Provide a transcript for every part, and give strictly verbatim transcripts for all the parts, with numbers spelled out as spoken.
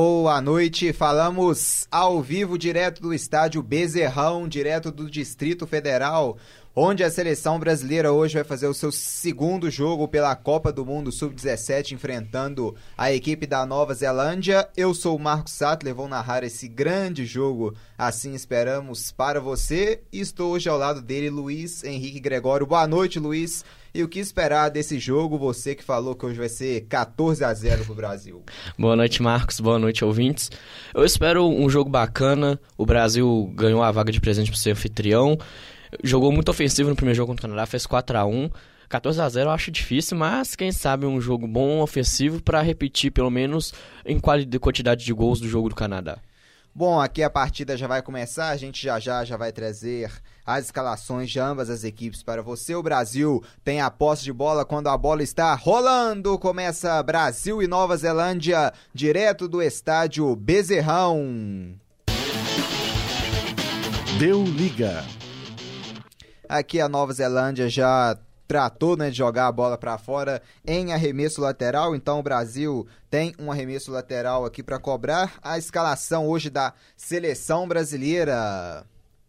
Boa noite, falamos ao vivo direto do estádio Bezerrão, direto do Distrito Federal, onde a seleção brasileira hoje vai fazer o seu segundo jogo pela Copa do Mundo sub dezessete, enfrentando a equipe da Nova Zelândia. Eu sou o Marcos Sattler, vou narrar esse grande jogo, assim esperamos, para você, e estou hoje ao lado dele, Luiz Henrique Gregório. Boa noite, Luiz. E o que esperar desse jogo, você que falou que hoje vai ser quatorze a zero pro Brasil? Boa noite, Marcos. Boa noite, ouvintes. Eu espero um jogo bacana. O Brasil ganhou a vaga de presente para ser anfitrião. Jogou muito ofensivo no primeiro jogo contra o Canadá, fez quatro a um. quatorze a zero eu acho difícil, mas quem sabe um jogo bom, ofensivo, para repetir pelo menos em quantidade de gols do jogo do Canadá. Bom, aqui a partida já vai começar, a gente já já já vai trazer as escalações de ambas as equipes para você. O Brasil tem a posse de bola quando a bola está rolando. Começa Brasil e Nova Zelândia, direto do estádio Bezerrão. Deu liga. Aqui a Nova Zelândia já tratou, né, de jogar a bola para fora em arremesso lateral, então o Brasil tem um arremesso lateral aqui para cobrar. A escalação hoje da seleção brasileira.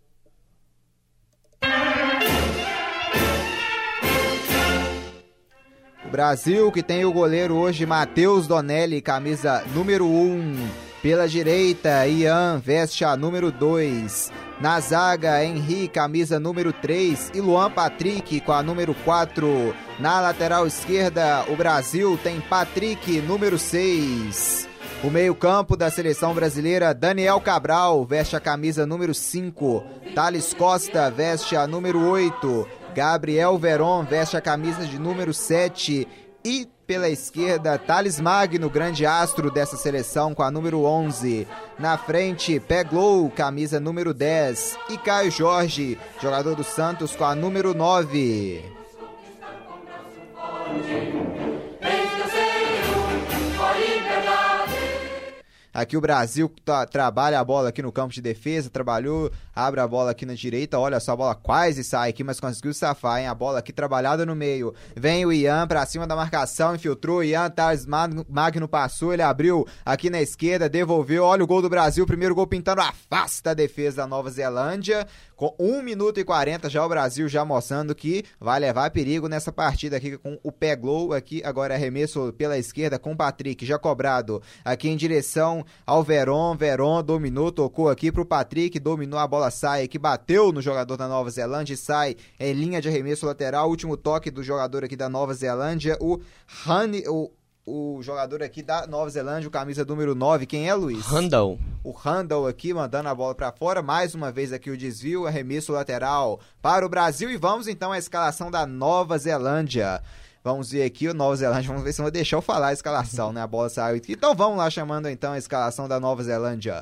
O Brasil que tem o goleiro hoje, Matheus Donelli, camisa número um. Pela direita, Ian veste a número dois. Na zaga, Henry, camisa número três, e Luan Patrick com a número quatro. Na lateral esquerda, o Brasil tem Patrick, número seis. O meio-campo da seleção brasileira, Daniel Cabral, veste a camisa número cinco. Thales Costa veste a número oito. Gabriel Veron veste a camisa de número sete. E pela esquerda, Thales Magno, grande astro dessa seleção, com a número onze. Na frente, Peglow, camisa número dez. E Caio Jorge, jogador do Santos, com a número nove. Aqui o Brasil tá, trabalha a bola aqui no campo de defesa, trabalhou, abre a bola aqui na direita, olha só, a bola quase sai aqui, mas conseguiu safar, hein? A bola aqui trabalhada no meio. Vem o Ian pra cima da marcação, infiltrou, Ian, Thales Magno passou, ele abriu aqui na esquerda, devolveu, olha o gol do Brasil, primeiro gol pintando, afasta a defesa da Nova Zelândia. Com um minuto e quarenta já o Brasil já mostrando que vai levar perigo nessa partida aqui com o Peglow, aqui agora arremesso pela esquerda com o Patrick, já cobrado aqui em direção ao Veron, Veron dominou, tocou aqui pro Patrick, dominou, a bola sai aqui, bateu no jogador da Nova Zelândia e sai em linha de arremesso lateral, último toque do jogador aqui da Nova Zelândia, o Honey, o O jogador aqui da Nova Zelândia, o camisa número nove, quem é, Luiz? Randall. O Randall aqui, mandando a bola para fora, mais uma vez aqui o desvio, arremesso lateral para o Brasil, e vamos então à escalação da Nova Zelândia. Vamos ver aqui o Nova Zelândia, vamos ver se vão deixar eu falar a escalação, né? A bola saiu aqui, então vamos lá chamando então a escalação da Nova Zelândia.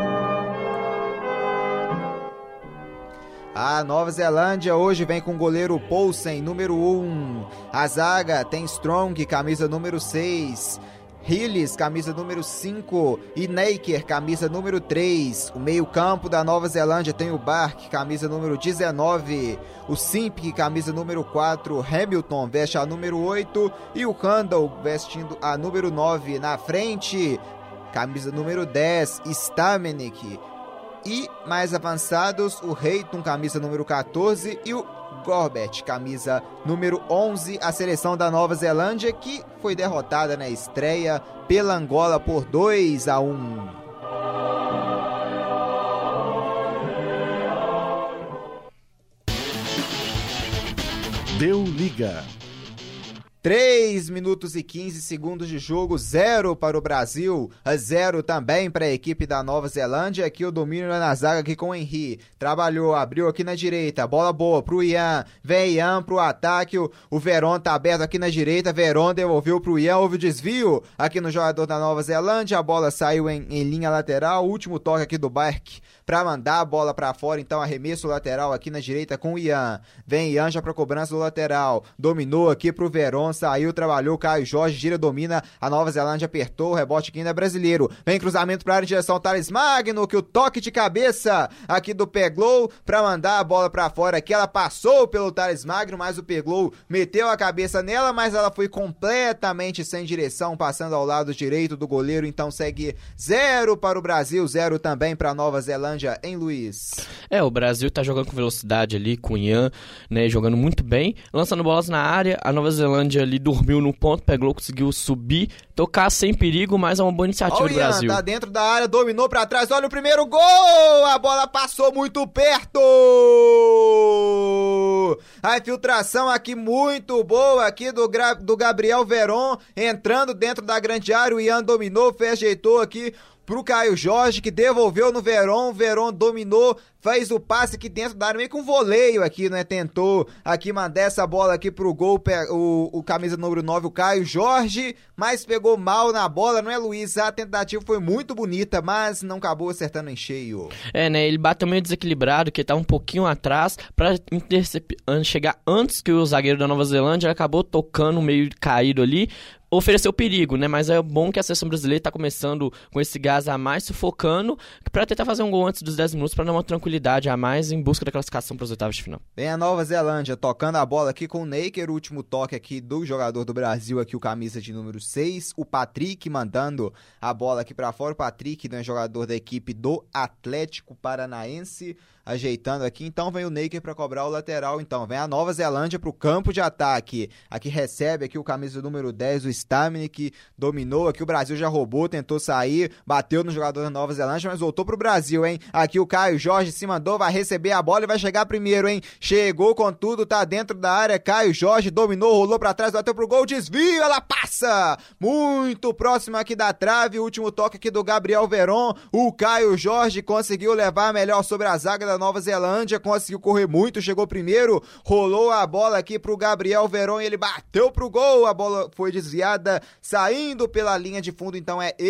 A Nova Zelândia hoje vem com o goleiro Poulsen, número um. A zaga tem Strong, camisa número seis. Hillis, camisa número cinco. E Naker, camisa número três. O meio-campo da Nova Zelândia tem o Bark, camisa número dezenove. O Simpk, camisa número quatro. Hamilton veste a número oito. E o Randall vestindo a número nove. Na frente, camisa número dez, Stamenik. E mais avançados, o Reiton, camisa número quatorze, e o Gorbet, camisa número onze, a seleção da Nova Zelândia, que foi derrotada na estreia pela Angola por dois a um. Deu liga. três minutos e quinze segundos de jogo, zero para o Brasil, zero também para a equipe da Nova Zelândia. Aqui o domínio na zaga aqui com o Henry, trabalhou, abriu aqui na direita, bola boa pro Ian, vem Ian pro ataque, o, o Veron tá aberto aqui na direita, Veron devolveu pro Ian, houve o desvio aqui no jogador da Nova Zelândia, a bola saiu em, em linha lateral, último toque aqui do Bark pra mandar a bola pra fora, então arremesso lateral aqui na direita com o Ian. Vem Ian já pra cobrança do lateral, dominou aqui pro Veron, saiu, trabalhou, Caio Jorge, gira, domina, a Nova Zelândia apertou, o rebote aqui ainda é brasileiro. Vem cruzamento pra área em direção ao Thales Magno, que o toque de cabeça aqui do Peglow pra mandar a bola pra fora aqui, ela passou pelo Thales Magno, mas o Peglow meteu a cabeça nela, mas ela foi completamente sem direção, passando ao lado direito do goleiro, então segue zero para o Brasil, zero também para a Nova Zelândia, hein, Luiz? É, o Brasil tá jogando com velocidade ali, com o Ian, né, jogando muito bem, lançando bolas na área, a Nova Zelândia ali dormiu no ponto, Peglow conseguiu subir, tocar sem perigo, mas é uma boa iniciativa do Brasil. Tá dentro da área, dominou pra trás, olha o primeiro gol! A bola passou muito perto! A infiltração aqui muito boa aqui do, Gra- do Gabriel Veron, entrando dentro da grande área, o Ian dominou, fez, ajeitou aqui pro Caio Jorge, que devolveu no Veron, o Veron dominou, fez o passe aqui dentro da área, meio que um voleio aqui, né, tentou aqui mandar essa bola aqui pro gol, o, o camisa número nove, o Caio Jorge, mas pegou mal na bola, não é, Luiz? A tentativa foi muito bonita, mas não acabou acertando em cheio. É, né, ele bateu meio desequilibrado, que tá um pouquinho atrás, pra intercep- chegar antes que o zagueiro da Nova Zelândia, ele acabou tocando meio caído ali, ofereceu perigo, né? Mas é bom que a seleção brasileira tá começando com esse gás a mais, sufocando, pra tentar fazer um gol antes dos dez minutos, pra dar uma tranquilidade a mais em busca da classificação para os oitavos de final. Vem a Nova Zelândia tocando a bola aqui com o Naker, o último toque aqui do jogador do Brasil, aqui o camisa de número seis, o Patrick mandando a bola aqui pra fora, o Patrick, né, jogador da equipe do Atlético Paranaense, ajeitando aqui, então vem o Naker pra cobrar o lateral, então vem a Nova Zelândia pro campo de ataque, aqui recebe aqui o camisa número dez, o Stamini, que dominou aqui, o Brasil já roubou, tentou sair, bateu no jogador da Nova Zelândia, mas voltou pro Brasil, hein, aqui o Caio Jorge se mandou, vai receber a bola e vai chegar primeiro, hein, chegou com tudo, tá dentro da área, Caio Jorge dominou, rolou pra trás, bateu pro gol, desvio, ela passa, muito próximo aqui da trave, último toque aqui do Gabriel Veron, o Caio Jorge conseguiu levar melhor sobre a zaga da Nova Zelândia, conseguiu correr muito, chegou primeiro, rolou a bola aqui pro Gabriel Veron e ele bateu pro gol, a bola foi desviada, saindo pela linha de fundo, então é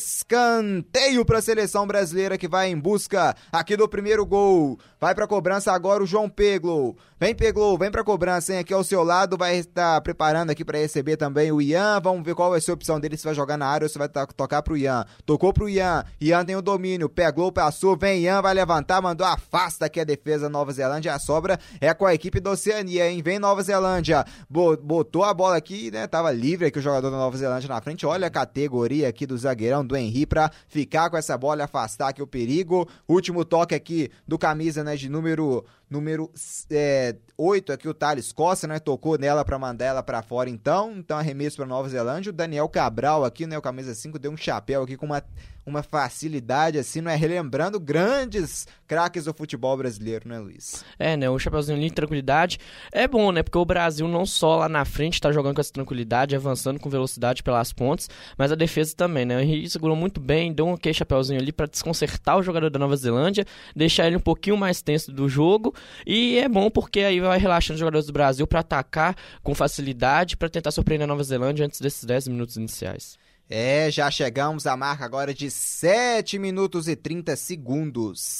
escanteio pra seleção brasileira que vai em busca aqui do primeiro gol, vai pra cobrança agora o João Peglow, vem Peglow, vem pra cobrança, hein, aqui ao seu lado, vai estar preparando aqui pra receber também o Ian, vamos ver qual vai ser a opção dele, se vai jogar na área ou se vai tocar pro Ian, tocou pro Ian, Ian tem o domínio, Peglow, passou, vem Ian, vai levantar, mandou a afasta aqui a defesa da Nova Zelândia, a sobra é com a equipe da Oceania, hein? Vem Nova Zelândia, botou a bola aqui, né? Tava livre aqui o jogador da Nova Zelândia na frente, olha a categoria aqui do zagueirão do Henry pra ficar com essa bola e afastar aqui o perigo, último toque aqui do camisa, né, de número número é, oito aqui, o Thales Costa, né, tocou nela pra mandar ela pra fora, então, então arremesso pra Nova Zelândia, o Daniel Cabral aqui, né, o camisa cinco, deu um chapéu aqui com uma, uma facilidade, assim, não é, relembrando grandes craques do futebol brasileiro, né, Luiz? É, né, o chapéuzinho ali, tranquilidade, é bom, né, porque o Brasil não só lá na frente tá jogando com essa tranquilidade, avançando com velocidade pelas pontes, mas a defesa também, né, o Henry segurou muito bem, deu um okay, chapéuzinho ali pra desconcertar o jogador da Nova Zelândia, deixar ele um pouquinho mais tenso do jogo, e é bom porque aí vai relaxando os jogadores do Brasil para atacar com facilidade, para tentar surpreender a Nova Zelândia antes desses dez minutos iniciais. É, já chegamos à marca agora de sete minutos e trinta segundos.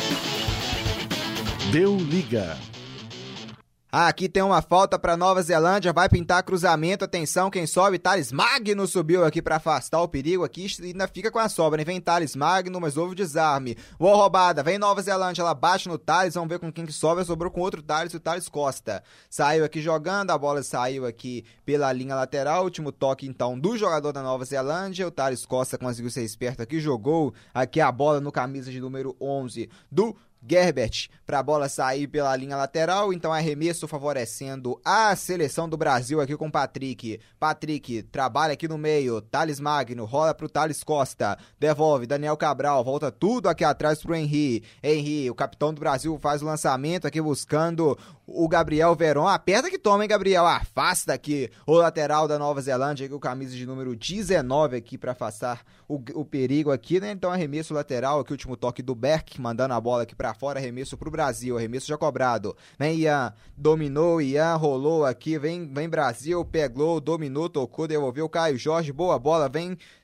Deu liga. Ah, aqui tem uma falta para Nova Zelândia, vai pintar cruzamento, atenção, quem sobe, Thales Magno subiu aqui para afastar o perigo aqui, ainda fica com a sobra, hein? Vem Thales Magno, mas houve o desarme, boa roubada, vem Nova Zelândia, ela bate no Thales, vamos ver com quem que sobe, sobrou com outro Thales, o Thales Costa, saiu aqui jogando, a bola saiu aqui pela linha lateral, último toque então do jogador da Nova Zelândia, o Thales Costa conseguiu ser esperto aqui, jogou aqui a bola no camisa de número onze do Gerbert, para a bola sair pela linha lateral, então arremesso favorecendo a seleção do Brasil aqui com Patrick, Patrick trabalha aqui no meio, Thales Magno, rola pro Thales Costa, devolve, Daniel Cabral, volta tudo aqui atrás pro Henry, Henry, o capitão do Brasil faz o lançamento aqui buscando o Gabriel Veron, aperta que toma, hein, Gabriel, afasta aqui o lateral da Nova Zelândia, aqui o camisa de número dezenove aqui para afastar o, o perigo aqui, né, então arremesso lateral, aqui o último toque do Berk, mandando a bola aqui para fora, arremesso pro Brasil, arremesso já cobrado, vem Ian, dominou, Ian, rolou aqui, vem, vem Brasil, pegou, dominou, tocou, devolveu, Caio Jorge, boa bola, vem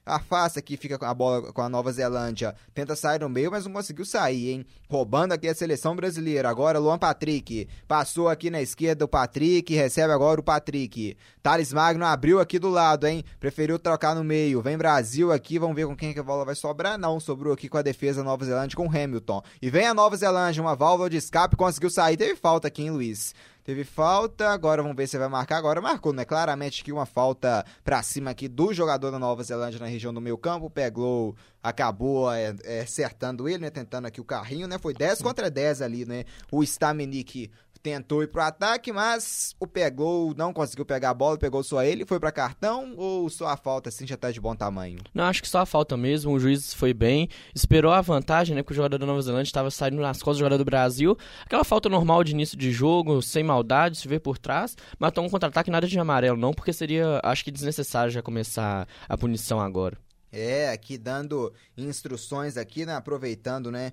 afasta aqui, fica com a bola com a Nova Zelândia, tenta sair no meio, mas não conseguiu sair, hein? Roubando aqui a seleção brasileira. Agora Luan Patrick, passou aqui na esquerda o Patrick, recebe agora o Patrick. Thales Magno abriu aqui do lado, hein? Preferiu trocar no meio. Vem Brasil aqui, vamos ver com quem que a bola vai sobrar. Não, sobrou aqui com a defesa Nova Zelândia com Hamilton. E vem a Nova Zelândia, uma válvula de escape, conseguiu sair. Teve falta aqui, hein, Luiz? Teve falta, agora vamos ver se vai marcar. Agora marcou, né? Claramente aqui uma falta pra cima aqui do jogador da Nova Zelândia na região do meio campo. O Peglow acabou é, é, acertando ele, né? Tentando aqui o carrinho, né? Foi dez contra dez ali, né? O Stamenic tentou ir pro ataque, mas o Peglow não conseguiu pegar a bola, pegou só ele, foi pra cartão ou só a falta assim já tá de bom tamanho? Não, acho que só a falta mesmo, o juiz foi bem, esperou a vantagem, né, que o jogador da Nova Zelândia estava saindo nas costas do jogador do Brasil, aquela falta normal de início de jogo, sem maldade, se vê por trás, mas tomou um contra-ataque, nada de amarelo não, porque seria, acho que desnecessário já começar a punição agora. É, aqui dando instruções aqui, né, aproveitando, né,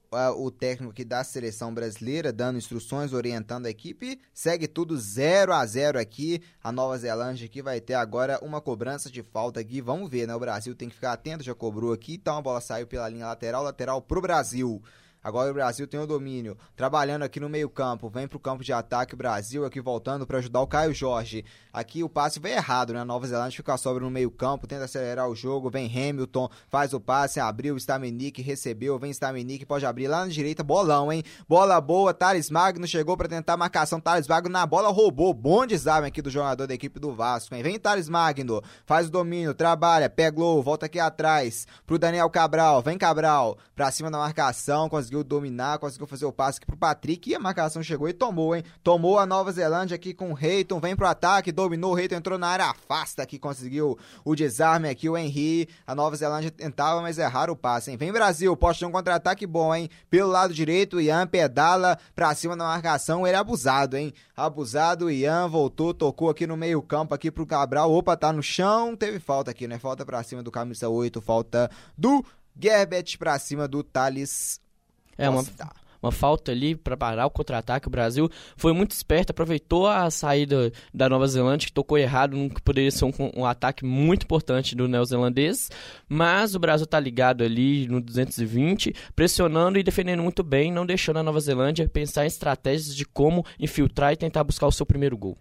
o técnico aqui da seleção brasileira, dando instruções, orientando a equipe, segue tudo zero a zero aqui, a Nova Zelândia aqui vai ter agora uma cobrança de falta aqui, vamos ver, né, o Brasil tem que ficar atento, já cobrou aqui, então a bola saiu pela linha lateral, lateral pro Brasil. Agora o Brasil tem o domínio, trabalhando aqui no meio campo, vem pro campo de ataque o Brasil, aqui voltando para ajudar o Caio Jorge. Aqui o passe veio errado, né? A Nova Zelândia fica sobra no meio campo, tenta acelerar o jogo, vem Hamilton, faz o passe, abriu o Stamenic, recebeu, vem Stamenic, pode abrir lá na direita, bolão, hein? Bola boa, Thales Magno chegou para tentar a marcação, Thales Magno na bola, roubou, bom desarme aqui do jogador da equipe do Vasco, hein? Vem Thales Magno, faz o domínio, trabalha, pegou, volta aqui atrás pro Daniel Cabral, vem Cabral, pra cima da marcação, conseguiu conseguiu dominar, conseguiu fazer o passe aqui pro Patrick e a marcação chegou e tomou, hein? Tomou a Nova Zelândia aqui com o Reiton, vem pro ataque, dominou, o Reiton entrou na área, afasta aqui, conseguiu o desarme aqui, o Henry, a Nova Zelândia tentava, mas erraram o passe, hein? Vem Brasil, pode ter um contra-ataque bom, hein? Pelo lado direito, o Ian pedala pra cima da marcação, ele é abusado, hein? Abusado, o Ian voltou, tocou aqui no meio campo aqui pro Cabral, opa, tá no chão, teve falta aqui, né? Falta pra cima do camisa oito, falta do Gerbert pra cima do Thales. É uma, uma falta ali para parar o contra-ataque. O Brasil foi muito esperto, aproveitou a saída da Nova Zelândia, que tocou errado, num que poderia ser um, um ataque muito importante do neozelandês, mas o Brasil tá ligado ali no duzentos e vinte, pressionando e defendendo muito bem, não deixando a Nova Zelândia pensar em estratégias de como infiltrar e tentar buscar o seu primeiro gol.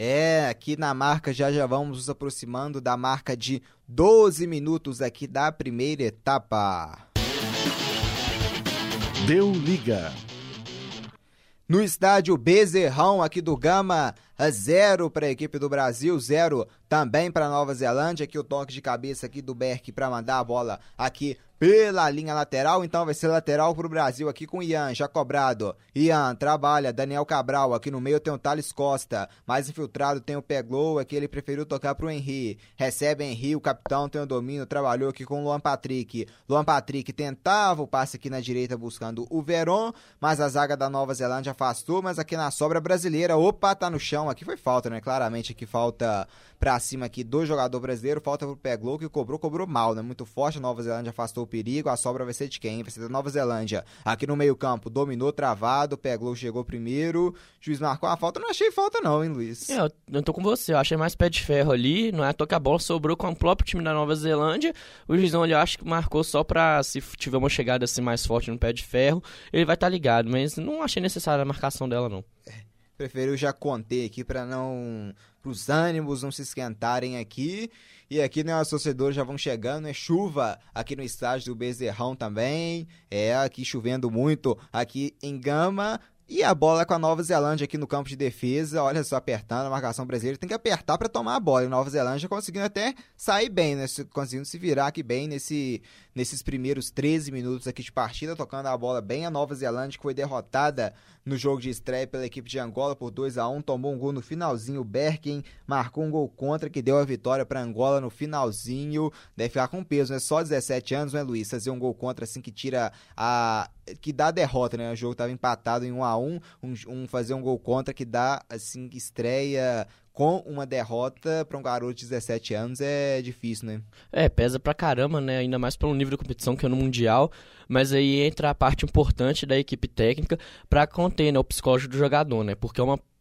É, aqui na marca já já vamos nos aproximando da marca de doze minutos aqui da primeira etapa. Deu liga. No estádio Bezerrão aqui do Gama, zero para a equipe do Brasil, zero também para a Nova Zelândia. Aqui o toque de cabeça aqui do Berk para mandar a bola aqui pela linha lateral, então vai ser lateral pro Brasil aqui com o Ian, já cobrado. Ian trabalha, Daniel Cabral, aqui no meio tem o Thales Costa, mais infiltrado tem o Peglow, aqui ele preferiu tocar pro Henry, recebe Henry, o capitão tem o domínio, trabalhou aqui com o Luan Patrick. Luan Patrick tentava o passe aqui na direita buscando o Veron, mas a zaga da Nova Zelândia afastou, mas aqui na sobra brasileira, opa, tá no chão, aqui foi falta, né? Claramente aqui falta pra cima aqui do jogador brasileiro, falta pro Peglow que cobrou, cobrou mal, né? Muito forte, a Nova Zelândia afastou o perigo, a sobra vai ser de quem? Vai ser da Nova Zelândia. Aqui no meio campo, dominou, travado, Peglow chegou primeiro, juiz marcou a falta, não achei falta não, hein, Luiz? É, eu, eu tô com você, eu achei mais pé de ferro ali, não é à toa que a bola sobrou com o próprio time da Nova Zelândia, o juizão ali eu acho que marcou só pra, se tiver uma chegada assim mais forte no pé de ferro, ele vai estar tá ligado, mas não achei necessária a marcação dela não. É. Preferiu já conter aqui para não, para os ânimos não se esquentarem aqui. E aqui, né, os torcedores já vão chegando, é chuva aqui no estádio do Bezerrão também. É, aqui chovendo muito aqui em Gama. E a bola com a Nova Zelândia aqui no campo de defesa, olha só, apertando a marcação brasileira, tem que apertar para tomar a bola. E a Nova Zelândia conseguindo até sair bem, né? Conseguindo se virar aqui bem nesse, nesses primeiros treze minutos aqui de partida, tocando a bola bem. A Nova Zelândia que foi derrotada no jogo de estreia pela equipe de Angola por dois a um, tomou um gol no finalzinho. O Berken marcou um gol contra que deu a vitória para Angola no finalzinho. Deve ficar com peso, né? Só dezessete anos, né, Luiz? Fazer um gol contra assim que tira a... que dá a derrota, né? O jogo estava empatado em um a um, um, um fazer um gol contra que dá, assim, estreia com uma derrota para um garoto de dezessete anos é difícil, né? É, pesa pra caramba, né? Ainda mais pelo nível de competição que é no Mundial, mas aí entra a parte importante da equipe técnica para conter, né, o psicológico do jogador, né? Porque é uma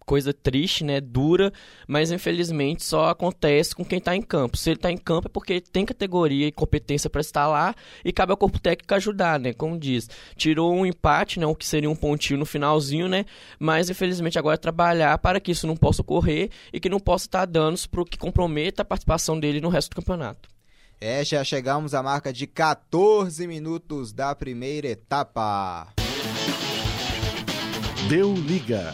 coisa triste, né, dura, mas infelizmente só acontece com quem está em campo. Se ele está em campo é porque tem categoria e competência para estar lá e cabe ao corpo técnico ajudar, né, como diz. Tirou um empate, né, o que seria um pontinho no finalzinho, né, mas infelizmente agora é trabalhar para que isso não possa ocorrer e que não possa estar danos para o que comprometa a participação dele no resto do campeonato. É, já chegamos à marca de quatorze minutos da primeira etapa. Deu liga.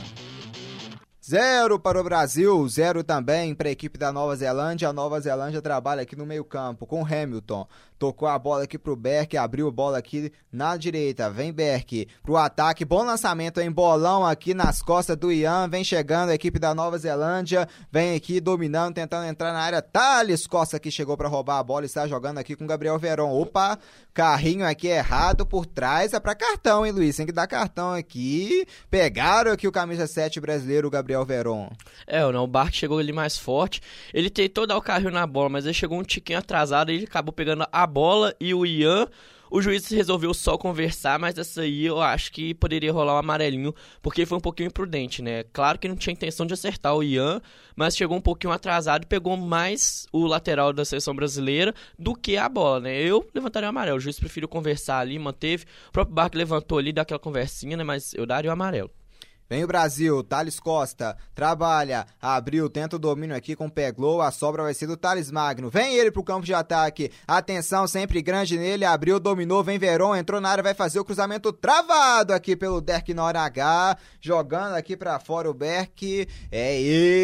Zero para o Brasil, zero também para a equipe da Nova Zelândia. A Nova Zelândia trabalha aqui no meio campo com Hamilton. Tocou a bola aqui pro Berk, abriu a bola aqui na direita. Vem Berk pro ataque, bom lançamento em bolão aqui nas costas do Ian. Vem chegando a equipe da Nova Zelândia, vem aqui dominando, tentando entrar na área. Thales Costa que chegou para roubar a bola, está jogando aqui com Gabriel Veron. Opa, carrinho aqui errado por trás, é para cartão, hein, Luiz? Tem que dar cartão aqui. Pegaram aqui o camisa sete brasileiro, o Gabriel Veron. É, não, o Bark chegou ali mais forte. Ele tentou dar o carrinho na bola, mas ele chegou um tiquinho atrasado e ele acabou pegando a bola e o Ian, o juiz resolveu só conversar, mas essa aí eu acho que poderia rolar um amarelinho, porque foi um pouquinho imprudente, né? Claro que não tinha intenção de acertar o Ian, mas chegou um pouquinho atrasado e pegou mais o lateral da seleção brasileira do que a bola, né? Eu levantaria o amarelo, o juiz preferiu conversar ali, manteve, o próprio Barco levantou ali, deu aquela conversinha, né? Mas eu daria o amarelo. Vem o Brasil, Thales Costa, trabalha, abriu, tenta o domínio aqui com o Peglow, a sobra vai ser do Thales Magno, vem ele pro campo de ataque, atenção sempre grande nele, abriu, dominou, vem Veron, entrou na área, vai fazer o cruzamento travado aqui pelo Derk na hora H, jogando aqui pra fora o Berk, é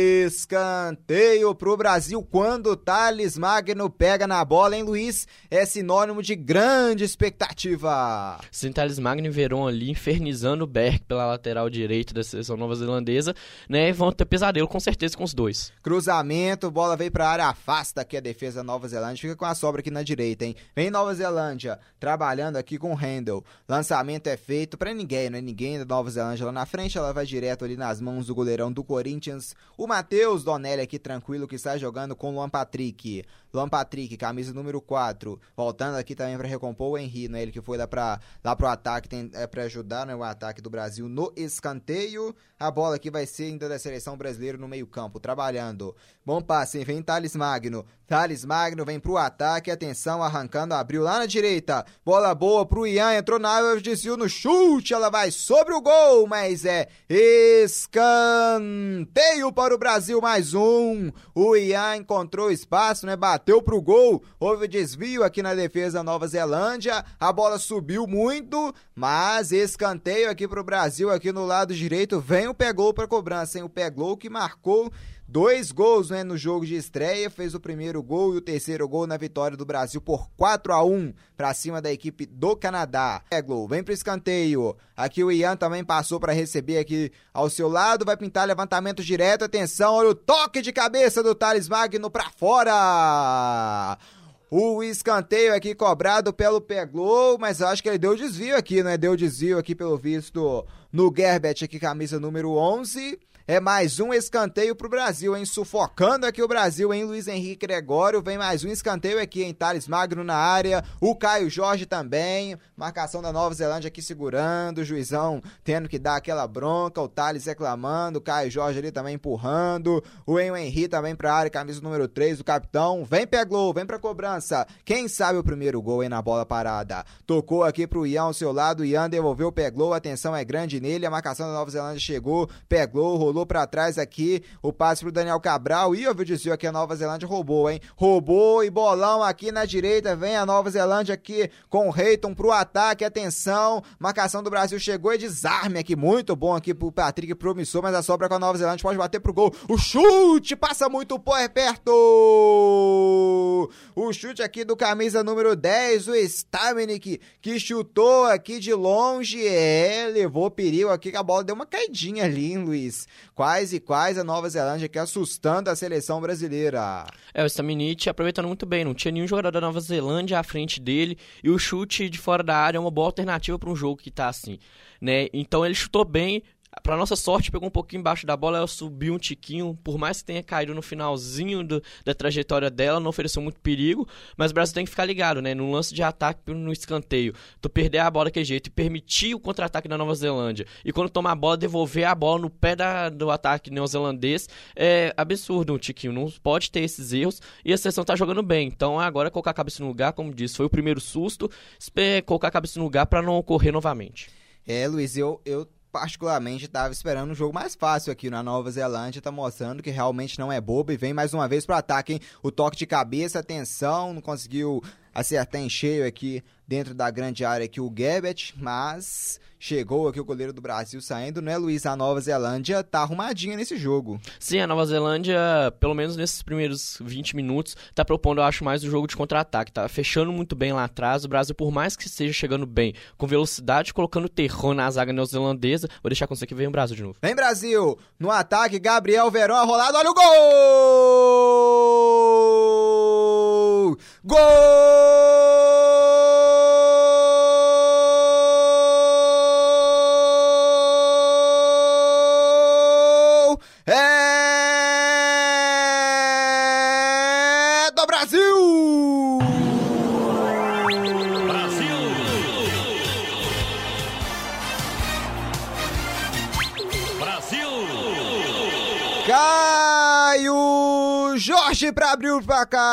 escanteio pro Brasil quando o Thales Magno pega na bola, hein, Luiz? É sinônimo de grande expectativa. Sim, Thales Magno e Veron ali infernizando o Berk pela lateral direita da seleção nova-zelandesa, né, vão ter pesadelo com certeza com os dois. Cruzamento, bola veio pra área, afasta aqui a defesa da Nova Zelândia, fica com a sobra aqui na direita, hein. Vem Nova Zelândia, trabalhando aqui com o Handel, lançamento é feito pra ninguém, não é ninguém da Nova Zelândia lá na frente, ela vai direto ali nas mãos do goleirão do Corinthians, o Matheus Donelli aqui tranquilo, que está jogando com o Luan Patrick, Luan Patrick, camisa número quatro, voltando aqui também pra recompor o Henry, né, ele que foi lá, pra, lá pro ataque, tem, é, pra ajudar, né, o ataque do Brasil no escanteio. A bola aqui vai ser ainda da seleção brasileira no meio campo, trabalhando. Bom passe, vem Thales Magno. Thales Magno vem pro ataque, atenção, arrancando, abriu lá na direita. Bola boa pro Ian, entrou na área, desviou no chute, ela vai sobre o gol, mas é escanteio para o Brasil, mais um. O Ian encontrou espaço, né, bateu pro gol, houve desvio aqui na defesa da Nova Zelândia, a bola subiu muito, mas escanteio aqui pro Brasil, aqui no lado direito, vem o Peglow para cobrança, hein? O Peglow que marcou dois gols, né, no jogo de estreia, fez o primeiro gol e o terceiro gol na vitória do Brasil por quatro a um para cima da equipe do Canadá. Peglow vem pro escanteio, aqui o Ian também passou para receber aqui ao seu lado, vai pintar levantamento direto, atenção, olha o toque de cabeça do Thales Magno para fora. O escanteio aqui cobrado pelo Peglow, mas eu acho que ele deu desvio aqui, né? Deu desvio aqui pelo visto no Gerbert, aqui camisa número onze. É mais um escanteio pro Brasil, hein? Sufocando aqui o Brasil, hein? Luiz Henrique Gregório, vem mais um escanteio aqui, hein? Thales Magno na área, o Caio Jorge também, marcação da Nova Zelândia aqui segurando, o juizão tendo que dar aquela bronca, o Thales reclamando, o Caio Jorge ali também empurrando, o Henry também pra área, camisa número três do capitão, vem Peglow, vem pra cobrança, quem sabe o primeiro gol, hein? Na bola parada, tocou aqui pro Ian ao seu lado, o Ian devolveu o Peglow, a atenção é grande nele, a marcação da Nova Zelândia chegou, Peglow rolou pra trás aqui, o passe pro Daniel Cabral, e ouviu desvio aqui, a Nova Zelândia roubou, hein? Roubou e bolão aqui na direita, vem a Nova Zelândia aqui com o Reiton pro ataque, atenção, marcação do Brasil chegou e desarme aqui, muito bom aqui pro Patrick, promissor, mas a sobra com a Nova Zelândia, pode bater pro gol, o chute passa muito por perto, o chute aqui do camisa número dez, o Stamenic, que chutou aqui de longe, é, levou perigo aqui, que a bola deu uma caidinha ali, hein, Luiz? Quais e quais a Nova Zelândia aqui assustando a seleção brasileira. É, o Stamenic aproveitando muito bem, não tinha nenhum jogador da Nova Zelândia à frente dele, e o chute de fora da área é uma boa alternativa para um jogo que tá assim, né? Então ele chutou bem, Pra nossa sorte, pegou um pouquinho embaixo da bola, ela subiu um tiquinho, por mais que tenha caído no finalzinho do, da trajetória dela, não ofereceu muito perigo, mas o Brasil tem que ficar ligado, né, no lance de ataque, no escanteio, tu perder a bola daquele jeito e permitir o contra-ataque da Nova Zelândia, e quando tomar a bola, devolver a bola no pé da, do ataque neozelandês, é absurdo, um tiquinho, não pode ter esses erros, e a seleção tá jogando bem, então agora é colocar a cabeça no lugar, como disse, foi o primeiro susto, colocar a cabeça no lugar pra não ocorrer novamente. É, Luiz, eu... eu... particularmente estava esperando um jogo mais fácil aqui na Nova Zelândia, tá mostrando que realmente não é bobo e vem mais uma vez pro ataque, hein? O toque de cabeça, atenção, não conseguiu acertar em cheio aqui dentro da grande área aqui o Gebet, mas chegou aqui o goleiro do Brasil saindo, né, Luiz? A Nova Zelândia tá arrumadinha nesse jogo. Sim, a Nova Zelândia, pelo menos nesses primeiros vinte minutos, tá propondo, eu acho, mais o jogo de contra-ataque, tá fechando muito bem lá atrás, o Brasil, por mais que esteja chegando bem, com velocidade, colocando terror na zaga neozelandesa, vou deixar com você que vem o Brasil de novo. Vem Brasil, no ataque, Gabriel Veron, a rolada, olha o gol! Gol! É do Brasil! Brasil! Brasil! Caio Jorge para abrir o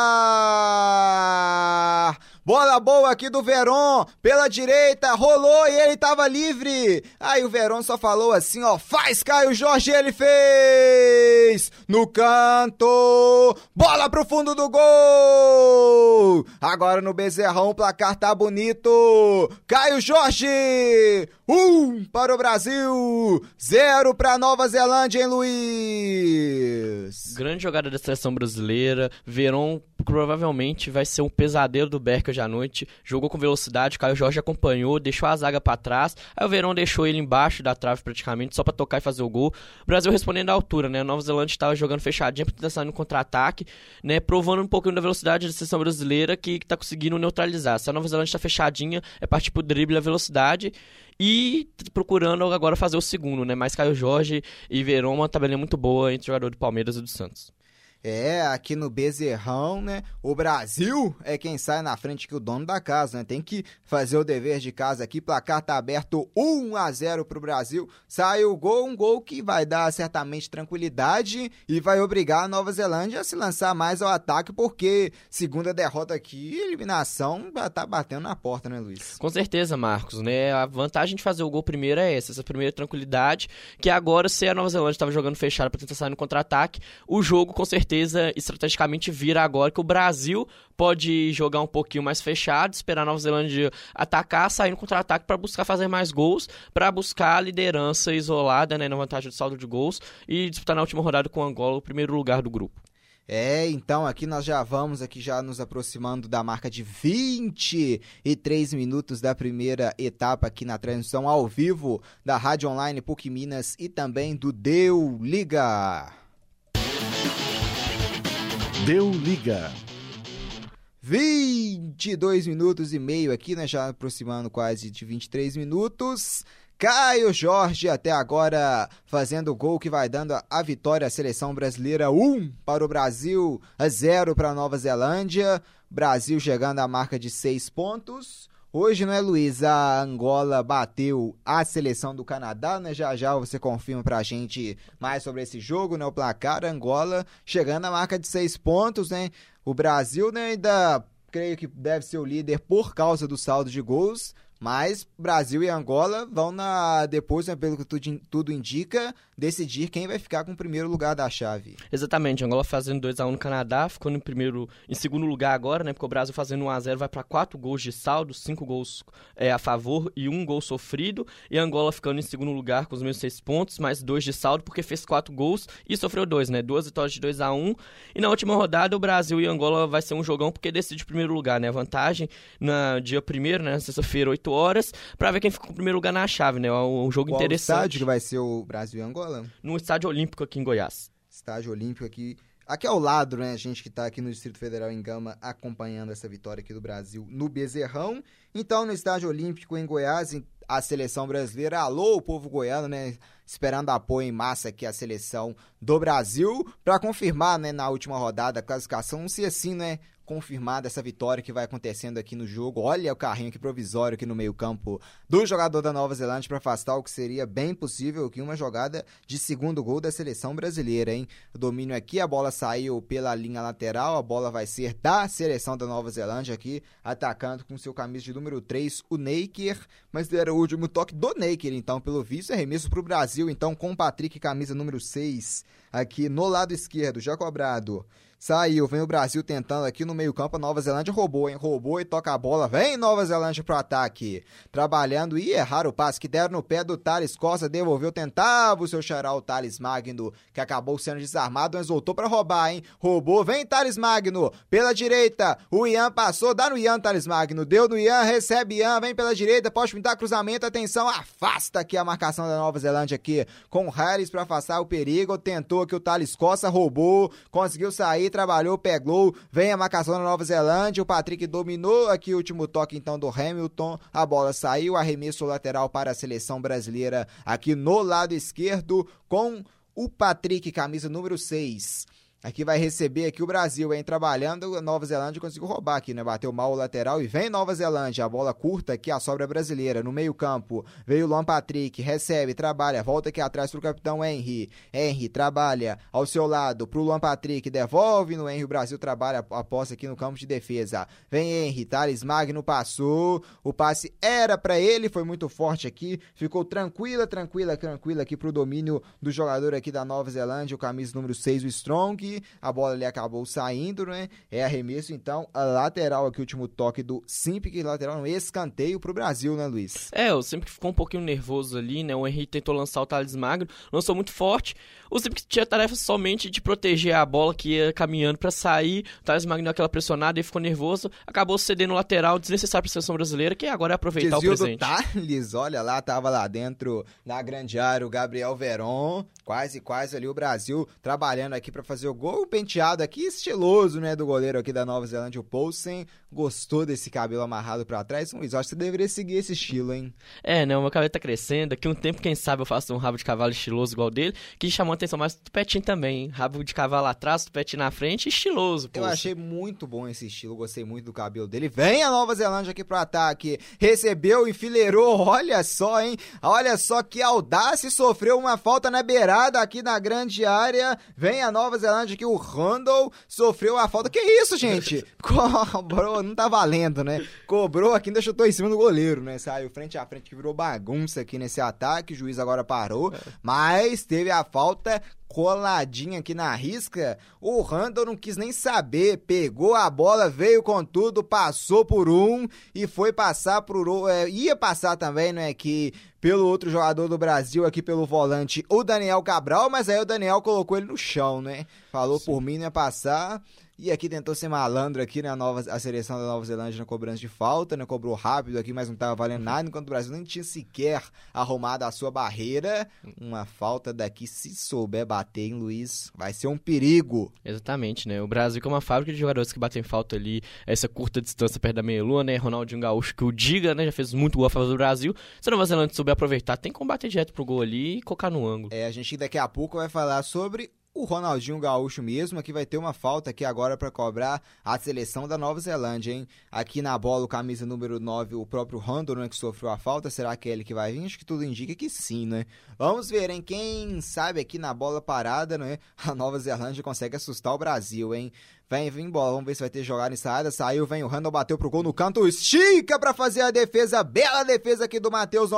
placar! Bola boa aqui do Veron, pela direita, rolou e ele tava livre. Aí o Veron só falou assim, ó, faz Caio Jorge, ele fez! No canto, bola pro fundo do gol! Agora no Bezerrão o placar tá bonito. Caio Jorge, um para o Brasil, zero pra Nova Zelândia, hein, Luiz? Grande jogada da seleção brasileira, Veron provavelmente vai ser um pesadelo do Berk hoje à noite, jogou com velocidade, Caio Jorge acompanhou, deixou a zaga pra trás, aí o Veron deixou ele embaixo da trave praticamente, só pra tocar e fazer o gol. O Brasil respondendo à altura, né, a Nova Zelândia estava jogando fechadinha pra tentar sair no contra-ataque, né, provando um pouquinho da velocidade da seleção brasileira que, que tá conseguindo neutralizar. Se a Nova Zelândia tá fechadinha, é partir pro drible a velocidade, e procurando agora fazer o segundo, né, mas Caio Jorge e Veron, uma tabelinha muito boa entre o jogador do Palmeiras e do Santos. É, aqui no Bezerrão, né, o Brasil é quem sai na frente, que o dono da casa, né, tem que fazer o dever de casa aqui, placar tá aberto um a zero pro Brasil, sai o gol, um gol que vai dar certamente tranquilidade e vai obrigar a Nova Zelândia a se lançar mais ao ataque, porque segunda derrota aqui, eliminação já tá batendo na porta, né, Luiz? Com certeza, Marcos, né, a vantagem de fazer o gol primeiro é essa, essa primeira tranquilidade, que agora, se a Nova Zelândia estava jogando fechado para tentar sair no contra-ataque, o jogo com certeza estrategicamente vira agora que o Brasil pode jogar um pouquinho mais fechado, esperar a Nova Zelândia atacar, sair no contra-ataque para buscar fazer mais gols, para buscar a liderança isolada, né, na vantagem do saldo de gols e disputar na última rodada com o Angola o primeiro lugar do grupo. É, então aqui nós já vamos aqui já nos aproximando da marca de vinte e três minutos da primeira etapa aqui na transmissão ao vivo da Rádio Online P U C Minas e também do Deu Liga. Deu Liga. vinte e dois minutos e meio aqui, né? Já aproximando quase de vinte e três minutos. Caio Jorge até agora fazendo o gol que vai dando a vitória à seleção brasileira. um para o Brasil, zero para a Nova Zelândia. Brasil chegando à marca de seis pontos. Hoje, não é, Luiz? A Angola bateu a seleção do Canadá, né? Já já você confirma pra gente mais sobre esse jogo, né? O placar, Angola chegando à marca de seis pontos, né? O Brasil, né, ainda creio que deve ser o líder por causa do saldo de gols, mas Brasil e Angola vão na depois, né, pelo que tudo, tudo indica, decidir quem vai ficar com o primeiro lugar da chave. Exatamente, Angola fazendo dois a um no Canadá, ficou em primeiro, em segundo lugar agora, né? Porque o Brasil fazendo um a zero vai para quatro gols de saldo, cinco gols é, a favor e um gol sofrido, e Angola ficando em segundo lugar com os mesmos seis pontos, mais dois de saldo, porque fez quatro gols e sofreu dois, né? Duas vitórias de dois a um, e na última rodada o Brasil e Angola vai ser um jogão porque decide o primeiro lugar, né? A vantagem na dia primeiro, né? Sexta-feira, oito horas, para ver quem fica com o primeiro lugar na chave, né? Um jogo Qual interessante. Qual estádio que vai ser o Brasil e Angola? No Estádio Olímpico aqui em Goiás. Estádio Olímpico aqui, aqui ao lado, né? A gente que tá aqui no Distrito Federal em Gama acompanhando essa vitória aqui do Brasil no Bezerrão. Então, no Estádio Olímpico em Goiás, a seleção brasileira. Alô, o povo goiano, né? Esperando apoio em massa aqui a seleção do Brasil para confirmar, né, na última rodada a classificação, se assim, né, confirmada essa vitória que vai acontecendo aqui no jogo. Olha o carrinho aqui provisório aqui no meio-campo do jogador da Nova Zelândia para afastar o que seria bem possível aqui uma jogada de segundo gol da seleção brasileira, hein? O domínio aqui, a bola saiu pela linha lateral, a bola vai ser da seleção da Nova Zelândia aqui, atacando com seu camisa de número três, o Neiker, mas era o último toque do Neiker, então, pelo visto, arremesso para o Brasil, então, com o Patrick, camisa número seis, aqui no lado esquerdo, já cobrado. Saiu, vem o Brasil tentando aqui no meio campo, a Nova Zelândia roubou, hein? Roubou e toca a bola, vem Nova Zelândia pro ataque. Trabalhando e erraram o passe que deram no pé do Thales Costa, devolveu, tentava o seu xará, o Thales Magno, que acabou sendo desarmado, mas voltou pra roubar, hein? Roubou, vem Thales Magno, pela direita, o Ian passou, dá no Ian, Thales Magno, deu no Ian, recebe Ian, vem pela direita, pode pintar cruzamento, atenção, afasta aqui a marcação da Nova Zelândia aqui, com o Harris pra afastar o perigo, tentou aqui o Thales Costa, roubou, conseguiu sair, trabalhou, pegou, vem a marcação da Nova Zelândia, o Patrick dominou aqui o último toque então do Hamilton, a bola saiu, arremesso lateral para a seleção brasileira aqui no lado esquerdo com o Patrick, camisa número seis. Aqui vai receber aqui o Brasil, hein, trabalhando, a Nova Zelândia conseguiu roubar aqui, né, bateu mal o lateral e vem Nova Zelândia, a bola curta aqui, a sobra brasileira, no meio campo, veio o Luan Patrick, recebe, trabalha, volta aqui atrás pro capitão Henry, Henry trabalha ao seu lado pro Luan Patrick, devolve no Henry, o Brasil trabalha a posse aqui no campo de defesa, vem Henry, Thales Magno passou, o passe era pra ele, foi muito forte aqui, ficou tranquila, tranquila, tranquila aqui pro domínio do jogador aqui da Nova Zelândia, o camisa número seis, o Strong, a bola ali acabou saindo, né? É arremesso, então, a lateral aqui, o último toque do Simpic, lateral, um escanteio pro Brasil, né, Luiz? É, o Simpic ficou um pouquinho nervoso ali, né? O Henrique tentou lançar o Thales Magno, lançou muito forte. O Simpic tinha a tarefa somente de proteger a bola que ia caminhando pra sair. O Thales Magno deu aquela pressionada e ficou nervoso. Acabou cedendo o lateral, desnecessário pra seleção brasileira, que agora é aproveitar Desvio o presente. Do Thales, olha lá, tava lá dentro na grande área o Gabriel Veron, quase, quase ali o Brasil trabalhando aqui pra fazer o gol. O penteado aqui estiloso, né, do goleiro aqui da Nova Zelândia, o Poulsen. Gostou desse cabelo amarrado pra trás? Luiz, acho que você deveria seguir esse estilo, hein? É, né, o meu cabelo tá crescendo. Daqui um tempo, quem sabe, eu faço um rabo de cavalo estiloso igual dele, que chamou a atenção mais do Tupetinho também, hein? Rabo de cavalo atrás, Tupetinho na frente, estiloso, Eu Poulsen. achei muito bom esse estilo, gostei muito do cabelo dele. Vem a Nova Zelândia aqui pro ataque, recebeu, enfileirou, olha só, hein? Olha só que audácia, sofreu uma falta na beirada aqui na grande área. Vem a Nova Zelândia aqui, o Randall sofreu a falta. Que isso, gente? Cobrou, não tá valendo, né? Cobrou aqui, ainda chutou em cima do goleiro, né? Saiu frente a frente, que virou bagunça aqui nesse ataque. O juiz agora parou, é. mas teve a falta coladinha aqui na risca. O Randall não quis nem saber, pegou a bola, veio com tudo, passou por um e foi passar por é, ia passar também, né, que pelo outro jogador do Brasil aqui pelo volante, o Daniel Cabral, mas aí o Daniel colocou ele no chão, né? Falou Sim. por mim, não ia passar. E aqui tentou ser malandro aqui, né, a, nova, a seleção da Nova Zelândia na cobrança de falta, né, cobrou rápido aqui, mas não tava valendo nada, enquanto o Brasil nem tinha sequer arrumado a sua barreira. Uma falta daqui, se souber bater, hein, Luiz, vai ser um perigo. Exatamente, né, o Brasil que é uma fábrica de jogadores que batem falta ali, essa curta distância perto da meia-lua, né, Ronaldinho Gaúcho, que o diga, né, já fez muito gol a favor do Brasil. Se a Nova Zelândia souber aproveitar, tem que combater direto pro gol ali e colocar no ângulo. É, a gente daqui a pouco vai falar sobre o Ronaldinho Gaúcho mesmo, aqui vai ter uma falta aqui agora para cobrar a seleção da Nova Zelândia, hein? Aqui na bola, o camisa número nove, o próprio Randall, né, que sofreu a falta. Será que é ele que vai vir? Acho que tudo indica que sim, né? Vamos ver, hein? Quem sabe aqui na bola parada, né? A Nova Zelândia consegue assustar o Brasil, hein? Vem, vem bola, vamos ver se vai ter jogada ensaiada. Saiu, vem o Randall, bateu pro gol no canto, estica pra fazer a defesa, bela defesa aqui do Matheus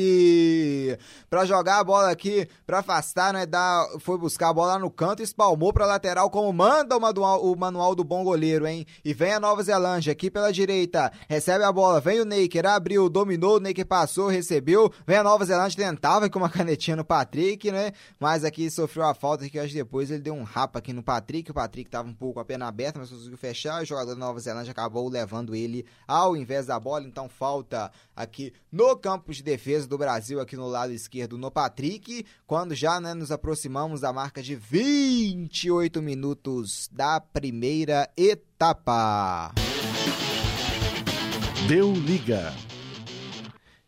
Zonelli. Pra jogar a bola aqui, pra afastar, né, dá, foi buscar a bola lá no canto, espalmou pra lateral, como manda o manual, o manual do bom goleiro, hein. E vem a Nova Zelândia aqui pela direita, recebe a bola, vem o Neiker, abriu, dominou, o Neiker passou, recebeu, vem a Nova Zelândia, tentava com uma canetinha no Patrick, né, mas aqui sofreu a falta, que acho que depois ele deu um rapa aqui no Patrick, o Patrick tava um pouco apenas aberta, mas conseguiu fechar, o jogador da Nova Zelândia acabou levando ele ao invés da bola, então falta aqui no campo de defesa do Brasil, aqui no lado esquerdo no Patrick, quando já, né, nos aproximamos da marca de vinte e oito minutos da primeira etapa. Deu liga.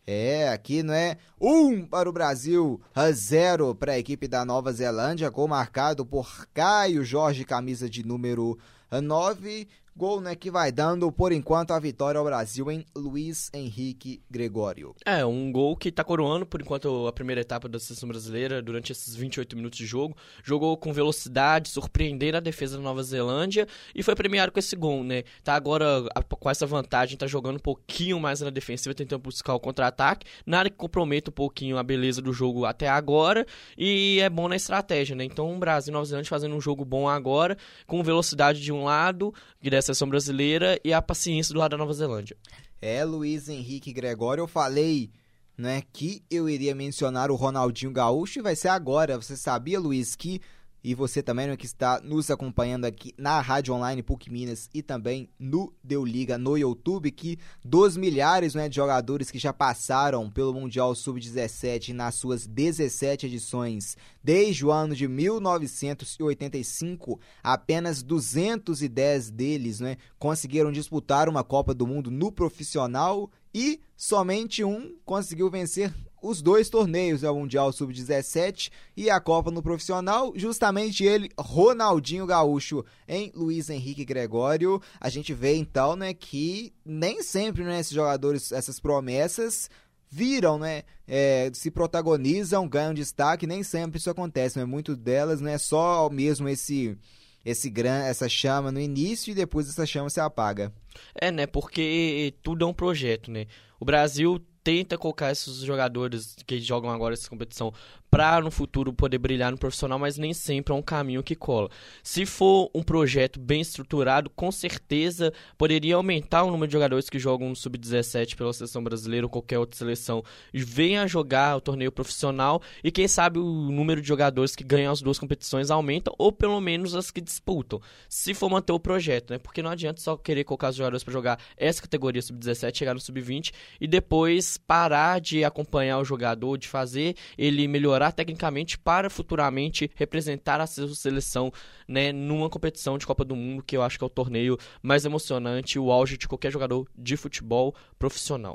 É, aqui não é um para o Brasil, a zero para a equipe da Nova Zelândia, gol marcado por Caio Jorge, camisa de número nove, gol, né, que vai dando, por enquanto, a vitória ao Brasil em Luiz Henrique Gregório. É, um gol que tá coroando, por enquanto, a primeira etapa da seleção brasileira durante esses vinte e oito minutos de jogo. Jogou com velocidade, surpreendendo a defesa da Nova Zelândia e foi premiado com esse gol, né? Tá agora a, com essa vantagem, tá jogando um pouquinho mais na defensiva, tentando buscar o contra-ataque. Nada que comprometa um pouquinho a beleza do jogo até agora e é bom na estratégia, né? Então, o Brasil e Nova Zelândia fazendo um jogo bom agora, com velocidade de um lado, que da seleção brasileira, e a paciência do lado da Nova Zelândia. É, Luiz Henrique Gregório, eu falei, né, que eu iria mencionar o Ronaldinho Gaúcho e vai ser agora. Você sabia, Luiz, que, e você também, né, que está nos acompanhando aqui na Rádio Online P U C Minas e também no Deu Liga no YouTube, que dos milhares, né, de jogadores que já passaram pelo Mundial sub dezessete nas suas dezessete edições desde o ano de mil novecentos e oitenta e cinco, apenas duzentos e dez deles, né, conseguiram disputar uma Copa do Mundo no profissional e somente um conseguiu vencer os dois torneios, né, o Mundial sub dezessete e a Copa no profissional, justamente ele, Ronaldinho Gaúcho, em Luiz Henrique Gregório. A gente vê então, né, que nem sempre, né, esses jogadores, essas promessas viram, né, é, se protagonizam, ganham destaque, nem sempre isso acontece, mas muito delas, né, só mesmo esse, esse gran, essa chama no início e depois essa chama se apaga. É, né, porque tudo é um projeto, né, o Brasil tenta colocar esses jogadores que jogam agora essa competição para no futuro poder brilhar no profissional, mas nem sempre é um caminho que cola. Se for um projeto bem estruturado, com certeza poderia aumentar o número de jogadores que jogam no sub dezessete pela seleção brasileira ou qualquer outra seleção e venham a jogar o torneio profissional e quem sabe o número de jogadores que ganham as duas competições aumenta ou pelo menos as que disputam, se for manter o projeto, né? Porque não adianta só querer colocar os jogadores para jogar essa categoria sub dezessete, chegar no sub vinte e depois parar de acompanhar o jogador, de fazer ele melhorar tecnicamente para futuramente representar a sua seleção, né, numa competição de Copa do Mundo, que eu acho que é o torneio mais emocionante, o auge de qualquer jogador de futebol profissional.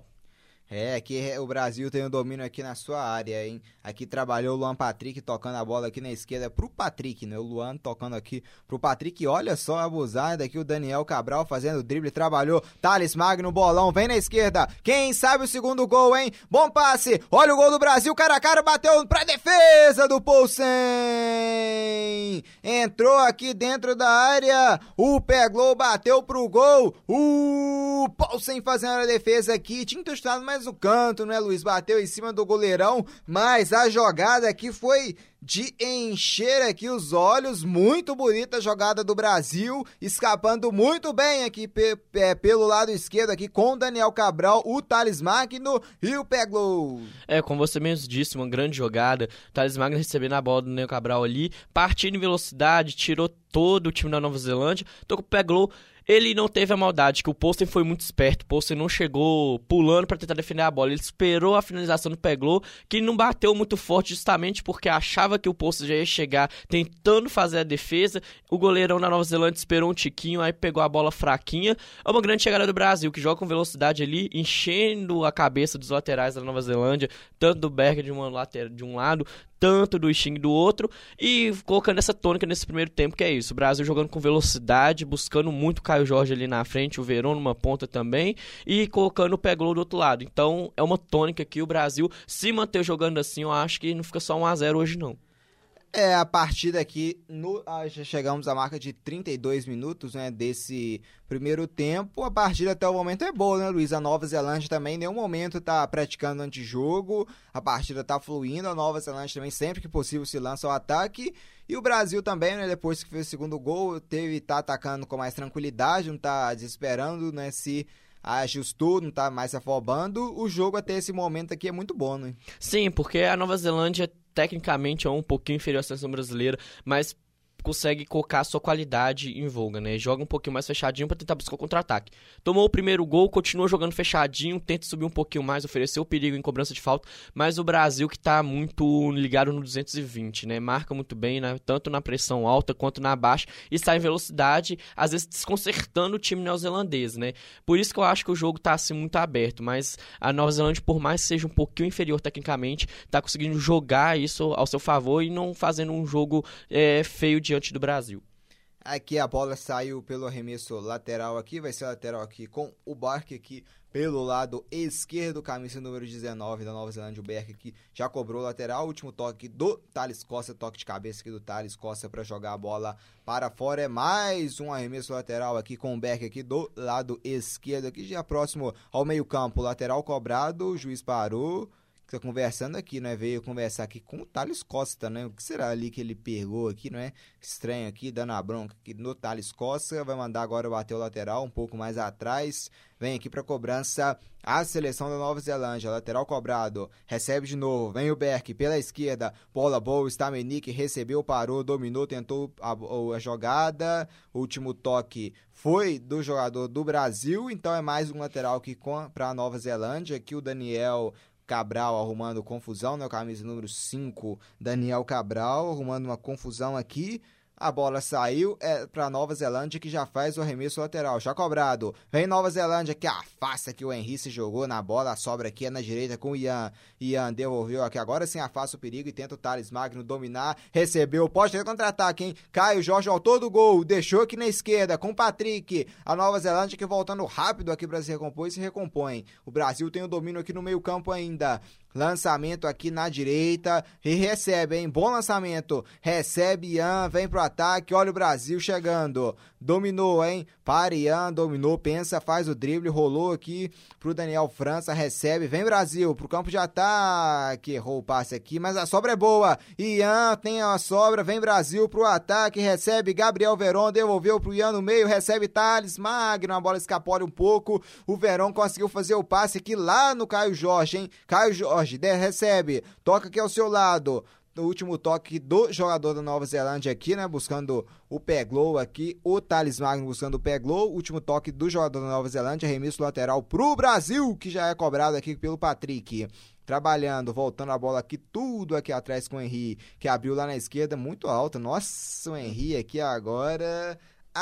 É, aqui o Brasil tem o domínio aqui na sua área, hein? Aqui trabalhou o Luan Patrick tocando a bola aqui na esquerda pro Patrick, né? O Luan tocando aqui pro Patrick, olha só a abusada aqui, o Daniel Cabral fazendo o drible, trabalhou, Thales Magno, bolão, vem na esquerda, quem sabe o segundo gol, hein? Bom passe, olha o gol do Brasil, cara a cara, bateu pra defesa do Poulsen! Entrou aqui dentro da área, o Peglow bateu pro gol, o Poulsen fazendo a defesa aqui, tinha encostado mais no canto, né, Luiz? Bateu em cima do goleirão, mas a jogada aqui foi de encher aqui os olhos, muito bonita a jogada do Brasil, escapando muito bem aqui pe- pe- pelo lado esquerdo aqui com o Daniel Cabral, o Thales Magno e o Peglow. É, como você mesmo disse, uma grande jogada, o Thales Magno recebendo a bola do Daniel Cabral ali, partindo em velocidade, tirou todo o time da Nova Zelândia, tocou o Peglow. Ele não teve a maldade, que o Poulsen foi muito esperto. O Poulsen não chegou pulando para tentar defender a bola. Ele esperou a finalização do Peglow, que não bateu muito forte justamente porque achava que o Poulsen já ia chegar tentando fazer a defesa. O goleirão da Nova Zelândia esperou um tiquinho, aí pegou a bola fraquinha. É uma grande chegada do Brasil, que joga com velocidade ali, enchendo a cabeça dos laterais da Nova Zelândia, tanto do Berger de, uma lateral, de um lado, tanto do Sting do outro, e colocando essa tônica nesse primeiro tempo, que é isso, o Brasil jogando com velocidade, buscando muito o Caio Jorge ali na frente, o Verón numa ponta também, e colocando o Peglow do outro lado. Então é uma tônica que o Brasil, se manter jogando assim, eu acho que não fica só um a zero hoje não. É, a partida aqui, no, ah, já chegamos à marca de trinta e dois minutos, né, desse primeiro tempo. A partida até o momento é boa, né, Luiz? A Nova Zelândia também em nenhum momento tá praticando antijogo, a partida tá fluindo, a Nova Zelândia também sempre que possível se lança ao ataque. E o Brasil também, né, depois que fez o segundo gol, teve tá atacando com mais tranquilidade, não tá desesperando, né, se ajustou, não tá mais se afobando. O jogo até esse momento aqui é muito bom, né? Sim, porque a Nova Zelândia tecnicamente é um pouquinho inferior à seleção brasileira, mas consegue colocar a sua qualidade em voga, né? Joga um pouquinho mais fechadinho para tentar buscar o contra-ataque. Tomou o primeiro gol, continua jogando fechadinho, tenta subir um pouquinho mais, ofereceu perigo em cobrança de falta, mas o Brasil que tá muito ligado no duzentos e vinte, né? Marca muito bem, né? Tanto na pressão alta quanto na baixa, e sai em velocidade, às vezes desconcertando o time neozelandês, né? Por isso que eu acho que o jogo tá assim muito aberto, mas a Nova Zelândia, por mais que seja um pouquinho inferior tecnicamente, tá conseguindo jogar isso ao seu favor e não fazendo um jogo é, feio diante do Brasil. Aqui a bola saiu pelo arremesso lateral aqui, vai ser lateral aqui com o Barque aqui pelo lado esquerdo, camisa número dezenove da Nova Zelândia, o Berk aqui já cobrou lateral, último toque do Thales Costa, toque de cabeça aqui do Thales Costa para jogar a bola para fora, é mais um arremesso lateral aqui com o Berk aqui do lado esquerdo, aqui já próximo ao meio campo, lateral cobrado, o juiz parou. Tá conversando aqui, né? Veio conversar aqui com o Thales Costa, né? O que será ali que ele pegou aqui, não é? Estranho aqui, dando a bronca aqui no Thales Costa. Vai mandar agora bater o lateral um pouco mais atrás. Vem aqui para cobrança a seleção da Nova Zelândia. Lateral cobrado. Recebe de novo. Vem o Berk pela esquerda. Bola boa. Stamenic recebeu, parou, dominou, tentou a, a jogada. Último toque foi do jogador do Brasil. Então é mais um lateral aqui para a Nova Zelândia. Aqui o Daniel Cabral arrumando confusão, né? O camisa número cinco, Daniel Cabral, arrumando uma confusão aqui. A bola saiu é, para Nova Zelândia, que já faz o arremesso lateral. Já cobrado. Vem Nova Zelândia, que afasta que o Henry se jogou na bola. A sobra aqui é na direita com o Ian. Ian devolveu aqui. Agora sim afasta o perigo e tenta o Thales Magno dominar. Recebeu. Pode ter contra-ataque, hein? Caio Jorge, autor do gol. Deixou aqui na esquerda com o Patrick. A Nova Zelândia que voltando rápido aqui para se recompor e se recompõe. O Brasil tem o domínio aqui no meio campo ainda. Lançamento aqui na direita e recebe, hein? Bom lançamento. Recebe Ian, vem pro ataque. Olha o Brasil chegando. Dominou, hein? Para Ian, dominou, pensa, faz o drible, rolou aqui pro Daniel França, recebe, vem Brasil pro campo de ataque. Errou o passe aqui, mas a sobra é boa. Ian tem a sobra, vem Brasil pro ataque, recebe Gabriel Veron, devolveu pro Ian no meio, recebe Thales Magno, a bola escapole um pouco. O Veron conseguiu fazer o passe aqui lá no Caio Jorge, hein? Caio Jorge recebe, toca aqui ao seu lado. No último toque do jogador da Nova Zelândia aqui, né, buscando o pé glow aqui, o Thales Magno buscando o pé glow, último toque do jogador da Nova Zelândia, arremesso lateral pro Brasil, que já é cobrado aqui pelo Patrick. Trabalhando, voltando a bola aqui, tudo aqui atrás com o Henry, que abriu lá na esquerda, muito alta. Nossa, o Henry aqui agora...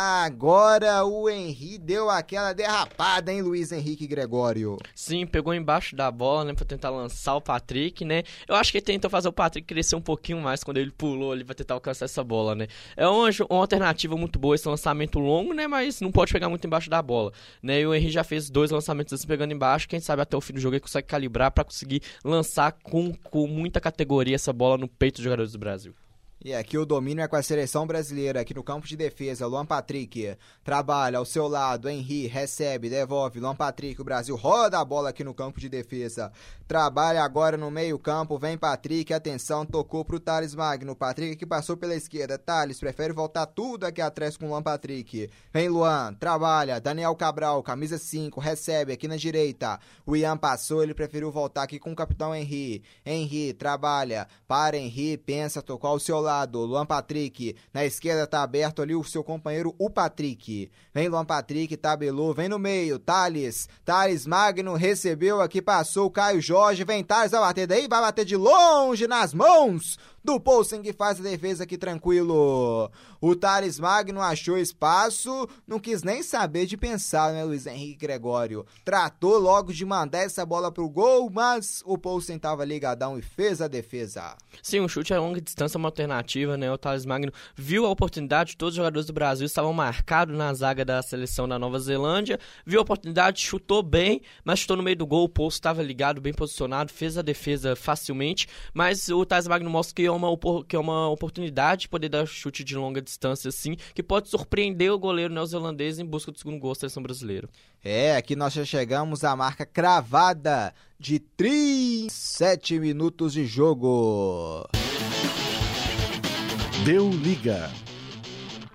Agora o Henry deu aquela derrapada, hein, Luiz Henrique Gregório? Sim, pegou embaixo da bola, né, pra tentar lançar o Patrick, né? Eu acho que ele tentou fazer o Patrick crescer um pouquinho mais quando ele pulou ali pra tentar alcançar essa bola, né? É uma, uma alternativa muito boa esse lançamento longo, né? Mas não pode pegar muito embaixo da bola, né? E o Henry já fez dois lançamentos assim pegando embaixo, quem sabe até o fim do jogo ele consegue calibrar pra conseguir lançar com, com muita categoria essa bola no peito dos jogadores do Brasil. E aqui o domínio é com a seleção brasileira, aqui no campo de defesa, Luan Patrick trabalha ao seu lado, Henry recebe, devolve, Luan Patrick, o Brasil roda a bola aqui no campo de defesa, trabalha agora no meio campo, vem Patrick, atenção, tocou pro Thales Magno, Patrick que passou pela esquerda, Thales prefere voltar tudo aqui atrás com o Luan Patrick, vem Luan, trabalha, Daniel Cabral, camisa cinco, recebe aqui na direita, o Ian passou, ele preferiu voltar aqui com o capitão Henry, Henry trabalha, para Henry, pensa, tocou ao seu lado, Luan Patrick, na esquerda tá aberto ali o seu companheiro, o Patrick. Vem Luan Patrick, tabelou, vem no meio, Thales, Thales Magno, recebeu aqui, passou o Caio Jorge, vem Thales, vai bater daí, vai bater de longe nas mãos do Poulsen que faz a defesa aqui tranquilo. O Thales Magno achou espaço, não quis nem saber de pensar, né, Luiz Henrique Gregório? Tratou logo de mandar essa bola pro gol, mas o Poulsen tava ligadão e fez a defesa. Sim, um chute a longa distância é uma alternativa, né? O Thales Magno viu a oportunidade, todos os jogadores do Brasil estavam marcados na zaga da seleção da Nova Zelândia, viu a oportunidade, chutou bem, mas chutou no meio do gol, o Poulsen estava ligado, bem posicionado, fez a defesa facilmente, mas o Thales Magno mostra que é uma, que é uma oportunidade de poder dar chute de longa distância assim, que pode surpreender o goleiro neozelandês em busca do segundo gol da seleção brasileira. É, aqui nós já chegamos à marca cravada de trinta e sete minutos de jogo. Deu liga.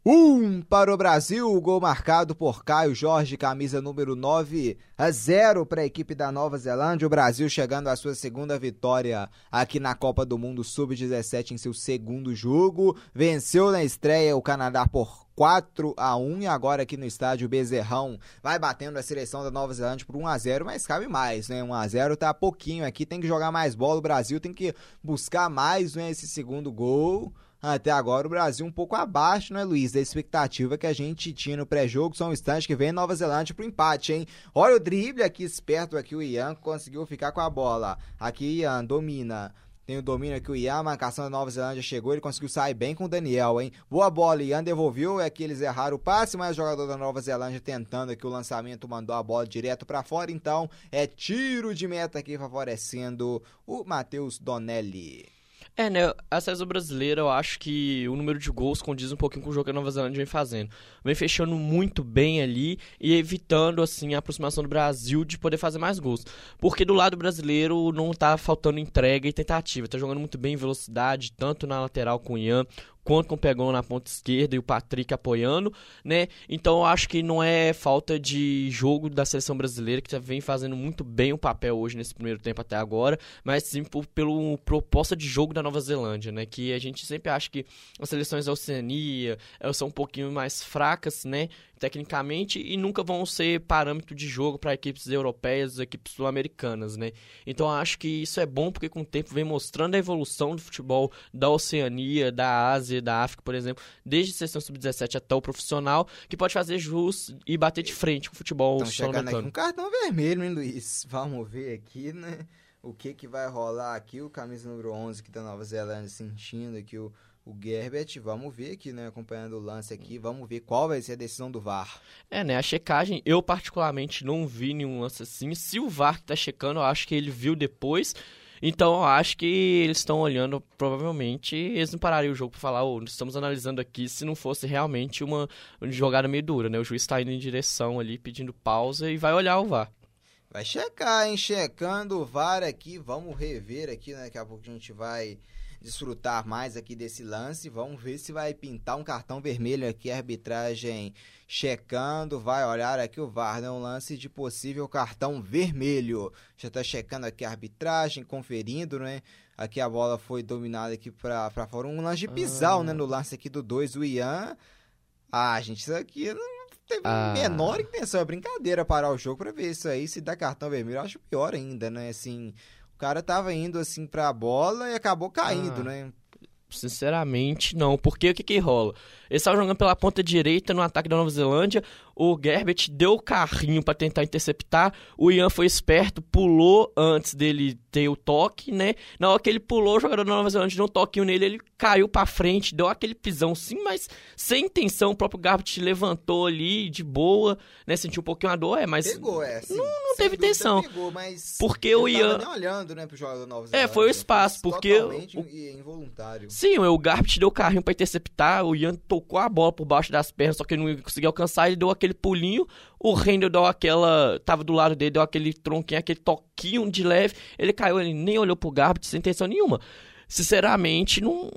Um para o Brasil, gol marcado por Caio Jorge, camisa número nove, a zero para a equipe da Nova Zelândia. O Brasil chegando à sua segunda vitória aqui na Copa do Mundo sub dezessete em seu segundo jogo. Venceu na estreia o Canadá por quatro a um e agora aqui no estádio Bezerrão vai batendo a seleção da Nova Zelândia por um a zero, mas cabe mais, né? um a zero tá pouquinho aqui, tem que jogar mais bola, o Brasil tem que buscar mais, né, esse segundo gol. Até agora o Brasil um pouco abaixo, né, Luiz, da expectativa que a gente tinha no pré-jogo. Só um instante que vem Nova Zelândia pro empate, hein? Olha o drible aqui, esperto aqui o Ian, conseguiu ficar com a bola. Aqui Ian domina. Tem o domínio aqui o Ian, a marcação da Nova Zelândia chegou, ele conseguiu sair bem com o Daniel, hein? Boa bola, Ian devolveu, é que eles erraram o passe, mas o jogador da Nova Zelândia tentando aqui o lançamento, mandou a bola direto pra fora, então é tiro de meta aqui favorecendo o Matheus Donelli. É, né, a seleção brasileira, eu acho que o número de gols condiz um pouquinho com o jogo que a Nova Zelândia vem fazendo. Vem fechando muito bem ali e evitando, assim, a aproximação do Brasil de poder fazer mais gols. Porque do lado brasileiro não tá faltando entrega e tentativa. Tá jogando muito bem em velocidade, tanto na lateral com o Ian, quanto com o Pegão na ponta esquerda e o Patrick apoiando, né? Então eu acho que não é falta de jogo da seleção brasileira, que vem fazendo muito bem o papel hoje nesse primeiro tempo até agora, mas sim por, pela proposta de jogo da Nova Zelândia, né? Que a gente sempre acha que as seleções da Oceania elas são um pouquinho mais fracas, né? Tecnicamente, e nunca vão ser parâmetro de jogo para equipes europeias, equipes sul-americanas, né? Então eu acho que isso é bom porque com o tempo vem mostrando a evolução do futebol da Oceania, da Ásia, da África, por exemplo, desde a seleção sub dezessete até o profissional, que pode fazer jus e bater de frente com o futebol sul-americano. Estão chegando aqui um cartão vermelho, hein, Luiz? Vamos ver aqui, né? O que que vai rolar aqui, o camisa número onze que da Nova Zelândia sentindo aqui o O Gerbert, vamos ver aqui, né, acompanhando o lance aqui, vamos ver qual vai ser a decisão do V A R. É, né, a checagem, eu particularmente não vi nenhum lance assim. Se o V A R que tá checando, eu acho que ele viu depois, então eu acho que eles estão olhando, provavelmente, eles não parariam o jogo pra falar, oh, estamos analisando aqui, se não fosse realmente uma, uma jogada meio dura, né, o juiz tá indo em direção ali, pedindo pausa e vai olhar o V A R. Vai checar, hein, checando o V A R aqui, vamos rever aqui, né, daqui a pouco a gente vai desfrutar mais aqui desse lance, vamos ver se vai pintar um cartão vermelho aqui, a arbitragem checando, vai olhar aqui o V A R, né, um lance de possível cartão vermelho, já tá checando aqui a arbitragem, conferindo, né, aqui a bola foi dominada aqui pra, pra fora, um lance de pisão, ah. né, no lance aqui do dois, o Ian, ah, gente, isso aqui não teve a ah. menor intenção, é brincadeira parar o jogo pra ver isso aí, se dá cartão vermelho, eu acho pior ainda, né, assim... O cara tava indo assim pra bola e acabou caindo, ah, né? Sinceramente, não. Porque o que que rola? Eles estavam jogando pela ponta direita no ataque da Nova Zelândia. O Gerbert deu o carrinho pra tentar interceptar. O Ian foi esperto, pulou antes dele ter o toque, né? Na hora que ele pulou, o jogador da Nova Zelândia deu um toquinho nele, ele caiu pra frente, deu aquele pisão sim, mas sem intenção. O próprio Gerbert levantou ali de boa, né? Sentiu um pouquinho a dor, é, mas... Pegou, é, sim. Não, não teve intenção. Pegou, mas... Porque o Ian... Tava nem olhando, né, pro jogador da Nova Zelândia. É, foi o espaço, porque... Totalmente o... involuntário. Sim, o Gerbert deu o carrinho pra interceptar, o Ian tocou a bola por baixo das pernas, só que ele não conseguiu alcançar, ele deu aquele pulinho, o Rendel deu aquela, tava do lado dele, deu aquele tronquinho, aquele toquinho de leve, ele caiu, ele nem olhou pro Gerbert sem intenção nenhuma. Sinceramente, não,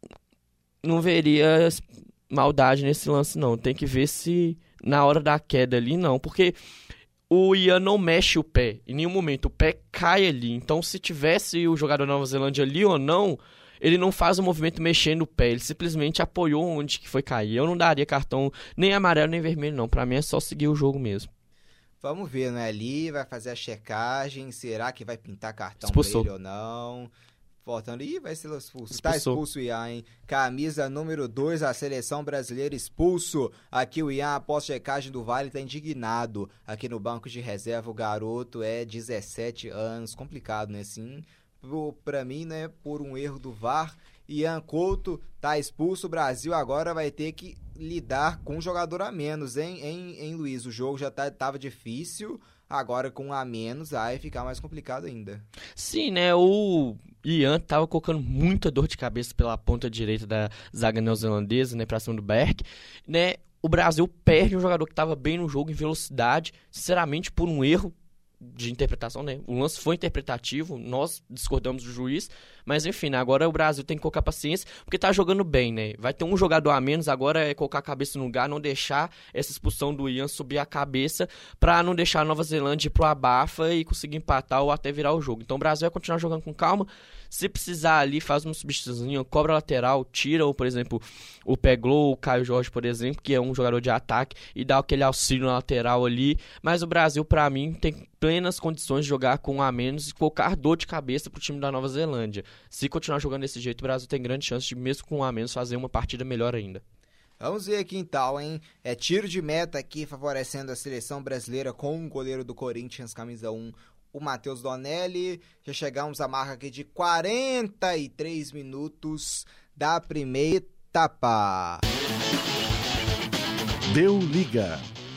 não veria maldade nesse lance não, tem que ver se na hora da queda ali não, porque... O Ian não mexe o pé, em nenhum momento, o pé cai ali, então se tivesse o jogador da Nova Zelândia ali ou não, ele não faz o movimento mexendo o pé, ele simplesmente apoiou onde que foi cair. Eu não daria cartão nem amarelo nem vermelho não, pra mim é só seguir o jogo mesmo. Vamos ver, né, ali vai fazer a checagem, será que vai pintar cartão Expulsou. pra ele ou não... Voltando, ih, vai ser expulso. Expulsou. Tá expulso o Ian, hein? Camisa número dois, a seleção brasileira expulso. Aqui o Ian, após checagem do Vale, tá indignado. Aqui no banco de reserva, o garoto é dezessete anos. Complicado, né? Sim, pra mim, né? Por um erro do V A R. Ian Couto tá expulso. O Brasil agora vai ter que lidar com um jogador a menos, hein, hein, hein Luiz? O jogo já tá, tava difícil. Agora com um a menos, aí ficar mais complicado ainda. Sim, né? O Ian tava colocando muita dor de cabeça pela ponta direita da zaga neozelandesa, né? Pra cima do Berg, né? O Brasil perde um jogador que tava bem no jogo, em velocidade, sinceramente, por um erro de interpretação, né? O lance foi interpretativo, nós discordamos do juiz, mas enfim, né? Agora o Brasil tem que colocar paciência, porque tá jogando bem, né? Vai ter um jogador a menos, agora é colocar a cabeça no lugar, não deixar essa expulsão do Ian subir a cabeça, pra não deixar a Nova Zelândia ir pro abafa e conseguir empatar ou até virar o jogo. Então o Brasil vai continuar jogando com calma, se precisar ali, faz uma substituição, cobra lateral, tira, ou, por exemplo, o Peglow, o Caio Jorge, por exemplo, que é um jogador de ataque, e dá aquele auxílio na lateral ali, mas o Brasil, pra mim, tem plenas condições de jogar com um a menos e colocar dor de cabeça pro time da Nova Zelândia. Se continuar jogando desse jeito, o Brasil tem grande chance de, mesmo com um a menos, fazer uma partida melhor ainda. Vamos ver aqui então, hein? É tiro de meta aqui, favorecendo a seleção brasileira com o goleiro do Corinthians, camisa um, o Matheus Donelli. Já chegamos à marca aqui de quarenta e três minutos da primeira etapa. Deu liga.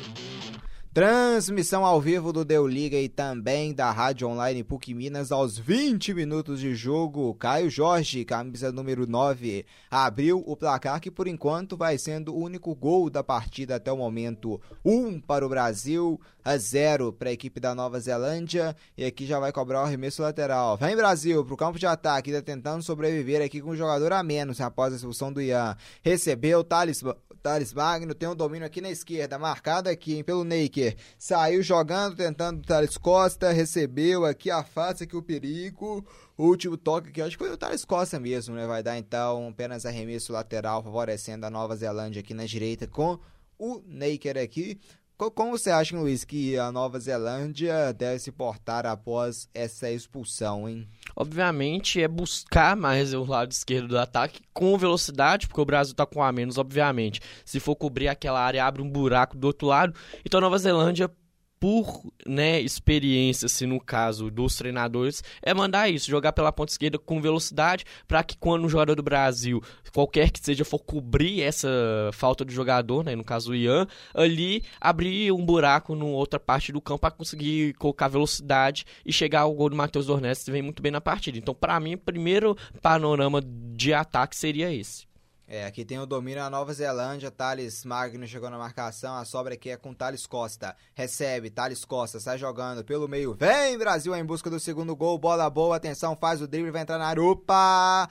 Transmissão ao vivo do Deu Liga e também da Rádio Online P U C Minas aos vinte minutos de jogo. Caio Jorge, camisa número nove, abriu o placar que por enquanto vai sendo o único gol da partida até o momento. Um para o Brasil, a zero para a equipe da Nova Zelândia. E aqui já vai cobrar o arremesso lateral. Vem Brasil pro campo de ataque, tá tentando sobreviver aqui com um jogador a menos após a expulsão do Ian. Recebeu Thales, Thales Magno, tem um domínio aqui na esquerda, marcado aqui hein, pelo Neiker. Saiu jogando, tentando o Thales Costa, recebeu aqui, afasta aqui o perigo. O último toque aqui, acho que foi o Thales Costa mesmo, né? Vai dar então apenas arremesso lateral, favorecendo a Nova Zelândia aqui na direita com o Neiker aqui. Como você acha, Luiz, que a Nova Zelândia deve se portar após essa expulsão, hein? Obviamente é buscar mais o lado esquerdo do ataque com velocidade, porque o Brasil tá com a menos, obviamente. Se for cobrir aquela área, abre um buraco do outro lado. Então a Nova Zelândia, por né, experiência, assim, no caso dos treinadores, é mandar isso, jogar pela ponta esquerda com velocidade, para que quando o jogador do Brasil, qualquer que seja, for cobrir essa falta do jogador, né, no caso o Ian, ali abrir um buraco em outra parte do campo para conseguir colocar velocidade e chegar ao gol do Matheus Dornelles, que vem muito bem na partida. Então, para mim, o primeiro panorama de ataque seria esse. É, aqui tem o domínio da Nova Zelândia, Thales Magno chegou na marcação, a sobra aqui é com Thales Costa, recebe, Thales Costa, sai jogando pelo meio, vem Brasil em busca do segundo gol, bola boa, atenção, faz o drible, vai entrar na área, opa,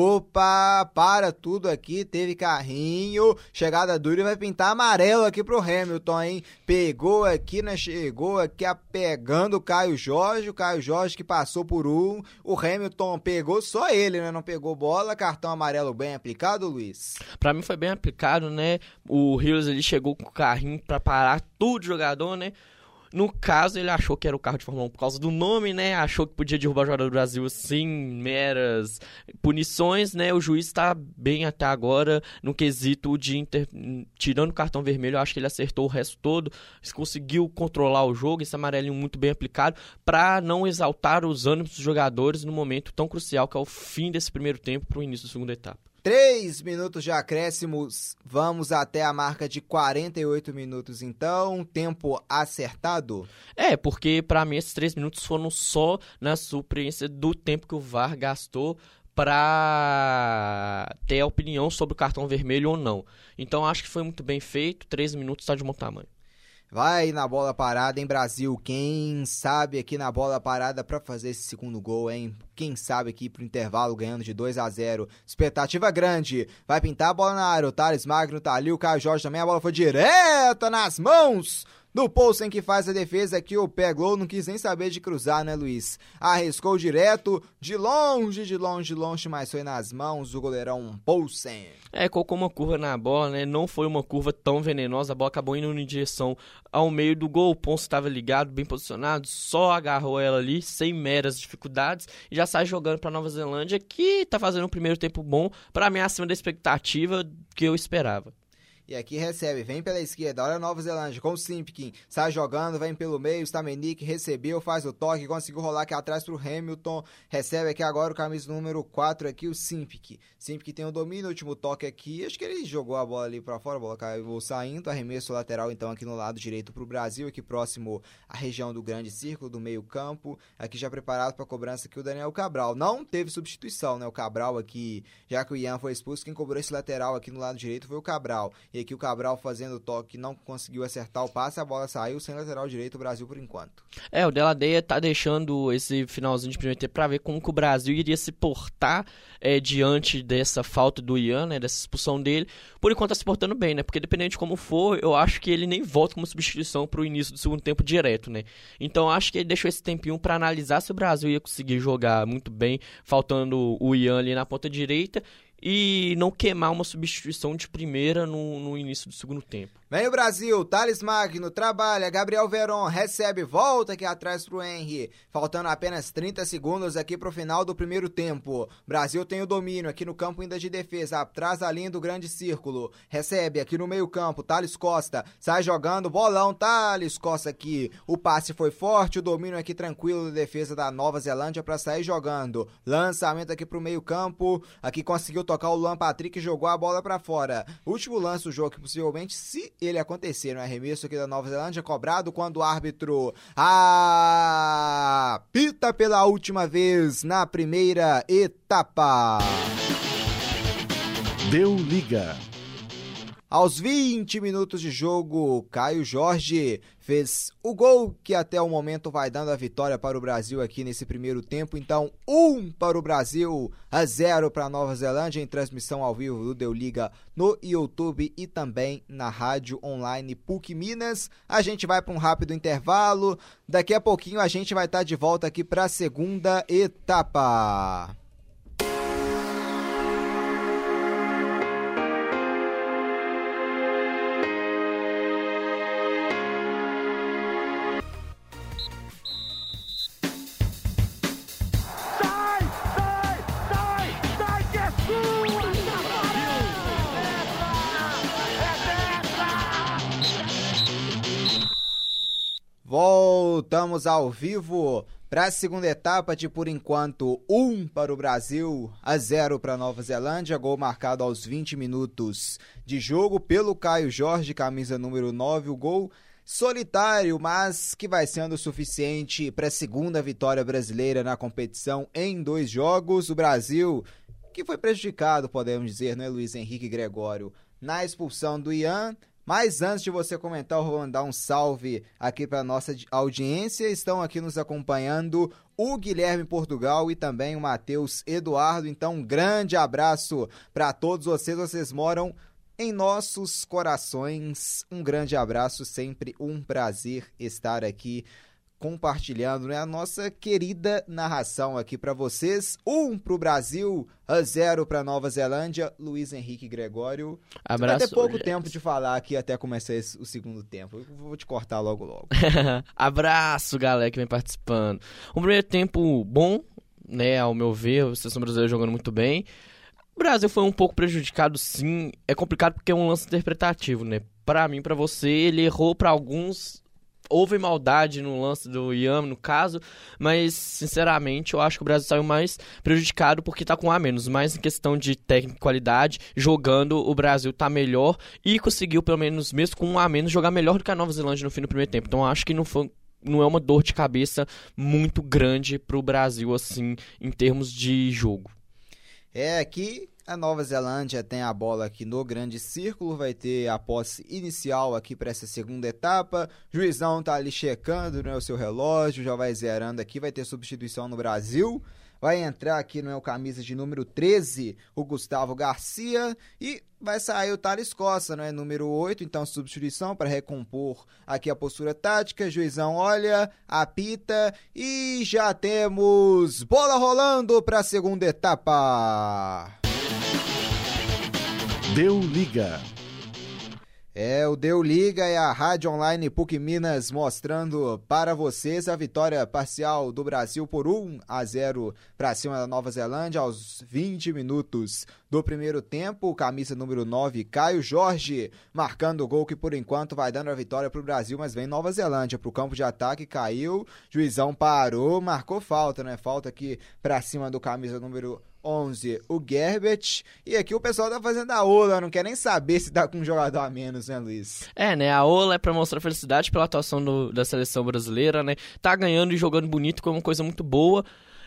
opa, para tudo aqui, teve carrinho, chegada dura e vai pintar amarelo aqui pro Hamilton, hein, pegou aqui, né, chegou aqui a pegando o Caio Jorge, o Caio Jorge que passou por um, o Hamilton pegou só ele, né, não pegou bola, cartão amarelo bem aplicado, Luiz? Pra mim foi bem aplicado, né? O Rios ele chegou com o carrinho pra parar tudo de jogador, né? No caso, ele achou que era o carro de Fórmula um por causa do nome, né? Achou que podia derrubar o jogador do Brasil sem meras punições, né? O juiz tá bem até agora no quesito de inter... tirando o cartão vermelho, eu acho que ele acertou o resto todo, conseguiu controlar o jogo, esse amarelinho muito bem aplicado, pra não exaltar os ânimos dos jogadores no momento tão crucial que é o fim desse primeiro tempo pro início da segunda etapa. Três minutos de acréscimos, vamos até a marca de quarenta e oito minutos, então, tempo acertado? É, porque pra mim esses três minutos foram só na surpreendência do tempo que o V A R gastou pra ter a opinião sobre o cartão vermelho ou não. Então acho que foi muito bem feito, três minutos tá de bom tamanho. Vai na bola parada, hein, Brasil? Quem sabe aqui na bola parada pra fazer esse segundo gol, hein? Quem sabe aqui pro intervalo ganhando de dois a zero. Expectativa grande. Vai pintar a bola na área. O Thales Magno tá ali, o Caio Jorge também. A bola foi direta nas mãos do Poulsen que faz a defesa aqui. O Peglow não quis nem saber de cruzar, né, Luiz? Arriscou direto, de longe, de longe, de longe, mas foi nas mãos do goleirão Poulsen. É, colocou uma curva na bola, né? Não foi uma curva tão venenosa. A bola acabou indo em direção ao meio do gol. O Poulsen estava ligado, bem posicionado, só agarrou ela ali, sem meras dificuldades, e já sai jogando para Nova Zelândia, que tá fazendo um primeiro tempo bom, para mim acima da expectativa que eu esperava. E aqui recebe, vem pela esquerda, olha a Nova Zelândia com o Simpkin, sai jogando, vem pelo meio, Stamenik recebeu, faz o toque, conseguiu rolar aqui atrás pro Hamilton, recebe aqui agora o camisa número quatro aqui, o Simpkin. Simpkin tem o domínio, último toque aqui, acho que ele jogou a bola ali pra fora, a bola caiu saindo, arremesso lateral então aqui no lado direito pro Brasil, aqui próximo à região do grande círculo, do meio campo, aqui já preparado pra cobrança aqui o Daniel Cabral. Não teve substituição, né, o Cabral aqui, já que o Ian foi expulso, quem cobrou esse lateral aqui no lado direito foi o Cabral. E aqui o Cabral fazendo o toque, não conseguiu acertar o passe, a bola saiu sem lateral direito o Brasil por enquanto. É, o Deladeia tá deixando esse finalzinho de primeiro tempo pra ver como que o Brasil iria se portar é, diante dessa falta do Ian, né, dessa expulsão dele. Por enquanto tá se portando bem, né, porque dependendo de como for, eu acho que ele nem volta como substituição pro início do segundo tempo direto, né. Então acho que ele deixou esse tempinho pra analisar se o Brasil ia conseguir jogar muito bem, faltando o Ian ali na ponta direita, e não queimar uma substituição de primeira no, no início do segundo tempo. Vem o Brasil, Thales Magno, trabalha, Gabriel Veron, recebe, volta aqui atrás pro Henry, faltando apenas trinta segundos aqui pro final do primeiro tempo. Brasil tem o domínio aqui no campo ainda de defesa, atrás da linha do grande círculo, recebe aqui no meio campo, Thales Costa, sai jogando, bolão, Thales Costa aqui, o passe foi forte, o domínio aqui tranquilo da defesa da Nova Zelândia para sair jogando, lançamento aqui pro meio campo, aqui conseguiu tocar o Luan Patrick e jogou a bola para fora. Último lance do jogo que possivelmente, se ele acontecer no arremesso aqui da Nova Zelândia, cobrado quando o árbitro apita pela última vez na primeira etapa. Deu liga. Aos vinte minutos de jogo, Caio Jorge fez o gol que até o momento vai dando a vitória para o Brasil aqui nesse primeiro tempo. Então, um para o Brasil, a zero para a Nova Zelândia, em transmissão ao vivo do Deu Liga no YouTube e também na rádio online P U C Minas. A gente vai para um rápido intervalo. Daqui a pouquinho a gente vai estar de volta aqui para a segunda etapa. Voltamos ao vivo para a segunda etapa de, por enquanto, um para o Brasil, a zero para a Nova Zelândia. Gol marcado aos vinte minutos de jogo pelo Caio Jorge, camisa número nove. O gol solitário, mas que vai sendo suficiente para a segunda vitória brasileira na competição em dois jogos. O Brasil, que foi prejudicado, podemos dizer, né, Luiz Henrique Gregório, na expulsão do Ian. Mas antes de você comentar, eu vou mandar um salve aqui para nossa audiência. Estão aqui nos acompanhando o Guilherme Portugal e também o Matheus Eduardo. Então, um grande abraço para todos vocês. Vocês moram em nossos corações. Um grande abraço, sempre um prazer estar aqui compartilhando, né, a nossa querida narração aqui para vocês. Um para o Brasil, a zero para Nova Zelândia. Luiz Henrique Gregório. Abraço. Vai ter pouco gente. tempo de falar aqui até começar esse, o segundo tempo. Eu vou te cortar logo logo. Abraço, galera que vem participando. Um primeiro tempo bom, né, ao meu ver, a seleção brasileira jogando muito bem. O Brasil foi um pouco prejudicado, sim. É complicado porque é um lance interpretativo, né? Para mim, para você, ele errou para alguns. Houve maldade no lance do Ian, no caso, mas, sinceramente, eu acho que o Brasil saiu mais prejudicado porque tá com um a menos. Mas em questão de técnica e qualidade, jogando, o Brasil tá melhor e conseguiu, pelo menos, mesmo com um a menos, jogar melhor do que a Nova Zelândia no fim do primeiro tempo. Então, eu acho que não foi... não é uma dor de cabeça muito grande pro Brasil, assim, em termos de jogo. É, aqui a Nova Zelândia tem a bola aqui no grande círculo, vai ter a posse inicial aqui para essa segunda etapa. O juizão tá ali checando, né, o seu relógio, já vai zerando aqui, vai ter substituição no Brasil. Vai entrar aqui no camisa de número treze, o Gustavo Garcia, e vai sair o Thales Costa, né, número oito, então substituição para recompor aqui a postura tática. Juizão olha, apita e já temos bola rolando para a segunda etapa. Deu liga. É, o Deu Liga é a rádio online P U C Minas mostrando para vocês a vitória parcial do Brasil por um a zero para cima da Nova Zelândia aos vinte minutos do primeiro tempo. Camisa número nove, Caio Jorge, marcando o gol que por enquanto vai dando a vitória para o Brasil, mas vem Nova Zelândia para o campo de ataque, caiu, juizão parou, marcou falta, né? Falta aqui para cima do camisa número onze, o Gerbert. E aqui o pessoal tá fazendo a ola, não quer nem saber se tá com um jogador a menos, né, Luiz? É, né, a ola é pra mostrar felicidade pela atuação do, da seleção brasileira, né, tá ganhando e jogando bonito, que é uma coisa muito boa.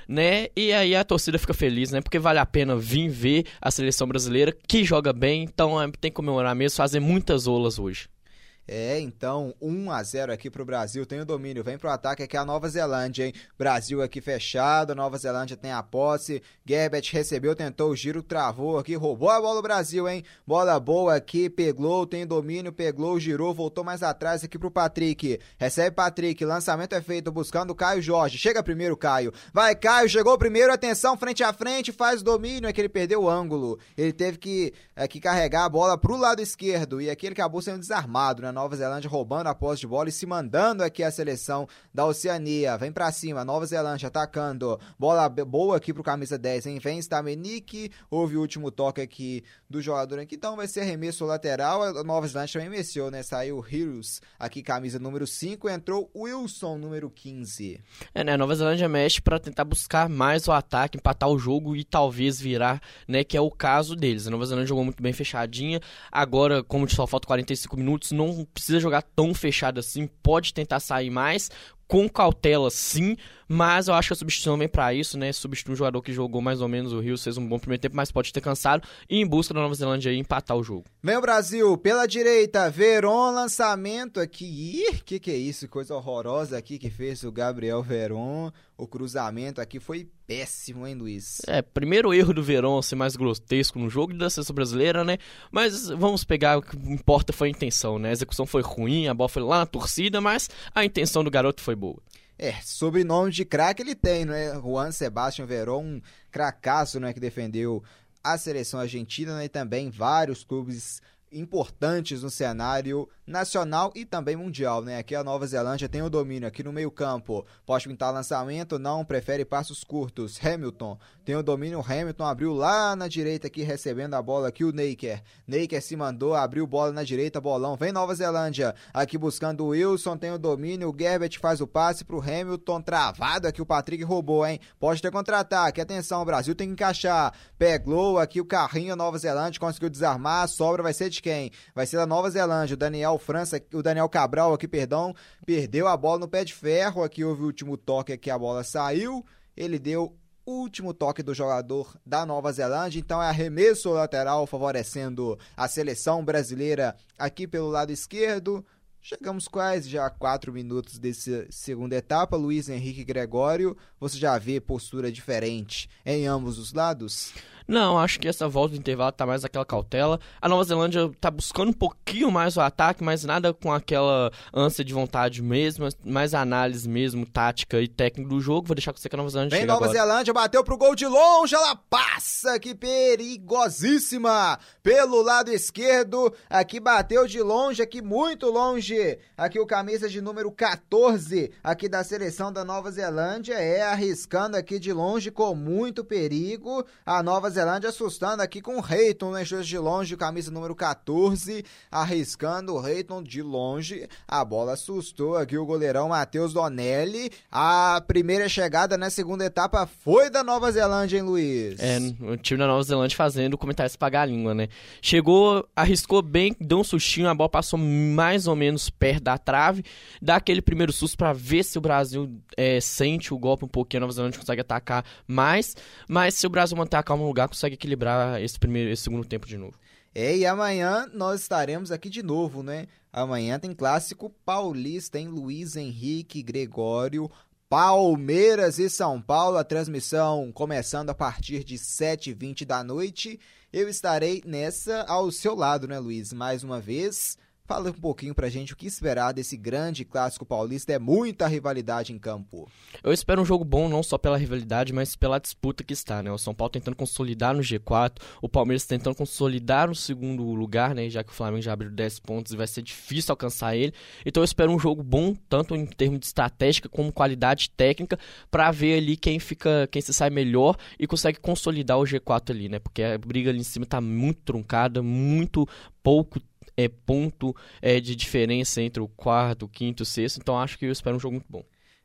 né? E aí a torcida fica feliz, né? Porque vale a pena vir ver a seleção brasileira que joga bem, então é, tem que comemorar mesmo, fazer muitas olas hoje. É, então, um a zero aqui pro Brasil, tem o domínio, vem pro ataque aqui a Nova Zelândia, hein? Brasil aqui fechado, Nova Zelândia tem a posse, Gerbert recebeu, tentou o giro, travou aqui, roubou a bola do Brasil, hein? Bola boa aqui, pegou, tem domínio, pegou, girou, voltou mais atrás aqui pro Patrick, recebe Patrick, lançamento é feito buscando o Caio Jorge, chega primeiro Caio, vai Caio, chegou primeiro, atenção, frente a frente, faz domínio, é que ele perdeu o ângulo, ele teve que, aqui carregar a bola pro lado esquerdo, e aqui ele acabou sendo desarmado, né? Nova Zelândia roubando a posse de bola e se mandando aqui a seleção da Oceania. Vem pra cima, Nova Zelândia atacando. Bola boa aqui pro camisa dez, hein? Vem Stamenik. Houve o último toque aqui do jogador aqui. Então vai ser arremesso lateral. A Nova Zelândia também mexeu, né? Saiu Heroes aqui, camisa número cinco. Entrou Wilson, número quinze. É, né? A Nova Zelândia mexe pra tentar buscar mais o ataque, empatar o jogo e talvez virar, né? Que é o caso deles. A Nova Zelândia jogou muito bem fechadinha. Agora, como só falta quarenta e cinco minutos, não precisa jogar tão fechado assim, pode tentar sair mais, com cautela sim, mas eu acho que a substituição vem pra isso, né, substituir um jogador que jogou mais ou menos o Rio, fez um bom primeiro tempo, mas pode ter cansado, e em busca da Nova Zelândia aí empatar o jogo. Vem o Brasil, pela direita, Veron, lançamento aqui, ih, que que é isso, coisa horrorosa aqui que fez o Gabriel Veron, o cruzamento aqui foi péssimo, hein, Luiz? É, primeiro erro do Veron ser mais grotesco no jogo da seleção brasileira, né, mas vamos pegar, o que importa foi a intenção, né, a execução foi ruim, a bola foi lá na torcida, mas a intenção do garoto foi boa. É, sobrenome de craque ele tem, né? Juan Sebastián Veron, um cracaço, né? Que defendeu a seleção argentina, né? E também vários clubes importantes no cenário nacional e também mundial, né? Aqui a Nova Zelândia tem o domínio aqui no meio campo, pode pintar lançamento, não, prefere passos curtos. Hamilton tem o domínio, Hamilton abriu lá na direita aqui, recebendo a bola aqui o Neiker, Neiker se mandou, abriu bola na direita, bolão, vem Nova Zelândia, aqui buscando o Wilson, tem o domínio, o Gerbert faz o passe pro Hamilton, travado aqui, o Patrick roubou, hein? Pode ter contra-ataque, atenção, o Brasil tem que encaixar, pegou aqui o carrinho, a Nova Zelândia conseguiu desarmar, a sobra vai ser de quem? Vai ser da Nova Zelândia, o Daniel França, o Daniel Cabral aqui, perdão, perdeu a bola no pé de ferro, aqui houve o último toque aqui, a bola saiu, ele deu o último toque do jogador da Nova Zelândia, então é arremesso lateral favorecendo a seleção brasileira aqui pelo lado esquerdo. Chegamos quase já a quatro minutos dessa segunda etapa. Luiz Henrique Gregório, você já vê postura diferente em ambos os lados? Não, acho que essa volta do intervalo tá mais aquela cautela. A Nova Zelândia tá buscando um pouquinho mais o ataque, mas nada com aquela ânsia de vontade mesmo, mais análise mesmo, tática e técnica do jogo. Vou deixar com você que a Nova Zelândia Vem chega Nova agora. Zelândia, bateu pro gol de longe, ela passa, que perigosíssima, pelo lado esquerdo, aqui bateu de longe, aqui muito longe, aqui o camisa de número quatorze, aqui da seleção da Nova Zelândia, é arriscando aqui de longe com muito perigo, a Nova Zelândia assustando aqui com o Reiton, né, de longe, camisa número quatorze, arriscando o Reiton de longe, a bola assustou aqui o goleirão Matheus Donelli, a primeira chegada na segunda etapa foi da Nova Zelândia, hein, Luiz? É, o time da Nova Zelândia fazendo comentários pagar a língua, né? Chegou, arriscou bem, deu um sustinho, a bola passou mais ou menos perto da trave, dá aquele primeiro susto pra ver se o Brasil é, sente o golpe um pouquinho, a Nova Zelândia consegue atacar mais, mas se o Brasil manter a calma no lugar, consegue equilibrar esse, primeiro, esse segundo tempo de novo. É, e amanhã nós estaremos aqui de novo, né? Amanhã tem clássico paulista, hein? Luiz Henrique Gregório, Palmeiras e São Paulo, a transmissão começando a partir de sete e vinte da noite. Eu estarei nessa ao seu lado, né, Luiz? Mais uma vez, fala um pouquinho pra gente o que esperar desse grande clássico paulista, é muita rivalidade em campo. Eu espero um jogo bom, não só pela rivalidade, mas pela disputa que está, né? O São Paulo tentando consolidar no G quatro, o Palmeiras tentando consolidar no segundo lugar, né? Já que o Flamengo já abriu dez pontos e vai ser difícil alcançar ele. Então eu espero um jogo bom, tanto em termos de estratégica como qualidade técnica, pra ver ali quem fica, quem se sai melhor e consegue consolidar o G quatro ali, né? Porque a briga ali em cima tá muito truncada, muito pouco é ponto é, de diferença entre o quarto, o quinto e o sexto, então acho que eu espero um jogo muito bom.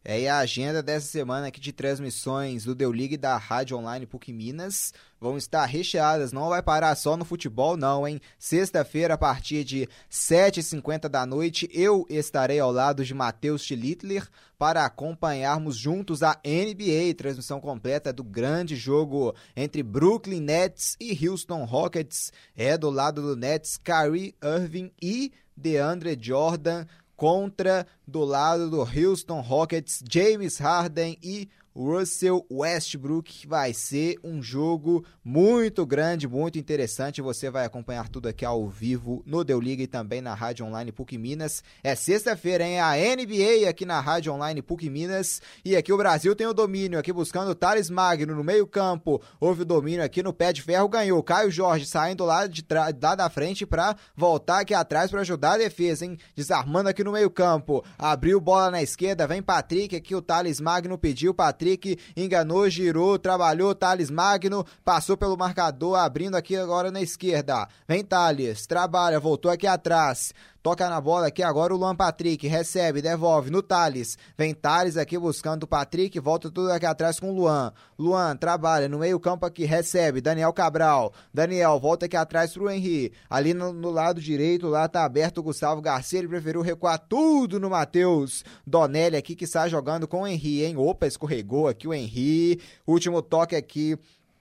É, e a agenda dessa semana aqui de transmissões do Deu Liga e da Rádio Online P U C Minas vão estar recheadas, não vai parar só no futebol não, hein? Sexta-feira, a partir de sete e cinquenta da noite, eu estarei ao lado de Matheus Schlittler para acompanharmos juntos a N B A, transmissão completa do grande jogo entre Brooklyn Nets e Houston Rockets. É do lado do Nets, Kyrie Irving e DeAndre Jordan, contra, do lado do Houston Rockets, James Harden e Russell Westbrook. Vai ser um jogo muito grande, muito interessante. Você vai acompanhar tudo aqui ao vivo no Deu Liga e também na Rádio Online P U C Minas. É sexta-feira, hein? A N B A aqui na Rádio Online P U C Minas. E aqui o Brasil tem o domínio, aqui buscando o Thales Magno no meio campo. Houve o domínio aqui no pé de ferro, ganhou. Caio Jorge saindo lá, de lá da frente para voltar aqui atrás para ajudar a defesa, hein? Desarmando aqui no meio campo. Abriu bola na esquerda, vem Patrick, aqui o Thales Magno pediu, Patrick Patrick enganou, girou, trabalhou, Thales Magno, passou pelo marcador, abrindo aqui agora na esquerda. Vem Thales, trabalha, voltou aqui atrás. Toca na bola aqui agora o Luan Patrick, recebe, devolve no Thales. Vem Thales aqui buscando o Patrick, volta tudo aqui atrás com o Luan. Luan trabalha no meio campo aqui, recebe, Daniel Cabral. Daniel volta aqui atrás pro Henry. Ali no, no lado direito, lá tá aberto o Gustavo Garcia, ele preferiu recuar tudo no Matheus Donelli aqui que está jogando com o Henry, hein? Opa, escorregou aqui o Henry. Último toque aqui.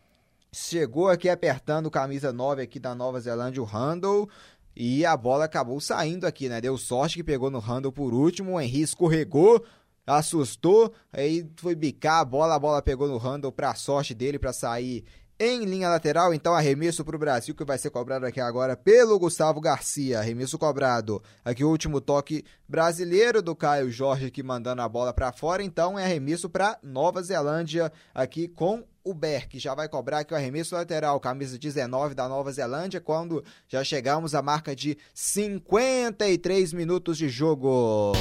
Chegou aqui apertando camisa nove aqui da Nova Zelândia, o Randall. E a bola acabou saindo aqui, né? Deu sorte que pegou no Randall por último. O Henry escorregou, assustou. Aí foi bicar a bola, a bola pegou no Randall pra sorte dele pra sair em linha lateral. Então arremesso pro Brasil que vai ser cobrado aqui agora pelo Gustavo Garcia. Arremesso cobrado. Aqui o último toque brasileiro do Caio Jorge aqui mandando a bola pra fora. Então é arremesso pra Nova Zelândia aqui com o Berk. Já vai cobrar aqui o arremesso lateral, camisa dezenove da Nova Zelândia, quando já chegamos à marca de cinquenta e três minutos de jogo.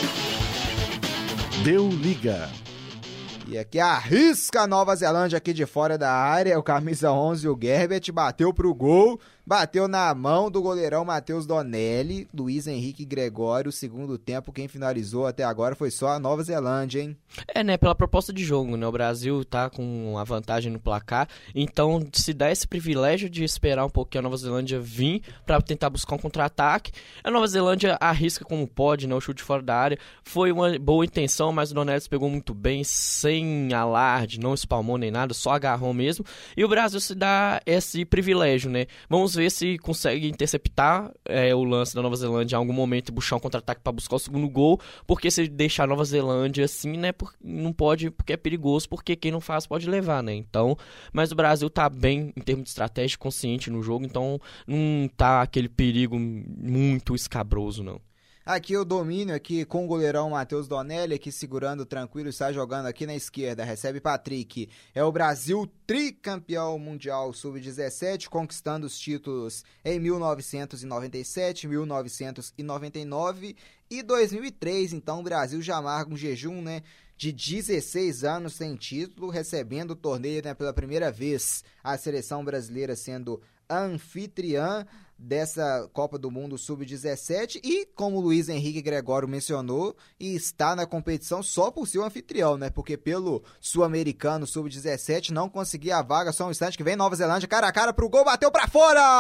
Deu Liga. E aqui arrisca a Nova Zelândia aqui de fora da área, o camisa onze, o Gerbert, bateu pro gol, bateu na mão do goleirão Matheus Donelli. Luiz Henrique Gregório, segundo tempo, quem finalizou até agora foi só a Nova Zelândia, hein? É, né, pela proposta de jogo, né, o Brasil tá com a vantagem no placar, então se dá esse privilégio de esperar um pouquinho a Nova Zelândia vir pra tentar buscar um contra-ataque. A Nova Zelândia arrisca como pode, né, o chute fora da área, foi uma boa intenção, mas o Donelli pegou muito bem, sem alarde, não espalmou nem nada, só agarrou mesmo, e o Brasil se dá esse privilégio, né, vamos ver se consegue interceptar é, o lance da Nova Zelândia em algum momento e puxar um contra-ataque pra buscar o segundo gol, porque se deixar a Nova Zelândia assim, né, não pode, porque é perigoso, porque quem não faz pode levar, né, então, mas o Brasil tá bem em termos de estratégia, consciente no jogo, então não tá aquele perigo muito escabroso, não. Aqui o domínio aqui com o goleirão Matheus Donelli aqui segurando tranquilo, está jogando aqui na esquerda, recebe Patrick. É o Brasil tricampeão mundial sub dezessete, conquistando os títulos em mil novecentos e noventa e sete, mil novecentos e noventa e nove e dois mil e três. Então o Brasil já marca um jejum, né, de dezesseis anos sem título, recebendo o torneio, né, pela primeira vez, a seleção brasileira sendo anfitriã dessa Copa do Mundo sub dezessete e, como o Luiz Henrique Gregório mencionou, e está na competição só por ser o anfitrião, né? Porque pelo sul-americano sub dezessete não conseguia a vaga, só um instante que vem Nova Zelândia, cara a cara pro gol, bateu pra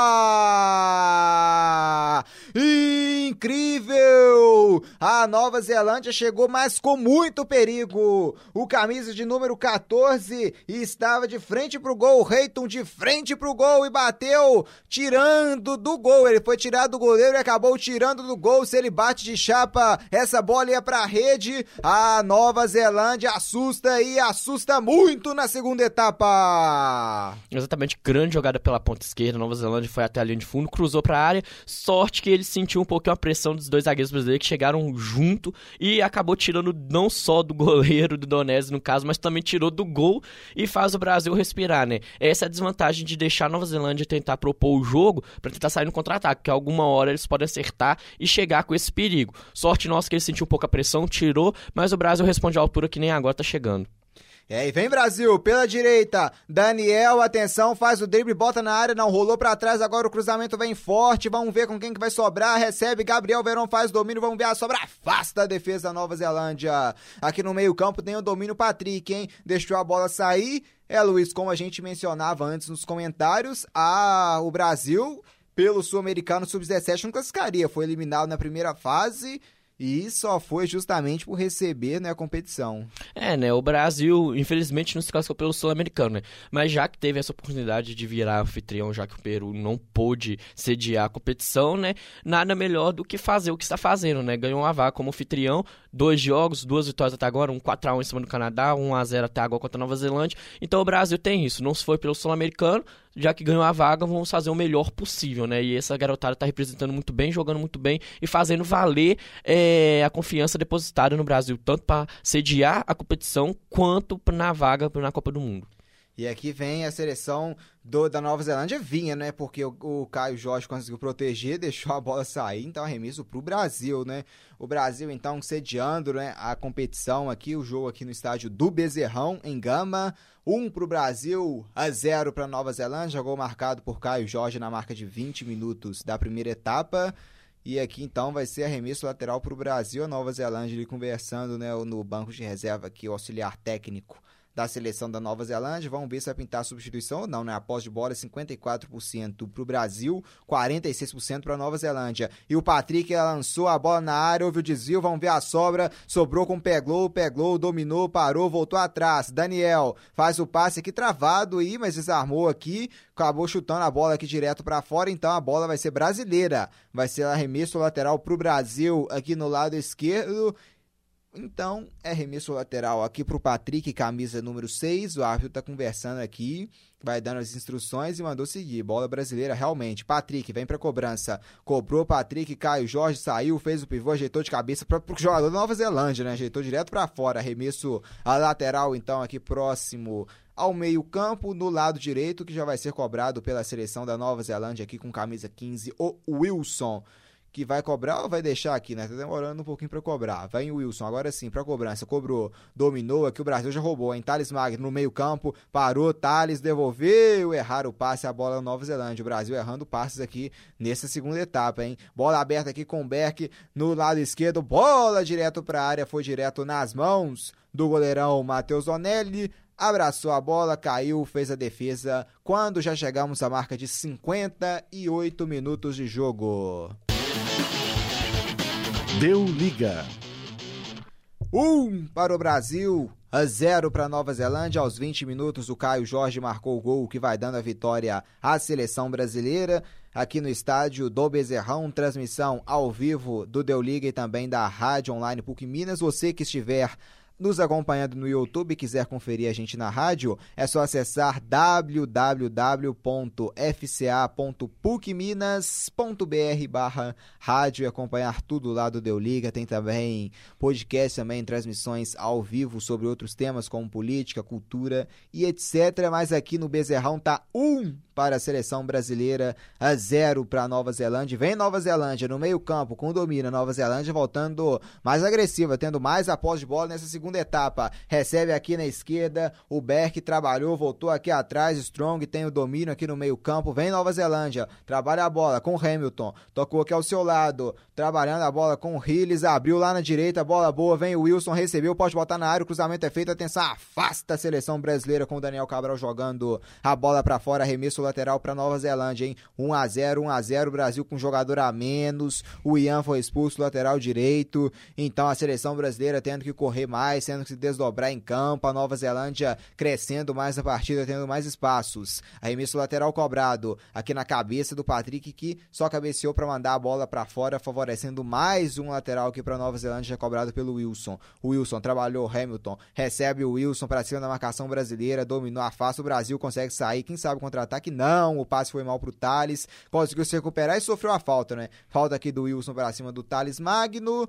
fora! Incrível! A Nova Zelândia chegou, mas com muito perigo. O camisa de número quatorze estava de frente pro gol, o Reiton de frente pro gol e bateu, tirando do gol. Ele foi tirado do goleiro e acabou tirando do gol. Se ele bate de chapa, essa bola ia pra rede. A Nova Zelândia assusta e assusta muito na segunda etapa. Exatamente, grande jogada pela ponta esquerda. A Nova Zelândia foi até a linha de fundo, cruzou pra área. Sorte que ele sentiu um pouquinho a pressão dos dois zagueiros brasileiros que chegaram junto e acabou tirando não só do goleiro do Donésio, no caso, mas também tirou do gol e faz o Brasil respirar, né? Essa é a desvantagem de deixar a Nova Zelândia tentar propor o jogo pra tentar sair no contra-ataque, que alguma hora eles podem acertar e chegar com esse perigo. Sorte nossa que ele sentiu um pouco a pressão, tirou, mas o Brasil responde à altura que nem agora tá chegando. E aí vem Brasil, pela direita, Daniel, atenção, faz o drible, bota na área, não rolou pra trás, agora o cruzamento vem forte, vamos ver com quem que vai sobrar, recebe, Gabriel Veron faz o domínio, vamos ver a sobra, afasta a defesa da Nova Zelândia. Aqui no meio campo tem o domínio Patrick, hein, deixou a bola sair, é Luiz, como a gente mencionava antes nos comentários, a, o Brasil, pelo Sul-Americano sub dezessete não classificaria, foi eliminado na primeira fase, e só foi justamente por receber, né, a competição. É, né, o Brasil, infelizmente, não se classificou pelo Sul-Americano, né? Mas já que teve essa oportunidade de virar anfitrião, já que o Peru não pôde sediar a competição, né? Nada melhor do que fazer o que está fazendo, né? Ganhou uma vaga como anfitrião, dois jogos, duas vitórias até agora, um quatro a um em cima do Canadá, um a zero até agora contra a Nova Zelândia. Então o Brasil tem isso, não se foi pelo Sul-Americano, já que ganhou a vaga, vamos fazer o melhor possível, né? E essa garotada tá representando muito bem, jogando muito bem e fazendo valer é, a confiança depositada no Brasil, tanto para sediar a competição, quanto na vaga na Copa do Mundo. E aqui vem a seleção do, da Nova Zelândia, vinha, né? Porque o, o Caio Jorge conseguiu proteger, deixou a bola sair, então arremesso pro Brasil, né? O Brasil, então, sediando, né, a competição aqui, o jogo aqui no estádio do Bezerrão, em Gama. Um pro Brasil, a zero pra Nova Zelândia, gol marcado por Caio Jorge na marca de vinte minutos da primeira etapa. E aqui, então, vai ser arremesso lateral pro Brasil, a Nova Zelândia ali conversando, né, no banco de reserva aqui, o auxiliar técnico da seleção da Nova Zelândia. Vamos ver se vai pintar a substituição ou não, né? A posse de bola é cinquenta e quatro por cento para o Brasil, quarenta e seis por cento para a Nova Zelândia. E o Patrick lançou a bola na área, houve o desvio, vamos ver a sobra, sobrou com o Peglow, Peglow dominou, parou, voltou atrás. Daniel faz o passe aqui travado aí, mas desarmou aqui, acabou chutando a bola aqui direto para fora, então a bola vai ser brasileira. Vai ser arremesso lateral para o Brasil aqui no lado esquerdo. Então, é arremesso lateral aqui pro Patrick, camisa número seis, o árbitro tá conversando aqui, vai dando as instruções e mandou seguir, bola brasileira realmente, Patrick vem pra cobrança, cobrou Patrick, Caio Jorge saiu, fez o pivô, ajeitou de cabeça pro, pro jogador da Nova Zelândia, né, ajeitou direto pra fora, arremesso a lateral então aqui próximo ao meio campo, no lado direito, que já vai ser cobrado pela seleção da Nova Zelândia aqui com camisa quinze, o Wilson, que vai cobrar ou vai deixar aqui, né? Tá demorando um pouquinho pra cobrar. Vem o Wilson, agora sim, pra cobrança. Cobrou, dominou, aqui o Brasil já roubou, hein? Thales Magno no meio campo, parou, Thales devolveu, erraram o passe, a bola da Nova Zelândia. O Brasil errando passes aqui nessa segunda etapa, hein? Bola aberta aqui com o Berck no lado esquerdo, bola direto pra área, foi direto nas mãos do goleirão Matheus Onelli. Abraçou a bola, caiu, fez a defesa, quando já chegamos à marca de cinquenta e oito minutos de jogo. Deu liga. Um para o Brasil, a zero para a Nova Zelândia. Aos vinte minutos, o Caio Jorge marcou o gol que vai dando a vitória à seleção brasileira. Aqui no estádio do Bezerrão, transmissão ao vivo do Deu Liga e também da Rádio Online P U C Minas. Você que estiver nos acompanhando no YouTube e quiser conferir a gente na rádio, é só acessar w w w ponto f c a ponto pucminas ponto b r barra rádio e acompanhar tudo lá do Deu Liga. Tem também podcast, também transmissões ao vivo sobre outros temas como política, cultura e etcétera. Mas aqui no Bezerrão tá um para a seleção brasileira, a zero para a Nova Zelândia. Vem Nova Zelândia no meio campo com domínio, a Nova Zelândia voltando mais agressiva, tendo mais a posse de bola nessa segunda etapa. Recebe aqui na esquerda, o Berck trabalhou, voltou aqui atrás, Strong tem o domínio aqui no meio campo, vem Nova Zelândia, trabalha a bola com Hamilton, tocou aqui ao seu lado, trabalhando a bola com o Hillis, abriu lá na direita, bola boa, vem o Wilson, recebeu, pode botar na área, o cruzamento é feito, atenção, afasta a seleção brasileira com o Daniel Cabral jogando a bola pra fora, arremesso lateral pra Nova Zelândia, hein? um a zero, um a zero, Brasil com jogador a menos, o Ian foi expulso, lateral direito, então a seleção brasileira tendo que correr mais, tendo que se desdobrar em campo, a Nova Zelândia crescendo mais a partida, tendo mais espaços, arremesso lateral cobrado, aqui na cabeça do Patrick, que só cabeceou pra mandar a bola pra fora, favorecendo mais um lateral aqui pra Nova Zelândia, cobrado pelo Wilson. O Wilson trabalhou, Hamilton, recebe o Wilson pra cima da marcação brasileira, dominou, afasta, o Brasil consegue sair, quem sabe contra-ataque? Não, o passe foi mal pro Thales, conseguiu se recuperar e sofreu a falta, né? Falta aqui do Wilson pra cima do Thales Magno.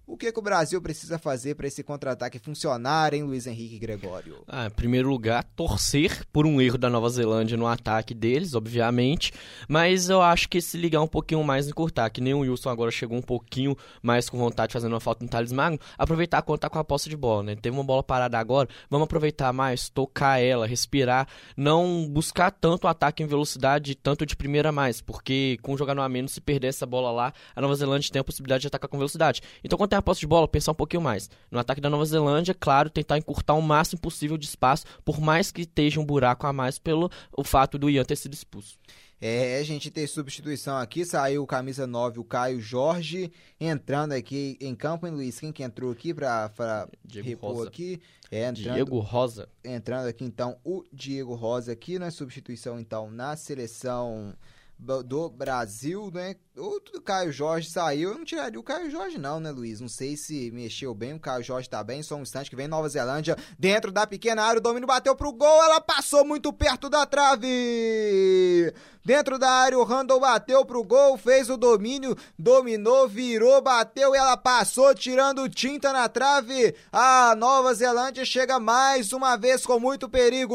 O que, que o Brasil precisa fazer para esse contra-ataque funcionar, hein, Luiz Henrique Gregório? Ah, em primeiro lugar, torcer por um erro da Nova Zelândia no ataque deles, obviamente, mas eu acho que se ligar um pouquinho mais no encurtar, que nem o Wilson agora chegou um pouquinho mais com vontade, fazendo uma falta no Thales Magno, aproveitar quando tá com a posse de bola, né? Teve uma bola parada agora, vamos aproveitar mais, tocar ela, respirar, não buscar tanto o ataque em velocidade, tanto de primeira mais, porque com o jogador a menos, se perder essa bola lá, a Nova Zelândia tem a possibilidade de atacar com velocidade. Então, quando tem a posse de bola, pensar um pouquinho mais. No ataque da Nova Zelândia, claro, tentar encurtar o máximo possível de espaço, por mais que esteja um buraco a mais pelo o fato do Ian ter sido expulso. É, a gente tem substituição aqui, saiu o camisa nove, o Caio Jorge, entrando aqui em campo, hein, Luiz? Quem que entrou aqui pra, pra repor Rosa. aqui? É, entrando, Diego Rosa. Entrando aqui, então, o Diego Rosa aqui, na substituição, então, na seleção do Brasil, né? O Caio Jorge saiu, eu não tiraria o Caio Jorge não, né, Luiz? Não sei se mexeu bem, o Caio Jorge tá bem, só um instante que vem Nova Zelândia, dentro da pequena área, o domínio bateu pro gol, ela passou muito perto da trave! Dentro da área, o Randall bateu pro gol, fez o domínio, dominou, virou, bateu e ela passou, tirando tinta na trave. A Nova Zelândia chega mais uma vez com muito perigo,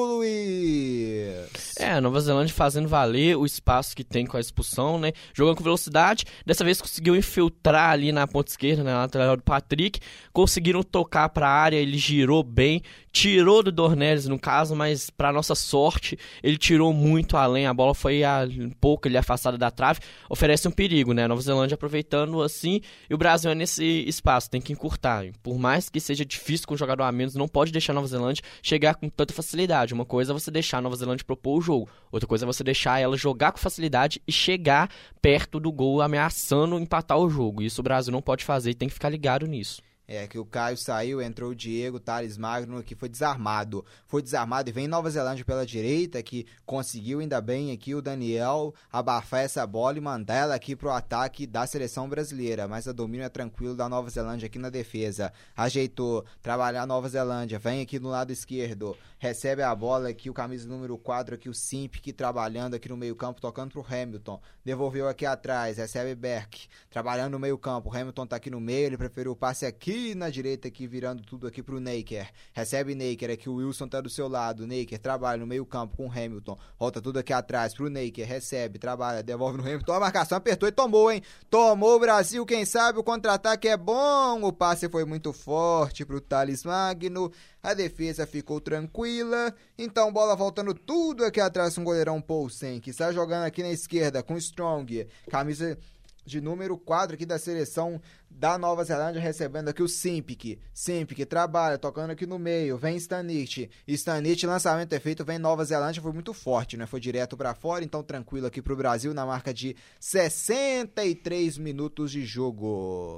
Luiz. É, a Nova Zelândia fazendo valer o espaço que tem com a expulsão, né? Jogando com velocidade, dessa vez conseguiu infiltrar ali na ponta esquerda, na lateral do Patrick, conseguiram tocar pra área, ele girou bem, tirou do Dornelles no caso, mas pra nossa sorte, ele tirou muito além, a bola foi a, um pouco ali afastada da trave, oferece um perigo, né? A Nova Zelândia aproveitando assim, e o Brasil é nesse espaço, tem que encurtar. Por mais que seja difícil com o jogador a menos, não pode deixar a Nova Zelândia chegar com tanta facilidade. Uma coisa é você deixar a Nova Zelândia propor o jogo, outra coisa é você deixar ela jogar com facilidade e chegar perto do gol, ameaçando empatar o jogo. Isso o Brasil não pode fazer e tem que ficar ligado nisso. É, que o Caio saiu, entrou o Diego, Thales Magno, que foi desarmado. Foi desarmado e vem Nova Zelândia pela direita, que conseguiu ainda bem aqui o Daniel abafar essa bola e mandar ela aqui pro ataque da seleção brasileira. Mas a domínio é tranquilo da Nova Zelândia aqui na defesa. Ajeitou, trabalhar a Nova Zelândia, vem aqui no lado esquerdo, recebe a bola aqui, o camisa número quatro aqui, o Simp, que trabalhando aqui no meio campo, tocando pro Hamilton. Devolveu aqui atrás, recebe Berk, trabalhando no meio campo. O Hamilton tá aqui no meio, ele preferiu o passe aqui na direita aqui, virando tudo aqui pro Naker. Recebe Naker aqui, o Wilson tá do seu lado. Naker trabalha no meio campo com o Hamilton. Volta tudo aqui atrás pro Naker. Recebe, trabalha, devolve no Hamilton. A marcação apertou e tomou, hein? Tomou o Brasil, quem sabe o contra-ataque é bom. O passe foi muito forte pro Thales Magno. A defesa ficou tranquila. Então, bola voltando tudo aqui atrás com o goleirão Poulsen, que está jogando aqui na esquerda com o Strong. Camisa de número quatro aqui da seleção da Nova Zelândia, recebendo aqui o Simpic. Simpic trabalha, tocando aqui no meio, vem Stanich. Stanich, lançamento é feito, vem Nova Zelândia, foi muito forte, né? Foi direto pra fora, então tranquilo aqui pro Brasil na marca de sessenta e três minutos de jogo.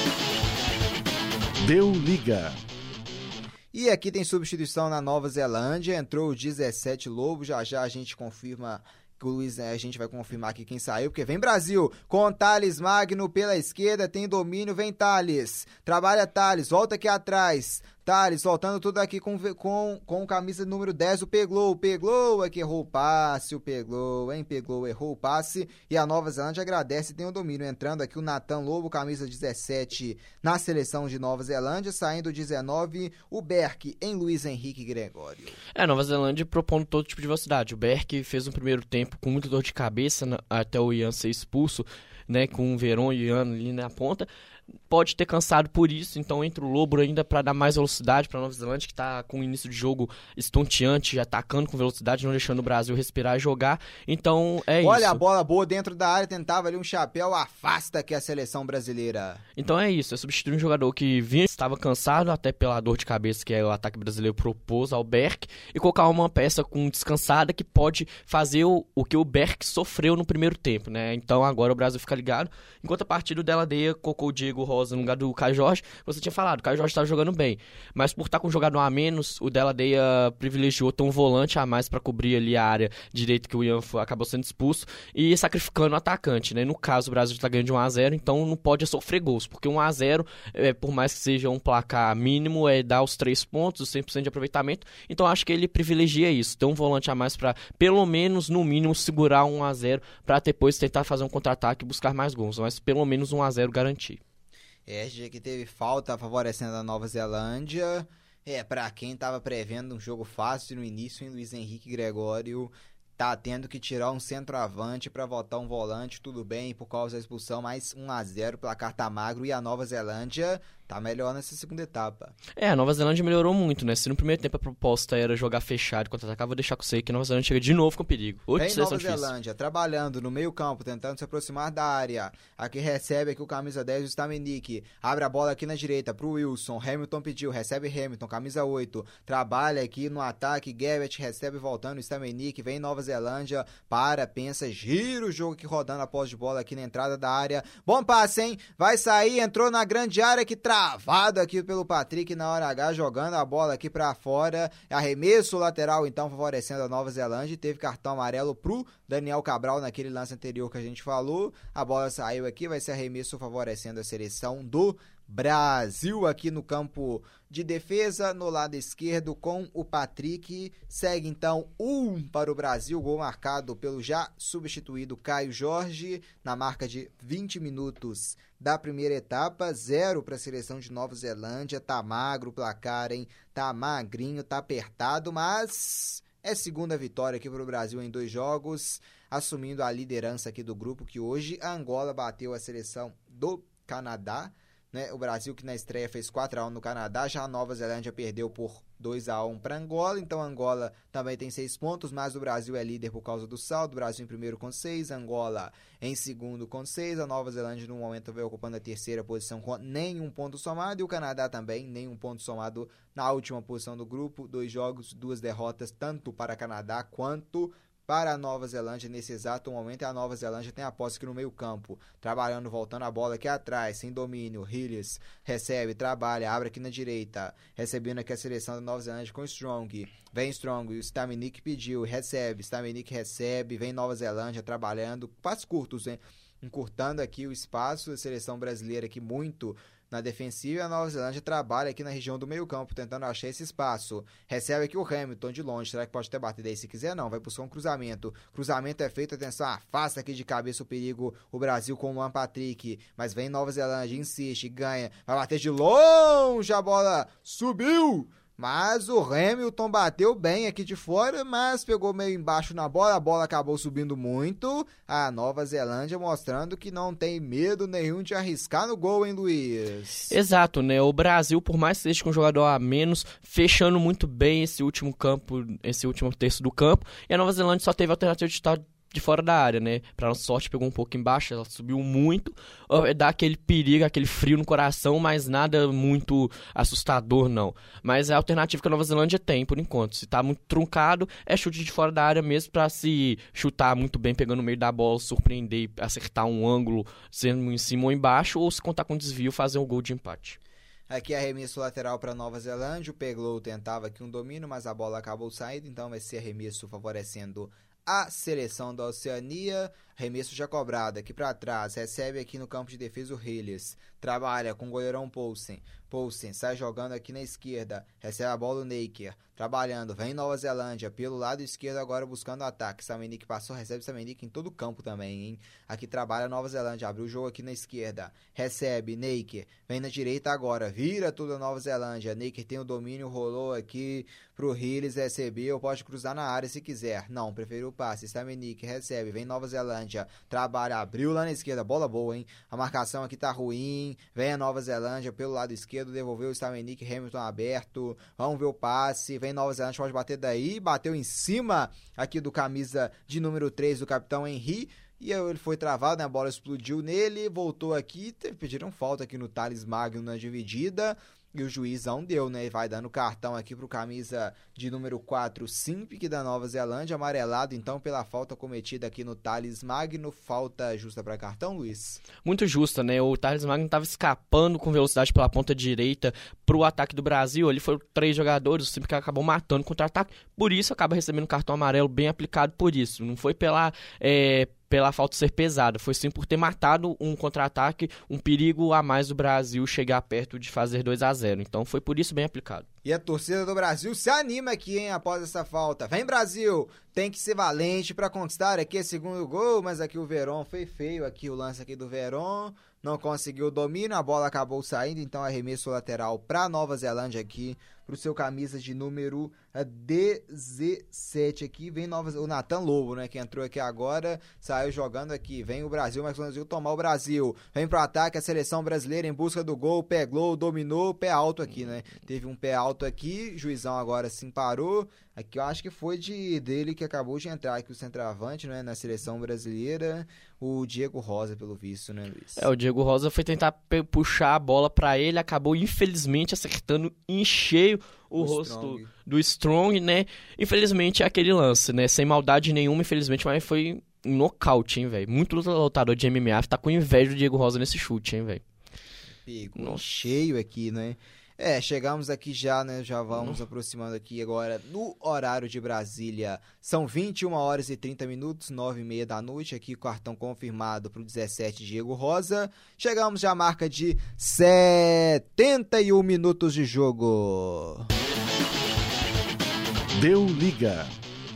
Deu liga. E aqui tem substituição na Nova Zelândia, entrou o dezessete Lobo, já já a gente confirma que o Luiz, a gente vai confirmar aqui quem saiu, porque vem Brasil, com Thales Magno pela esquerda, tem domínio, vem Thales, trabalha Thales, volta aqui atrás, Thales, voltando tudo aqui com, com, com camisa número dez, o Peglow, o Peglow aqui errou o passe, o Peglow, hein, Peglow errou o passe, e a Nova Zelândia agradece e tem o domínio, entrando aqui o Nathan Lobo, camisa dezessete, na seleção de Nova Zelândia, saindo dezenove, o Berk, em Luiz Henrique Gregório. É, a Nova Zelândia propondo todo tipo de velocidade, o Berk fez um primeiro tempo com muita dor de cabeça, até o Ian ser expulso, né, com o Veron e o Ian ali na ponta, pode ter cansado por isso, então entra o Lobo ainda para dar mais velocidade para a Nova Zelândia, que está com o início de jogo estonteante, já atacando com velocidade, não deixando o Brasil respirar e jogar, então é isso. Olha a bola boa dentro da área, tentava ali um chapéu, afasta aqui a seleção brasileira. Então é isso, é substituir um jogador que vinha, estava cansado, até pela dor de cabeça que o ataque brasileiro propôs ao Berk, e colocar uma peça com descansada que pode fazer o, o que o Berk sofreu no primeiro tempo, né? Então agora o Brasil fica ligado, enquanto a partida dela Deia colocou o Diego Rosa no lugar do Caio Jorge, você tinha falado, o Caio Jorge estava jogando bem, mas por estar com um jogador a menos, o Della Deia privilegiou ter um volante a mais para cobrir ali a área direita que o Ian acabou sendo expulso e sacrificando o atacante, né? No caso, o Brasil está ganhando de um a zero, então não pode sofrer gols, porque um a zero, é, por mais que seja um placar mínimo, é dar os três pontos, os cem por cento de aproveitamento, então acho que ele privilegia isso, ter um volante a mais para, pelo menos, no mínimo, segurar um a zero, para depois tentar fazer um contra-ataque e buscar mais gols, mas pelo menos um a zero garantir. É, a gente aqui teve falta favorecendo a Nova Zelândia. É, pra quem tava prevendo um jogo fácil no início, em Luiz Henrique Gregório tá tendo que tirar um centroavante pra botar um volante, tudo bem, por causa da expulsão, mas um a zero, placar tá magro e a Nova Zelândia tá melhor nessa segunda etapa. É, a Nova Zelândia melhorou muito, né? Se no primeiro tempo a proposta era jogar fechado, contra-atacar, vou deixar com você que a Nova Zelândia chega de novo com perigo. Outra Vem Nova difícil. Zelândia, trabalhando no meio campo, tentando se aproximar da área. Aqui recebe aqui o camisa dez, o Stamenic. Abre a bola aqui na direita pro Wilson. Hamilton pediu, recebe Hamilton, camisa oito. Trabalha aqui no ataque, Garrett recebe voltando o Stamenic. Vem Nova Zelândia, para, pensa, gira o jogo aqui rodando a posse de bola aqui na entrada da área. Bom passe, hein? Vai sair, entrou na grande área que travado aqui pelo Patrick na hora H, jogando a bola aqui pra fora. Arremesso lateral, então, favorecendo a Nova Zelândia. Teve cartão amarelo pro Daniel Cabral naquele lance anterior que a gente falou. A bola saiu aqui, vai ser arremesso favorecendo a seleção do Brasil aqui no campo de defesa, no lado esquerdo com o Patrick. Segue então um para o Brasil, gol marcado pelo já substituído Caio Jorge na marca de vinte minutos da primeira etapa. Zero para a seleção de Nova Zelândia. Tá magro o placar, hein? Tá magrinho, tá apertado, mas é segunda vitória aqui para o Brasil em dois jogos, assumindo a liderança aqui do grupo, que hoje a Angola bateu a seleção do Canadá. Né? O Brasil que na estreia fez quatro a um no Canadá, já a Nova Zelândia perdeu por dois a um para Angola, então Angola também tem seis pontos, mas o Brasil é líder por causa do saldo. O Brasil em primeiro com seis, Angola em segundo com seis, a Nova Zelândia no momento vem ocupando a terceira posição com nenhum ponto somado, e o Canadá também nenhum ponto somado na última posição do grupo. Dois jogos, duas derrotas, tanto para Canadá quanto para a Nova Zelândia nesse exato momento. E a Nova Zelândia tem a posse aqui no meio campo, trabalhando, voltando a bola aqui atrás, sem domínio. Hillis recebe, trabalha, abre aqui na direita, recebendo aqui a seleção da Nova Zelândia com o Strong. Vem Strong, o Stamenic pediu, recebe, Stamenic recebe, vem Nova Zelândia trabalhando, passos curtos, hein? Encurtando aqui o espaço, a seleção brasileira aqui muito na defensiva, e a Nova Zelândia trabalha aqui na região do meio campo, tentando achar esse espaço. Recebe aqui o Hamilton de longe, será que pode ter batido aí? Se quiser não, vai buscar um cruzamento. Cruzamento é feito, atenção, afasta aqui de cabeça o perigo, o Brasil com o Luan Patrick, mas vem Nova Zelândia, insiste, ganha, vai bater de longe, a bola subiu! Mas o Hamilton bateu bem aqui de fora, mas pegou meio embaixo na bola, a bola acabou subindo muito. A Nova Zelândia mostrando que não tem medo nenhum de arriscar no gol, hein, Luiz? Exato, né? O Brasil, por mais que seja com um jogador a menos, fechando muito bem esse último campo, esse último terço do campo, e a Nova Zelândia só teve a alternativa de estar de fora da área, né? Pra nossa sorte, pegou um pouco embaixo, ela subiu muito, dá aquele perigo, aquele frio no coração, mas nada muito assustador, não. Mas é a alternativa que a Nova Zelândia tem, por enquanto. Se tá muito truncado, é chute de fora da área mesmo, pra se chutar muito bem, pegando no meio da bola, surpreender e acertar um ângulo, sendo em cima ou embaixo, ou se contar com desvio, fazer um gol de empate. Aqui arremesso lateral para Nova Zelândia, o Peglow tentava aqui um domínio, mas a bola acabou saindo, então vai ser arremesso favorecendo a seleção da Oceania. Remesso já cobrado aqui para trás, recebe aqui no campo de defesa o Hillis, trabalha com o goleirão Poulsen, Poulsen sai jogando aqui na esquerda, recebe a bola o Naker, trabalhando, vem Nova Zelândia pelo lado esquerdo agora buscando o ataque. Stamenic passou, recebe Stamenic em todo o campo também, hein? Aqui trabalha Nova Zelândia, abriu o jogo aqui na esquerda, recebe Naker, vem na direita agora, vira tudo a Nova Zelândia. Naker tem o domínio, rolou aqui pro Hillis, recebeu, pode cruzar na área se quiser, não, preferiu o passe. Stamenic recebe, vem Nova Zelândia, trabalha, abriu lá na esquerda, bola boa, hein? A marcação aqui tá ruim, vem a Nova Zelândia pelo lado esquerdo, devolveu o Stamenic, Hamilton aberto, vamos ver o passe, vem Nova Zelândia, pode bater daí, bateu em cima aqui do camisa de número três do capitão Henry, e ele foi travado, né? A bola explodiu nele, voltou aqui, pediram falta aqui no Thales Magno na dividida, e o juiz não deu, né? Vai dando cartão aqui pro camisa de número quatro, Simpic da Nova Zelândia, amarelado então pela falta cometida aqui no Thales Magno. Falta justa para cartão, Luiz? Muito justa, né? O Thales Magno estava escapando com velocidade pela ponta direita pro ataque do Brasil. Ali foram três jogadores, o Simpic acabou matando contra-ataque, por isso acaba recebendo cartão amarelo bem aplicado por isso. Não foi pela... É... pela falta ser pesada, foi sim por ter matado um contra-ataque, um perigo a mais do Brasil chegar perto de fazer dois a zero, então foi por isso bem aplicado. E a torcida do Brasil se anima aqui, hein, após essa falta. Vem, Brasil! Tem que ser valente para conquistar aqui esse segundo gol, mas aqui o Veron foi feio, aqui o lance aqui do Veron, não conseguiu o domínio, a bola acabou saindo, então arremesso lateral para Nova Zelândia aqui, pro seu camisa de número dezessete aqui, vem Nova, o Nathan Lobo, né, que entrou aqui agora, saiu jogando aqui, vem o Brasil, mas conseguiu tomar o Brasil, vem pro ataque a seleção brasileira em busca do gol, pegou, dominou, pé alto aqui, né, teve um pé alto aqui, juizão agora sim parou, aqui eu acho que foi de dele que acabou de entrar aqui o centroavante, né, na seleção brasileira, o Diego Rosa, pelo visto, né, Luiz? É, o Diego Rosa foi tentar pe- puxar a bola pra ele, acabou infelizmente acertando em cheio o, o rosto Strong. do Strong, né? Infelizmente é aquele lance, né? Sem maldade nenhuma, infelizmente, mas foi um nocaute, hein, velho? Muito lutador de M M A tá com inveja do Diego Rosa nesse chute, hein, velho? Pegou Nossa. cheio aqui, né? É, chegamos aqui já, né? Já vamos aproximando aqui agora no horário de Brasília. São vinte e uma horas e trinta minutos, nove e meia da noite. Aqui o cartão confirmado pro dezessete, Diego Rosa. Chegamos já à marca de setenta e um minutos de jogo. Deu liga.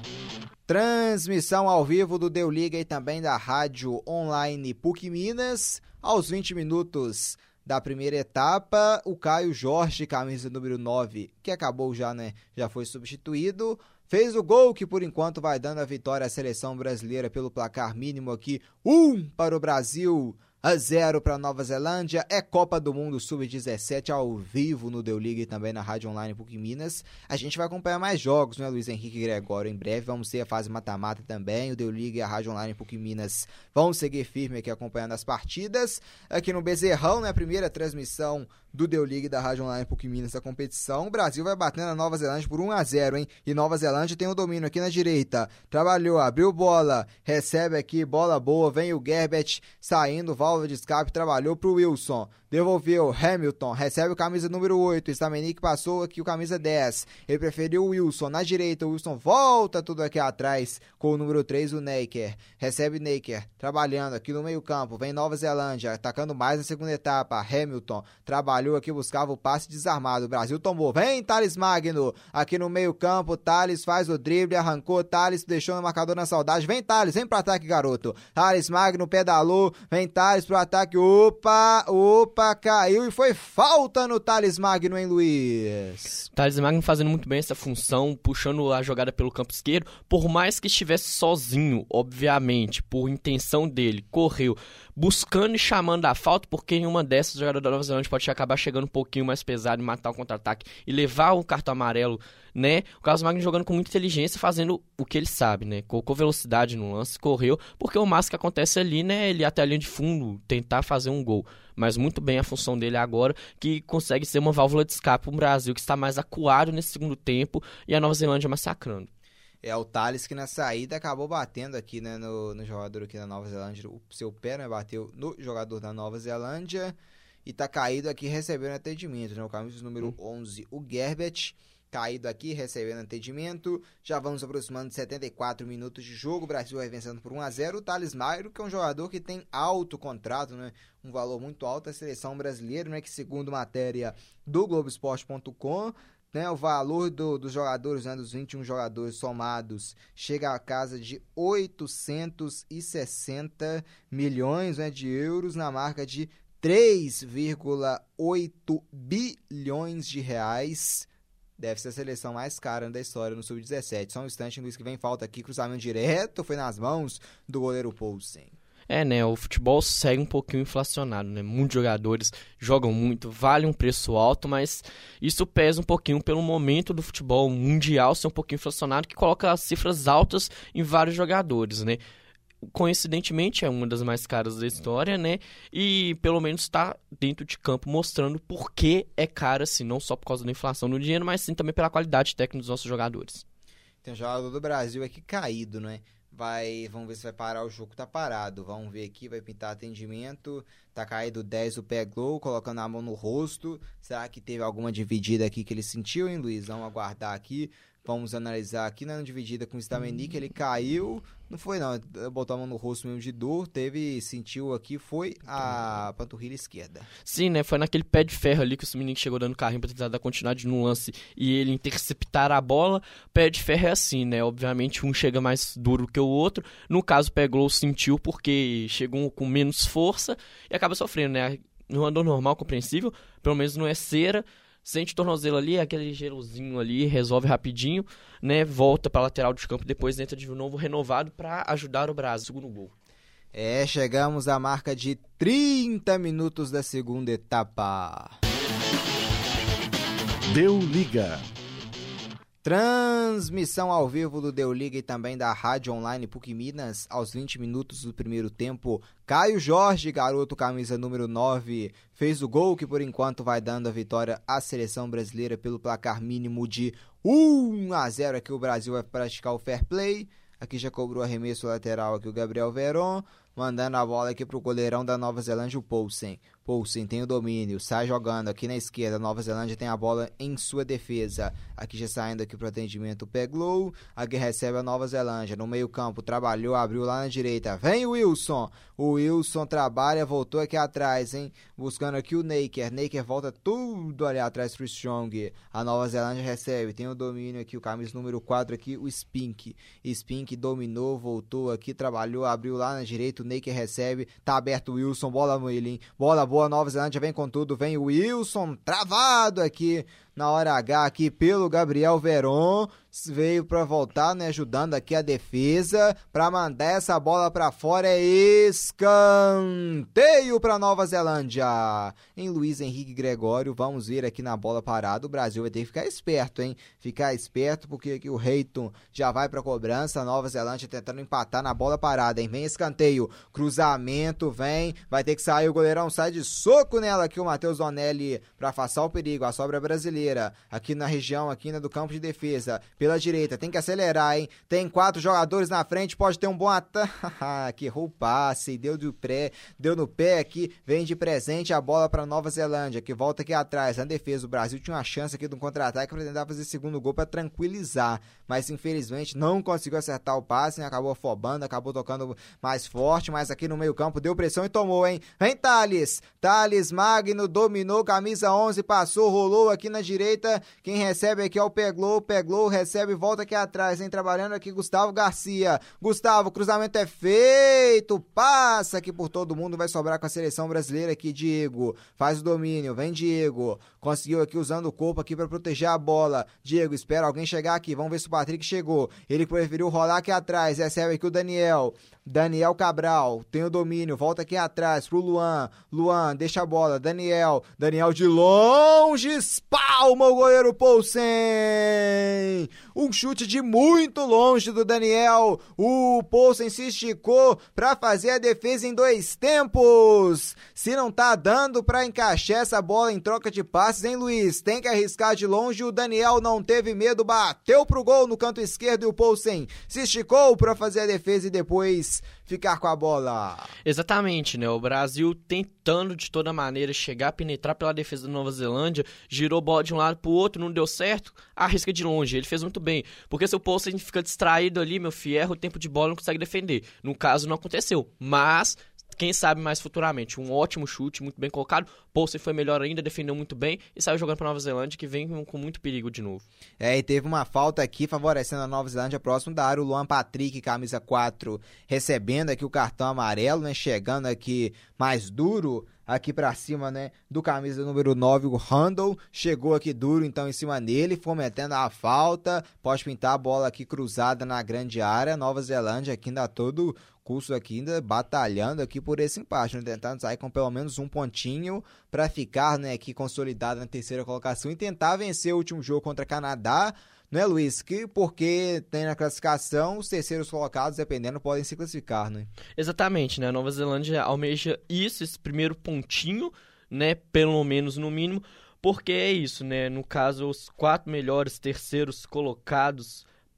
Transmissão ao vivo do Deu Liga e também da rádio online P U C Minas. Aos vinte minutos da primeira etapa, o Caio Jorge, camisa número nove, que acabou já, né? Já foi substituído. Fez o gol que, por enquanto, vai dando a vitória à seleção brasileira pelo placar mínimo aqui. Um para o Brasil, a zero para Nova Zelândia. É Copa do Mundo sub dezessete ao vivo no Deu Liga e também na Rádio Online P U C Minas. A gente vai acompanhar mais jogos, né, Luiz Henrique e Gregório? Em breve vamos ter a fase mata-mata também. O Deu Liga e a Rádio Online P U C Minas vão seguir firme aqui acompanhando as partidas. Aqui no Bezerrão, né, a primeira transmissão do Deu Liga e da Rádio Online P U C Minas da competição. O Brasil vai batendo a Nova Zelândia por um a zero, hein? E Nova Zelândia tem o domínio aqui na direita. Trabalhou, abriu bola, recebe aqui, bola boa, vem o Gerbert saindo, válvula de escape, trabalhou pro Wilson. Devolveu, Hamilton, recebe o camisa número oito, Stamenic passou aqui o camisa dez, ele preferiu o Wilson, na direita, o Wilson volta tudo aqui atrás, com o número três, o Neiker, recebe Neiker, trabalhando aqui no meio campo, vem Nova Zelândia, atacando mais na segunda etapa, Hamilton, trabalhou aqui, buscava o passe desarmado, o Brasil tomou, vem Thales Magno, aqui no meio campo, Thales faz o drible, arrancou, Thales deixou no marcador na saudade, vem Thales, vem pro ataque, garoto, Thales Magno pedalou, vem Thales pro ataque, opa, opa, caiu e foi falta no Thales Magno, hein, Luiz? Thales Magno fazendo muito bem essa função, puxando a jogada pelo campo esquerdo, por mais que estivesse sozinho, obviamente, por intenção dele, correu, buscando e chamando a falta, porque em uma dessas, o jogador da Nova Zelândia pode acabar chegando um pouquinho mais pesado e matar o contra-ataque e levar o cartão amarelo, né? O Carlos Magno jogando com muita inteligência, fazendo o que ele sabe, né? Colocou velocidade no lance, correu, porque o máximo que acontece ali, né? Ele ir até a linha de fundo, tentar fazer um gol. Mas muito bem a função dele agora, que consegue ser uma válvula de escape para o Brasil, que está mais acuado nesse segundo tempo, e a Nova Zelândia massacrando. É, o Thales que na saída acabou batendo aqui, né, no, no jogador aqui da Nova Zelândia, o seu pé, né, bateu no jogador da Nova Zelândia, e tá caído aqui recebendo atendimento, né, o camisa número onze, o Gerbert, caído aqui, recebendo atendimento. Já vamos aproximando de setenta e quatro minutos de jogo. O Brasil vai vencendo por um a zero. O Thales Magno, que é um jogador que tem alto contrato, né? Um valor muito alto da seleção brasileira, né? Que segundo matéria do Globoesporte ponto com, né, o valor do, dos jogadores, né, dos vinte e um jogadores somados, chega a casa de oitocentos e sessenta milhões, né, de euros, na marca de três vírgula oito bilhões de reais. Deve ser a seleção mais cara da história no sub dezessete. Só um instante, Luiz, que vem falta aqui. Cruzamento direto, foi nas mãos do goleiro Poulsen. É, né, o futebol segue um pouquinho inflacionado, né, muitos jogadores jogam muito, vale um preço alto, mas isso pesa um pouquinho pelo momento do futebol mundial ser um pouquinho inflacionado, que coloca cifras altas em vários jogadores, né. Coincidentemente é uma das mais caras da história, né, e pelo menos está dentro de campo mostrando por que é cara, assim, não só por causa da inflação do dinheiro, mas sim também pela qualidade técnica dos nossos jogadores. Tem um jogador do Brasil aqui caído, né, vai, vamos ver se vai parar o jogo, tá parado, vamos ver aqui, vai pintar atendimento, tá caído dez, o pé glow, colocando a mão no rosto, será que teve alguma dividida aqui que ele sentiu, hein, Luiz? Vamos aguardar aqui. Vamos analisar aqui na dividida com o Stamenic, ele caiu, Não foi não, botou a mão no rosto mesmo de dor, teve, sentiu aqui, foi a panturrilha esquerda. Sim, né, foi naquele pé de ferro ali que o menino chegou dando carrinho pra tentar dar continuidade no lance e ele interceptar a bola. Pé de ferro é assim, né, obviamente um chega mais duro que o outro. No caso, o Pé Glow sentiu porque chegou com menos força e acaba sofrendo, né. No andor normal, compreensível, pelo menos não é cera. Sente o tornozelo ali, aquele gelozinho ali, resolve rapidinho, né? Volta para lateral de campo, depois entra de novo renovado para ajudar o Brasil. Segundo gol. É, chegamos à marca de trinta minutos da segunda etapa. Deu liga. Transmissão ao vivo do Deu Liga e também da Rádio Online P U C Minas, aos vinte minutos do primeiro tempo. Caio Jorge, garoto camisa número nove, fez o gol que por enquanto vai dando a vitória à seleção brasileira pelo placar mínimo de um a zero. Aqui o Brasil vai praticar o fair play. Aqui já cobrou arremesso lateral aqui o Gabriel Veron, mandando a bola aqui pro goleirão da Nova Zelândia, o Poulsen. Poulsen tem o domínio, sai jogando aqui na esquerda, Nova Zelândia tem a bola em sua defesa. Aqui já saindo aqui pro atendimento o Pé Glow, aqui recebe a Nova Zelândia, no meio campo, trabalhou, abriu lá na direita, vem o Wilson, o Wilson trabalha, voltou aqui atrás, hein, buscando aqui o Naker, Naker volta tudo ali atrás pro Strong, a Nova Zelândia recebe, tem o domínio aqui, o camisa número quatro aqui, o Spink, Spink dominou, voltou aqui, trabalhou, abriu lá na direita, o Naker recebe, tá aberto o Wilson, bola no ele, hein, bola boa, Nova Zelândia vem com tudo, vem o Wilson, travado aqui na hora H aqui pelo Gabriel Veron, veio para voltar, né, ajudando aqui a defesa, para mandar essa bola para fora, é escanteio para Nova Zelândia, em Luiz Henrique Gregório. Vamos ver aqui na bola parada, o Brasil vai ter que ficar esperto, hein, ficar esperto, porque aqui o Reiton já vai para cobrança, a Nova Zelândia tentando empatar na bola parada, hein, vem escanteio, cruzamento, vem, vai ter que sair, o goleirão sai de soco nela aqui, o Matheus Donelli, para afastar o perigo, a sobra brasileira, aqui na região, aqui do campo de defesa, pela direita, tem que acelerar, hein, tem quatro jogadores na frente, pode ter um bom ataque, errou o passe, deu do pré, deu no pé aqui, vem de presente a bola para Nova Zelândia, que volta aqui atrás, na defesa, o Brasil tinha uma chance aqui de um contra-ataque para tentar fazer segundo gol para tranquilizar, mas infelizmente não conseguiu acertar o passe, né? Acabou afobando, acabou tocando mais forte, mas aqui no meio campo deu pressão e tomou, hein, vem Thales, Thales Magno dominou, camisa onze, passou, rolou aqui na direita, quem recebe aqui é o Pé Glow, Pé Glow recebe, volta aqui atrás, hein, trabalhando aqui Gustavo Garcia, Gustavo, cruzamento é feito, passa aqui por todo mundo, vai sobrar com a seleção brasileira aqui, Diego, faz o domínio, vem Diego, conseguiu aqui usando o corpo aqui para proteger a bola, Diego, espera alguém chegar aqui, vamos ver se o Patrick chegou, ele preferiu rolar aqui atrás, recebe aqui o Daniel, Daniel Cabral, tem o domínio, volta aqui atrás pro Luan, Luan, deixa a bola, Daniel, Daniel de longe, espalma o goleiro Poulsen, um chute de muito longe do Daniel, o Poulsen se esticou pra fazer a defesa em dois tempos, se não tá dando pra encaixar essa bola em troca de passes, hein Luiz, tem que arriscar de longe, o Daniel não teve medo, bateu pro gol no canto esquerdo e o Poulsen se esticou pra fazer a defesa e depois ficar com a bola. Exatamente, né? O Brasil tentando de toda maneira chegar, penetrar pela defesa da Nova Zelândia, girou bola de um lado pro outro, não deu certo, arrisca de longe. Ele fez muito bem, porque se o Poulsen fica distraído ali, meu filho, erra o tempo de bola, não consegue defender. No caso, não aconteceu, mas quem sabe mais futuramente. Um ótimo chute, muito bem colocado. Poulsen foi melhor ainda, defendeu muito bem e saiu jogando para Nova Zelândia, que vem com muito perigo de novo. É, e teve uma falta aqui favorecendo a Nova Zelândia próximo da área. O Luan Patrick, camisa quatro, recebendo aqui o cartão amarelo, né? Chegando aqui mais duro aqui pra cima, né, do camisa número nove, o Randall, chegou aqui duro então em cima dele, fomentando a falta, pode pintar a bola aqui cruzada na grande área. Nova Zelândia aqui ainda todo curso aqui ainda batalhando aqui por esse empate, né, tentando sair com pelo menos um pontinho para ficar, né, aqui consolidado na terceira colocação e tentar vencer o último jogo contra Canadá, não é, Luiz? Que porque tem na classificação, os terceiros colocados, dependendo, podem se classificar, né? Exatamente, né? A Nova Zelândia almeja isso, esse primeiro pontinho, né? Pelo menos no mínimo, porque é isso, né? No caso, os quatro melhores terceiros colocados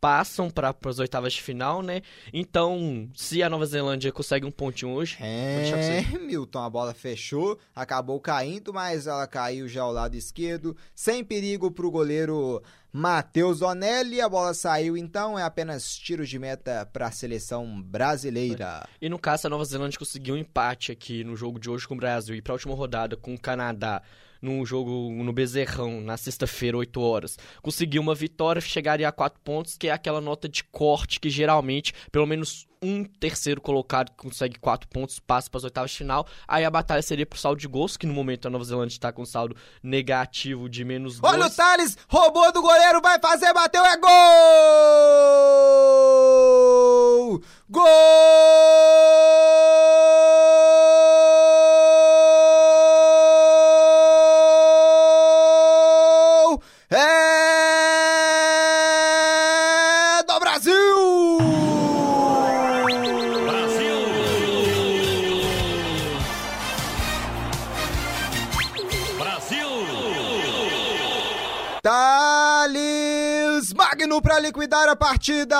passam para as oitavas de final, né? Então, se a Nova Zelândia consegue um pontinho hoje... É, Milton, a bola fechou, acabou caindo, mas ela caiu já ao lado esquerdo, sem perigo pro goleiro Matheus Onelli. A bola saiu, então, é apenas tiro de meta para a seleção brasileira. E no caso, a Nova Zelândia conseguiu um empate aqui no jogo de hoje com o Brasil e para a última rodada com o Canadá, num jogo no Bezerrão, na sexta-feira, oito horas. Conseguiu uma vitória, chegaria a quatro pontos, que é aquela nota de corte que geralmente, pelo menos um terceiro colocado que consegue quatro pontos, passa para as oitavas de final. Aí a batalha seria pro saldo de gols, que no momento a Nova Zelândia está com saldo negativo de menos dois. Olha o Thales, roubou do goleiro, vai fazer, bateu, é gol! Gol! É do Brasil! Brasil! Brasil! Thales Magno para liquidar a partida!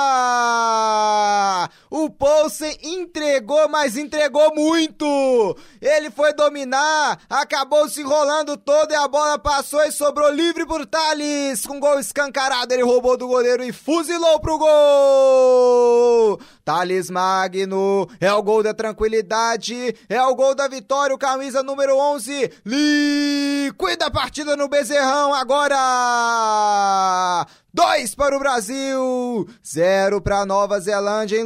O Poulsen entregou, mas entregou muito! Ele foi dominar, acabou se enrolando todo e a bola passou e sobrou livre por Thales. Com gol escancarado, ele roubou do goleiro e fuzilou pro gol! Thales Magno, é o gol da tranquilidade, é o gol da vitória, o camisa número onze, liquida a partida no Bezerrão agora! Dois para o Brasil, zero para a Nova Zelândia, hein,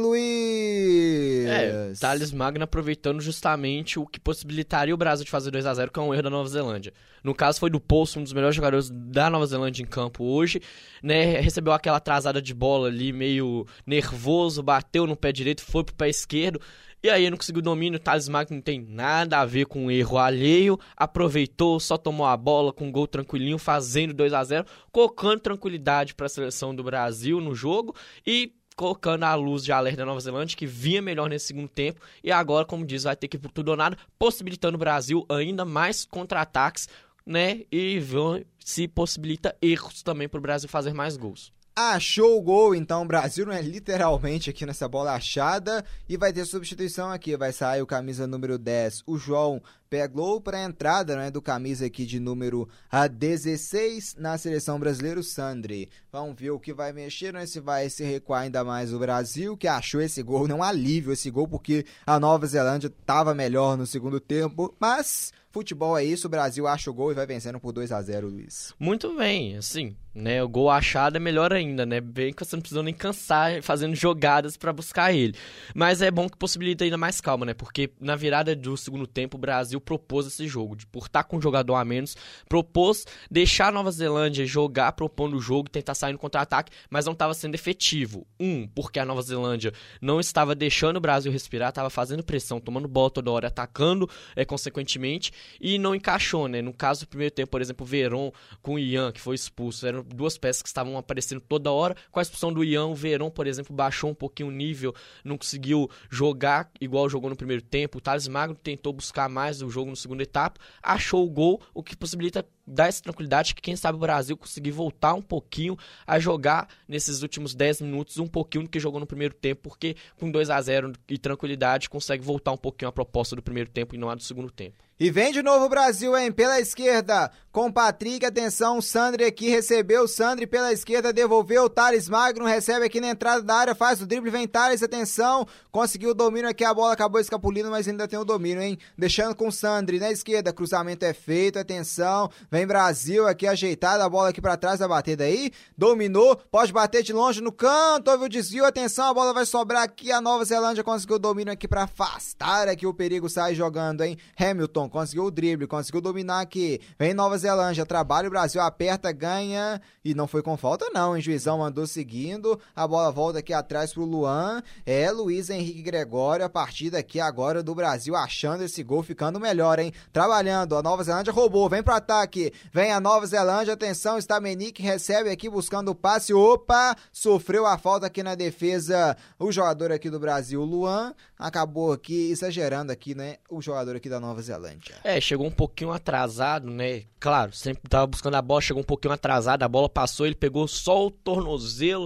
Luiz? É, Thales Magno aproveitando justamente o que possibilitaria o Brasil de fazer dois a zero, que é um erro da Nova Zelândia. No caso foi do Poulsen, um dos melhores jogadores da Nova Zelândia em campo hoje, né? Recebeu aquela atrasada de bola ali, meio nervoso, bateu no pé direito, foi pro pé esquerdo. E aí não conseguiu domínio, o Thales Magno não tem nada a ver com um erro alheio, aproveitou, só tomou a bola com um gol tranquilinho, fazendo dois a zero, colocando tranquilidade para a seleção do Brasil no jogo e colocando a luz de alerta da Nova Zelândia, que vinha melhor nesse segundo tempo, e agora, como diz, vai ter que ir por tudo ou nada, possibilitando o Brasil ainda mais contra-ataques, né, e se possibilita erros também para o Brasil fazer mais gols. Achou o gol, então o Brasil não é literalmente aqui nessa bola achada e vai ter substituição aqui, vai sair o camisa número dez, o João Peglou, para a entrada, né, do camisa aqui de número dezesseis na seleção brasileira, o Sandri. Vamos ver o que vai mexer, né, se vai se recuar ainda mais o Brasil, que achou esse gol, não alívio esse gol, porque a Nova Zelândia estava melhor no segundo tempo, mas futebol é isso, o Brasil acha o gol e vai vencendo por dois a zero, Luiz. Muito bem, assim, né, o gol achado é melhor ainda, né, bem que você não precisa nem cansar fazendo jogadas para buscar ele, mas é bom que possibilita ainda mais calma, né, porque na virada do segundo tempo o Brasil propôs esse jogo, de, por estar com um jogador a menos, propôs deixar a Nova Zelândia jogar propondo o jogo, tentar sair no contra-ataque, mas não estava sendo efetivo. Um, porque a Nova Zelândia não estava deixando o Brasil respirar, estava fazendo pressão, tomando bola toda hora, atacando, é, consequentemente, e não encaixou, né? No caso do primeiro tempo, por exemplo, o Veron com o Ian, que foi expulso, eram duas peças que estavam aparecendo toda hora. Com a expulsão do Ian, o Veron, por exemplo, baixou um pouquinho o nível, não conseguiu jogar igual jogou no primeiro tempo. O Thales Magno tentou buscar mais o jogo no segundo etapa, achou o gol, o que possibilita dar essa tranquilidade que quem sabe o Brasil conseguir voltar um pouquinho a jogar nesses últimos dez minutos, um pouquinho do que jogou no primeiro tempo, porque com dois a zero e tranquilidade consegue voltar um pouquinho a proposta do primeiro tempo e não a do segundo tempo. E vem de novo o Brasil, hein? Pela esquerda, com Patrick, atenção, o Sandri aqui recebeu, o Sandri pela esquerda devolveu, o Thales Magno recebe aqui na entrada da área, faz o drible, vem Thales, atenção, conseguiu o domínio aqui, a bola acabou escapulindo, mas ainda tem o domínio, hein? Deixando com o Sandri na esquerda, cruzamento é feito, atenção, vem Brasil aqui ajeitado, a bola aqui pra trás, vai bater daí, dominou, pode bater de longe no canto, houve o desvio, atenção, a bola vai sobrar aqui, a Nova Zelândia conseguiu o domínio aqui pra afastar aqui o perigo, sai jogando, hein? Hamilton conseguiu o drible, conseguiu dominar aqui, vem Nova Zelândia, trabalha, o Brasil aperta, ganha, e não foi com falta não, hein? Juizão mandou seguindo, a bola volta aqui atrás pro Luan, é Luiz Henrique Gregório, a partida aqui agora do Brasil achando esse gol, ficando melhor, hein? Trabalhando, a Nova Zelândia roubou, vem pro ataque, vem a Nova Zelândia, atenção, Stamenic recebe aqui buscando o passe, opa, sofreu a falta aqui na defesa, o jogador aqui do Brasil, Luan, acabou aqui exagerando aqui, né, o jogador aqui da Nova Zelândia. É, chegou um pouquinho atrasado, né, claro, sempre tava buscando a bola, chegou um pouquinho atrasado, a bola passou, ele pegou só o tornozelo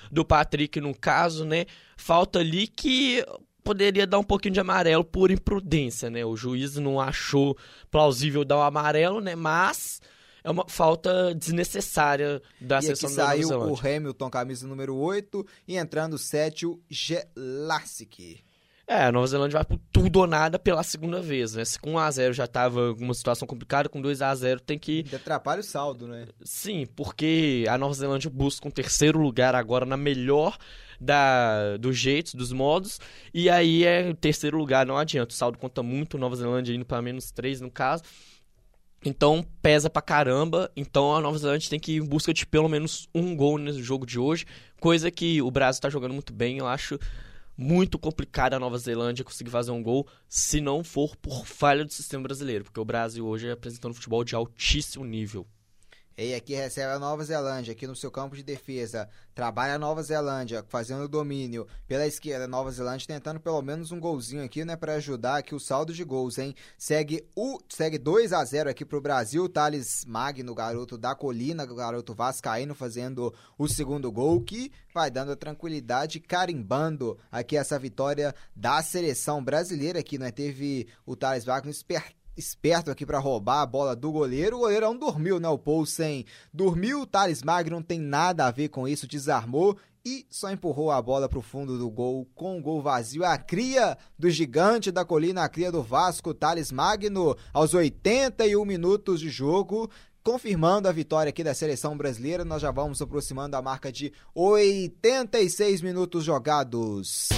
do Patrick no caso, né? Falta ali que poderia dar um pouquinho de amarelo por imprudência, né? O juiz não achou plausível dar o amarelo, né? Mas é uma falta desnecessária da E seleção aqui da Nova saiu Zelândia. o Hamilton, camisa número oito, e entrando o sete, o Gelasik. É, a Nova Zelândia vai por tudo ou nada pela segunda vez, né? Se com um a zero já tava uma situação complicada, com dois a zero tem que... Ainda atrapalha o saldo, né? Sim, porque a Nova Zelândia busca um terceiro lugar agora na melhor da, dos jeitos, dos modos, e aí é terceiro lugar, não adianta. O saldo conta muito, Nova Zelândia indo para menos três no caso. Então pesa pra caramba, então a Nova Zelândia tem que ir em busca de pelo menos um gol nesse jogo de hoje, coisa que o Brasil tá jogando muito bem, eu acho... Muito complicado a Nova Zelândia conseguir fazer um gol se não for por falha do sistema brasileiro, porque o Brasil hoje é apresentando futebol de altíssimo nível. E aqui recebe a Nova Zelândia, aqui no seu campo de defesa. Trabalha a Nova Zelândia, fazendo o domínio pela esquerda. A Nova Zelândia tentando pelo menos um golzinho aqui, né, para ajudar aqui o saldo de gols, hein? Segue o segue dois a zero aqui pro Brasil. Thales Magno, garoto da Colina, garoto vascaíno, fazendo o segundo gol, que vai dando a tranquilidade, carimbando aqui essa vitória da seleção brasileira aqui, né? Teve o Thales Magno esperto. Esperto aqui pra roubar a bola do goleiro. O goleirão dormiu, né? O Poulsen dormiu. O Thales Magno não tem nada a ver com isso. Desarmou e só empurrou a bola pro fundo do gol com o gol vazio. A cria do gigante da colina, a cria do Vasco, Thales Magno, aos oitenta e um minutos de jogo, confirmando a vitória aqui da seleção brasileira. Nós já vamos aproximando a marca de oitenta e seis minutos jogados.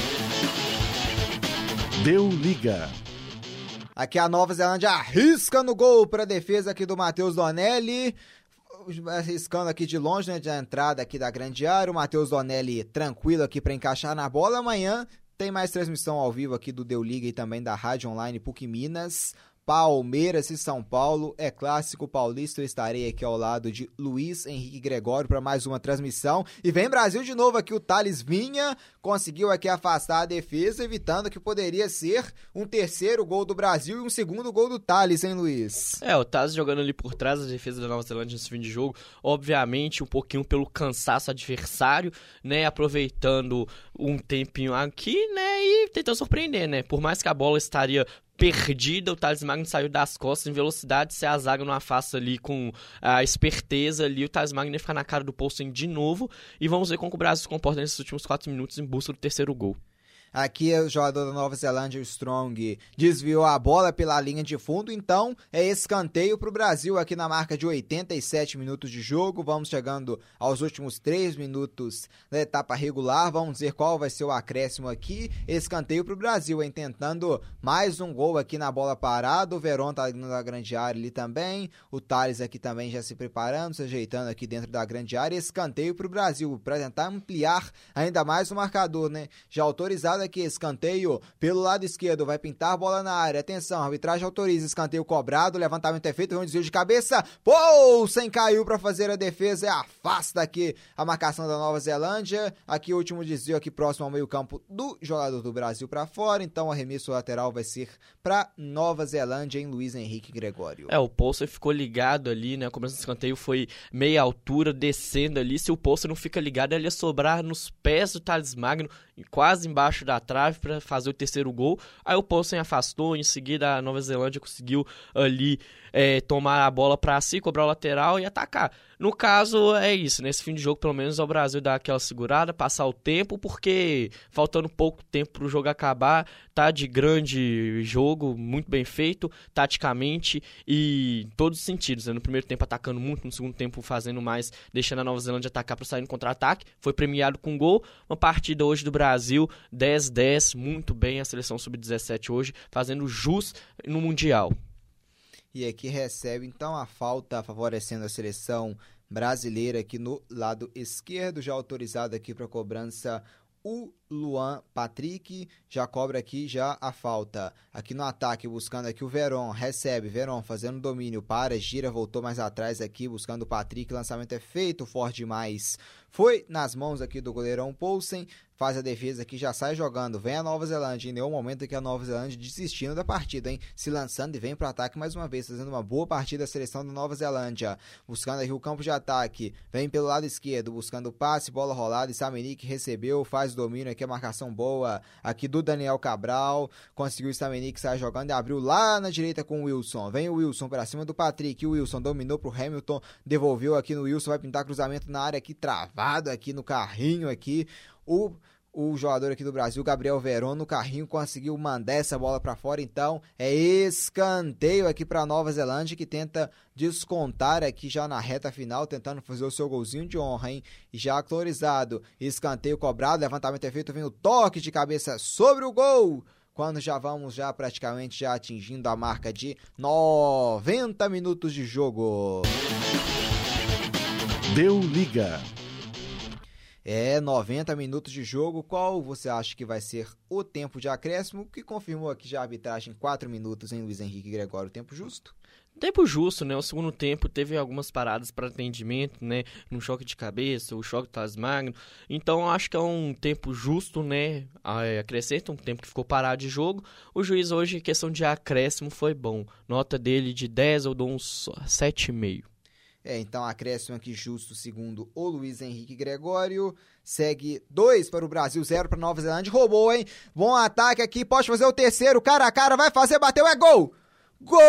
Deu liga. Aqui a Nova Zelândia arrisca no gol para a defesa aqui do Matheus Donelli. Arriscando aqui de longe, né, de entrada aqui da grande área. O Matheus Donelli tranquilo aqui para encaixar na bola. Amanhã tem mais transmissão ao vivo aqui do Deu Liga e também da Rádio Online P U C Minas. Palmeiras e São Paulo, é clássico paulista. Eu estarei aqui ao lado de Luiz Henrique Gregório para mais uma transmissão. E vem Brasil de novo aqui, o Thales Vinha conseguiu aqui afastar a defesa, evitando que poderia ser um terceiro gol do Brasil e um segundo gol do Thales, hein, Luiz? É, o Thales jogando ali por trás da defesa da Nova Zelândia nesse fim de jogo, obviamente um pouquinho pelo cansaço adversário, né, aproveitando um tempinho aqui, né, e tentando surpreender, né, por mais que a bola estaria perdida, o Thales Magno saiu das costas em velocidade, se a zaga não afasta ali com a esperteza ali, o Thales Magno ia ficar na cara do Poulsen de novo, e vamos ver como o Brasil se comporta nesses últimos quatro minutos em busca do terceiro gol. Aqui o jogador da Nova Zelândia, o Strong, desviou a bola pela linha de fundo, então é escanteio para o Brasil aqui na marca de oitenta e sete minutos de jogo. Vamos chegando aos últimos três minutos da etapa regular, vamos ver qual vai ser o acréscimo aqui. Escanteio para o Brasil, hein? Tentando mais um gol aqui na bola parada. O Verón tá na grande área ali também, o Thales aqui também já se preparando, se ajeitando aqui dentro da grande área. Escanteio para o Brasil, para tentar ampliar ainda mais o marcador, né? Já autorizado aqui, escanteio pelo lado esquerdo, vai pintar a bola na área, atenção, a arbitragem autoriza, escanteio cobrado, levantamento é feito, vem um desvio de cabeça, Poulsen caiu para fazer a defesa e afasta aqui a marcação da Nova Zelândia. Aqui o último desvio aqui próximo ao meio campo do jogador do Brasil para fora, então o arremesso lateral vai ser para Nova Zelândia em Luiz Henrique Gregório. É, o Poulsen ficou ligado ali, né, a cobrança do escanteio foi meia altura, descendo ali, se o Poulsen não fica ligado, ele ia sobrar nos pés do Thales Magno, quase embaixo da trave para fazer o terceiro gol. Aí o Poulsen afastou, em seguida a Nova Zelândia conseguiu ali é, tomar a bola para si, cobrar o lateral e atacar. No caso, é isso, nesse fim de jogo, pelo menos o Brasil dá aquela segurada, passar o tempo, porque faltando pouco tempo pro jogo acabar, tá de grande jogo, muito bem feito, taticamente e em todos os sentidos, né? No primeiro tempo atacando muito, no segundo tempo fazendo mais, deixando a Nova Zelândia atacar para sair no contra-ataque, foi premiado com gol. Uma partida hoje do Brasil, dez a dez, muito bem a seleção sub dezessete hoje, fazendo jus no Mundial. E aqui recebe então a falta favorecendo a seleção brasileira aqui no lado esquerdo, já autorizado aqui para cobrança o Luan Patrick, já cobra aqui já a falta. Aqui no ataque, buscando aqui o Verón, recebe, Verón fazendo domínio, para, gira, voltou mais atrás aqui, buscando o Patrick, lançamento é feito, forte demais. Foi nas mãos aqui do goleirão Poulsen, faz a defesa aqui, já sai jogando, vem a Nova Zelândia, em nenhum momento que a Nova Zelândia desistindo da partida, hein? Se lançando e vem pro ataque mais uma vez, fazendo uma boa partida a seleção da Nova Zelândia, buscando aqui o campo de ataque, vem pelo lado esquerdo, buscando o passe, bola rolada, e Stamenic recebeu, faz o domínio aqui, a marcação boa aqui do Daniel Cabral, conseguiu o Stamenic sair jogando e abriu lá na direita com o Wilson, vem o Wilson pra cima do Patrick, o Wilson dominou pro Hamilton, devolveu aqui no Wilson, vai pintar cruzamento na área aqui, travado aqui no carrinho aqui, o, o jogador aqui do Brasil, Gabriel Veron, no carrinho conseguiu mandar essa bola pra fora, então é escanteio aqui pra Nova Zelândia, que tenta descontar aqui já na reta final, tentando fazer o seu golzinho de honra, hein? E já autorizado, escanteio cobrado, levantamento é feito, vem o toque de cabeça sobre o gol, quando já vamos já praticamente já atingindo a marca de noventa minutos de jogo. Deu liga. É, noventa minutos de jogo. Qual você acha que vai ser o tempo de acréscimo? Que confirmou aqui já a arbitragem quatro minutos, em Luiz Henrique Gregório, tempo justo? Tempo justo, né? O segundo tempo teve algumas paradas para atendimento, né? Um choque de cabeça, o choque do Tasmagno. Então, eu acho que é um tempo justo, né? Acrescenta um tempo que ficou parado de jogo. O juiz hoje, questão de acréscimo, foi bom. Nota dele de dez, eu dou uns sete vírgula cinco. É, então acréscimo aqui justo, segundo o Luiz Henrique Gregório. Segue dois para o Brasil, zero para a Nova Zelândia. Roubou, hein? Bom ataque aqui, pode fazer o terceiro. Cara a cara, vai fazer, bateu, é gol! Gol!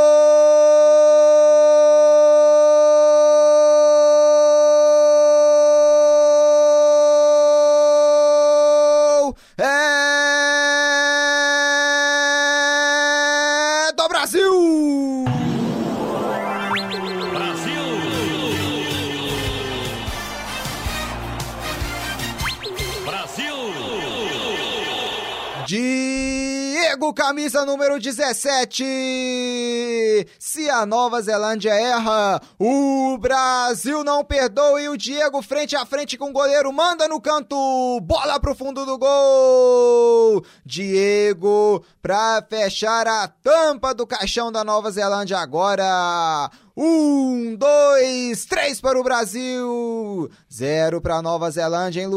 É do Brasil! Brasil! Brasil! Diego, camisa número dezessete. Se a Nova Zelândia erra, o Brasil não perdoa, e o Diego frente a frente com o goleiro, manda no canto, bola pro fundo do gol. Diego pra fechar a tampa do caixão da Nova Zelândia agora. Um, dois, três para o Brasil, zero para a Nova Zelândia, hein,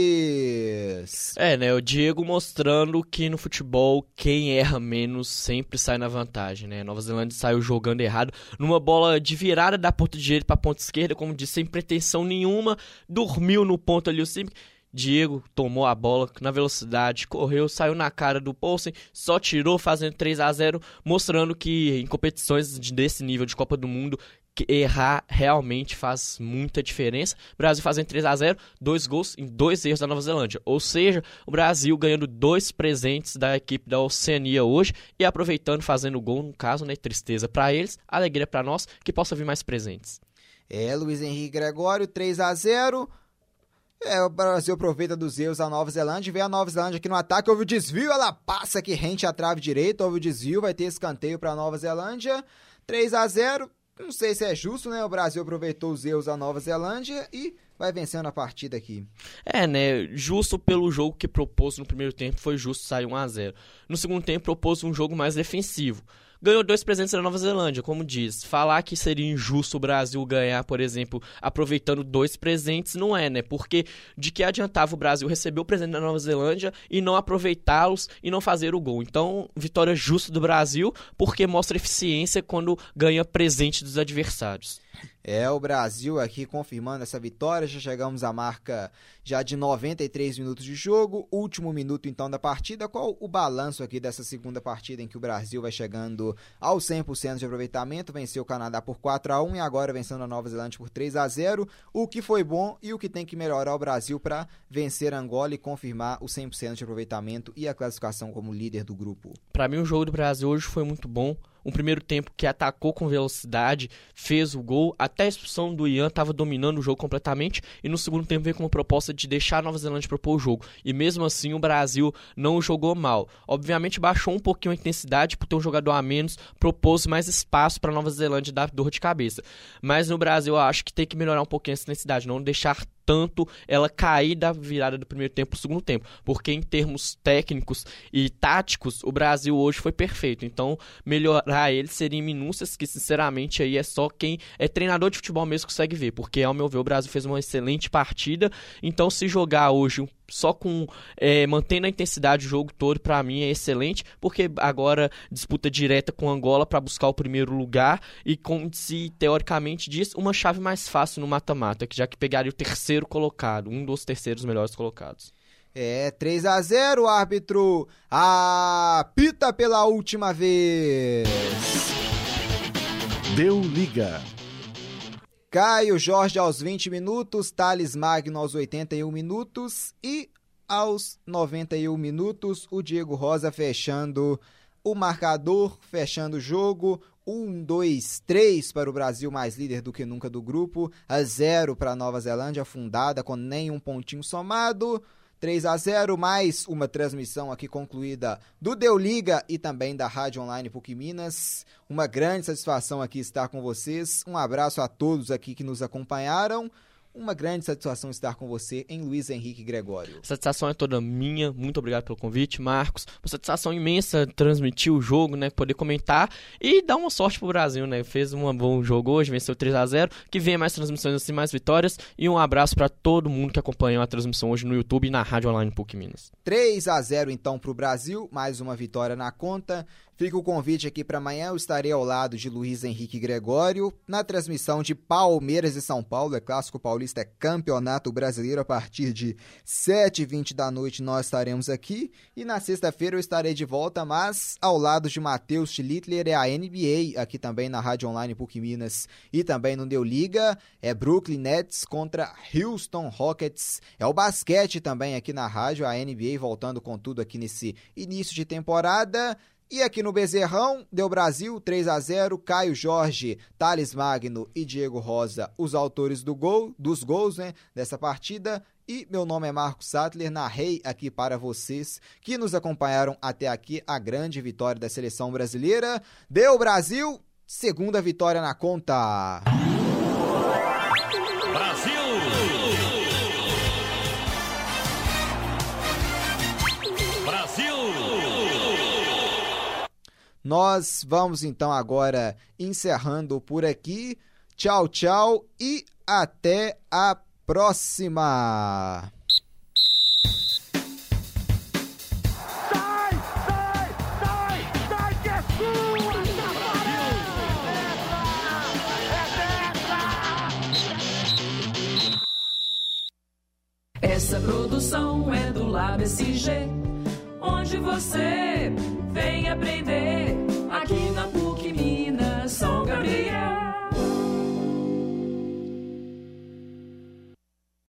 Luiz? É, né, o Diego mostrando que no futebol quem erra menos sempre sai na vantagem, né? A Nova Zelândia saiu jogando errado, numa bola de virada da ponta direita para ponta esquerda, como disse, sem pretensão nenhuma, dormiu no ponto ali o Simic. Diego tomou a bola na velocidade, correu, saiu na cara do Poulsen, só tirou, fazendo três a zero, mostrando que em competições desse nível de Copa do Mundo, que errar realmente faz muita diferença. O Brasil fazendo três a zero, dois gols em dois erros da Nova Zelândia. Ou seja, o Brasil ganhando dois presentes da equipe da Oceania hoje e aproveitando, fazendo gol, no caso, né, tristeza para eles, alegria para nós, que possa vir mais presentes. É, Luiz Henrique Gregório, três a zero. É, o Brasil aproveita dos erros da Nova Zelândia, vem a Nova Zelândia aqui no ataque, houve o desvio, ela passa aqui rente à trave direita, houve o desvio, vai ter escanteio para a Nova Zelândia, três a zero, não sei se é justo, né, o Brasil aproveitou os erros da Nova Zelândia e vai vencendo a partida aqui. É, né, justo pelo jogo que propôs no primeiro tempo, foi justo sair um a zero. No segundo tempo propôs um jogo mais defensivo. Ganhou dois presentes da Nova Zelândia, como diz. Falar que seria injusto o Brasil ganhar, por exemplo, aproveitando dois presentes, não é, né? Porque de que adiantava o Brasil receber o presente da Nova Zelândia e não aproveitá-los e não fazer o gol? Então, vitória justa do Brasil, porque mostra eficiência quando ganha presente dos adversários. É, o Brasil aqui confirmando essa vitória, já chegamos à marca já de noventa e três minutos de jogo, último minuto então da partida. Qual o balanço aqui dessa segunda partida em que o Brasil vai chegando ao cem por cento de aproveitamento, venceu o Canadá por quatro a um e agora vencendo a Nova Zelândia por três a zero, o que foi bom e o que tem que melhorar o Brasil para vencer Angola e confirmar o cem por cento de aproveitamento e a classificação como líder do grupo? Para mim o jogo do Brasil hoje foi muito bom. Um primeiro tempo que atacou com velocidade, fez o gol, até a expulsão do Ian estava dominando o jogo completamente, e no segundo tempo veio com uma proposta de deixar a Nova Zelândia propor o jogo, e mesmo assim o Brasil não jogou mal. Obviamente baixou um pouquinho a intensidade por ter um jogador a menos, propôs mais espaço para a Nova Zelândia dar dor de cabeça, mas no Brasil eu acho que tem que melhorar um pouquinho essa intensidade, não deixar tanto ela cair da virada do primeiro tempo para o segundo tempo, porque em termos técnicos e táticos, o Brasil hoje foi perfeito, então melhorar ele seria em minúcias que sinceramente aí é só quem é treinador de futebol mesmo consegue ver, porque ao meu ver o Brasil fez uma excelente partida, então se jogar hoje só com é, mantendo a intensidade do jogo todo, para mim é excelente, porque agora disputa direta com Angola para buscar o primeiro lugar e, como se teoricamente diz, uma chave mais fácil no mata-mata, já que pegaria o terceiro colocado, um dos terceiros melhores colocados. É, três a zero, o árbitro apita pela última vez. Deu liga. Caio Jorge aos vinte minutos, Thales Magno aos oitenta e um minutos e aos noventa e um minutos o Diego Rosa fechando o marcador, fechando o jogo. um, dois, três para o Brasil, mais líder do que nunca do grupo, a zero para a Nova Zelândia, afundada com nenhum pontinho somado. três a zero, mais uma transmissão aqui concluída do Deu Liga e também da Rádio Online P U C Minas. Uma grande satisfação aqui estar com vocês. Um abraço a todos aqui que nos acompanharam. Uma grande satisfação estar com você em Luiz Henrique Gregório. A satisfação é toda minha. Muito obrigado pelo convite, Marcos. Uma satisfação imensa transmitir o jogo, né? Poder comentar e dar uma sorte pro Brasil, né? Fez um bom jogo hoje, venceu três a zero. Que venha mais transmissões assim, mais vitórias. E um abraço para todo mundo que acompanhou a transmissão hoje no YouTube e na Rádio Online P U C Minas. três a zero então pro Brasil, mais uma vitória na conta. Fica o convite aqui para amanhã, eu estarei ao lado de Luiz Henrique Gregório, na transmissão de Palmeiras e São Paulo, é Clássico Paulista, é Campeonato Brasileiro, a partir de sete e vinte da noite nós estaremos aqui, e na sexta-feira eu estarei de volta, mas ao lado de Matheus Schlittler é a N B A, aqui também na Rádio Online P U C Minas e também no Deu Liga, é Brooklyn Nets contra Houston Rockets, é o basquete também aqui na rádio, a N B A voltando com tudo aqui nesse início de temporada. E aqui no Bezerrão, deu Brasil três a zero, Caio Jorge, Thales Magno e Diego Rosa, os autores do gol, dos gols, né, dessa partida. E meu nome é Marcos Sattler, narrei aqui para vocês que nos acompanharam até aqui a grande vitória da seleção brasileira. Deu Brasil, segunda vitória na conta. Brasil! Brasil! Nós vamos então agora encerrando por aqui. Tchau, tchau e até a próxima! Sai, sai, sai, sai que é sua, Essa produção é do Lab S G, onde você vem aprender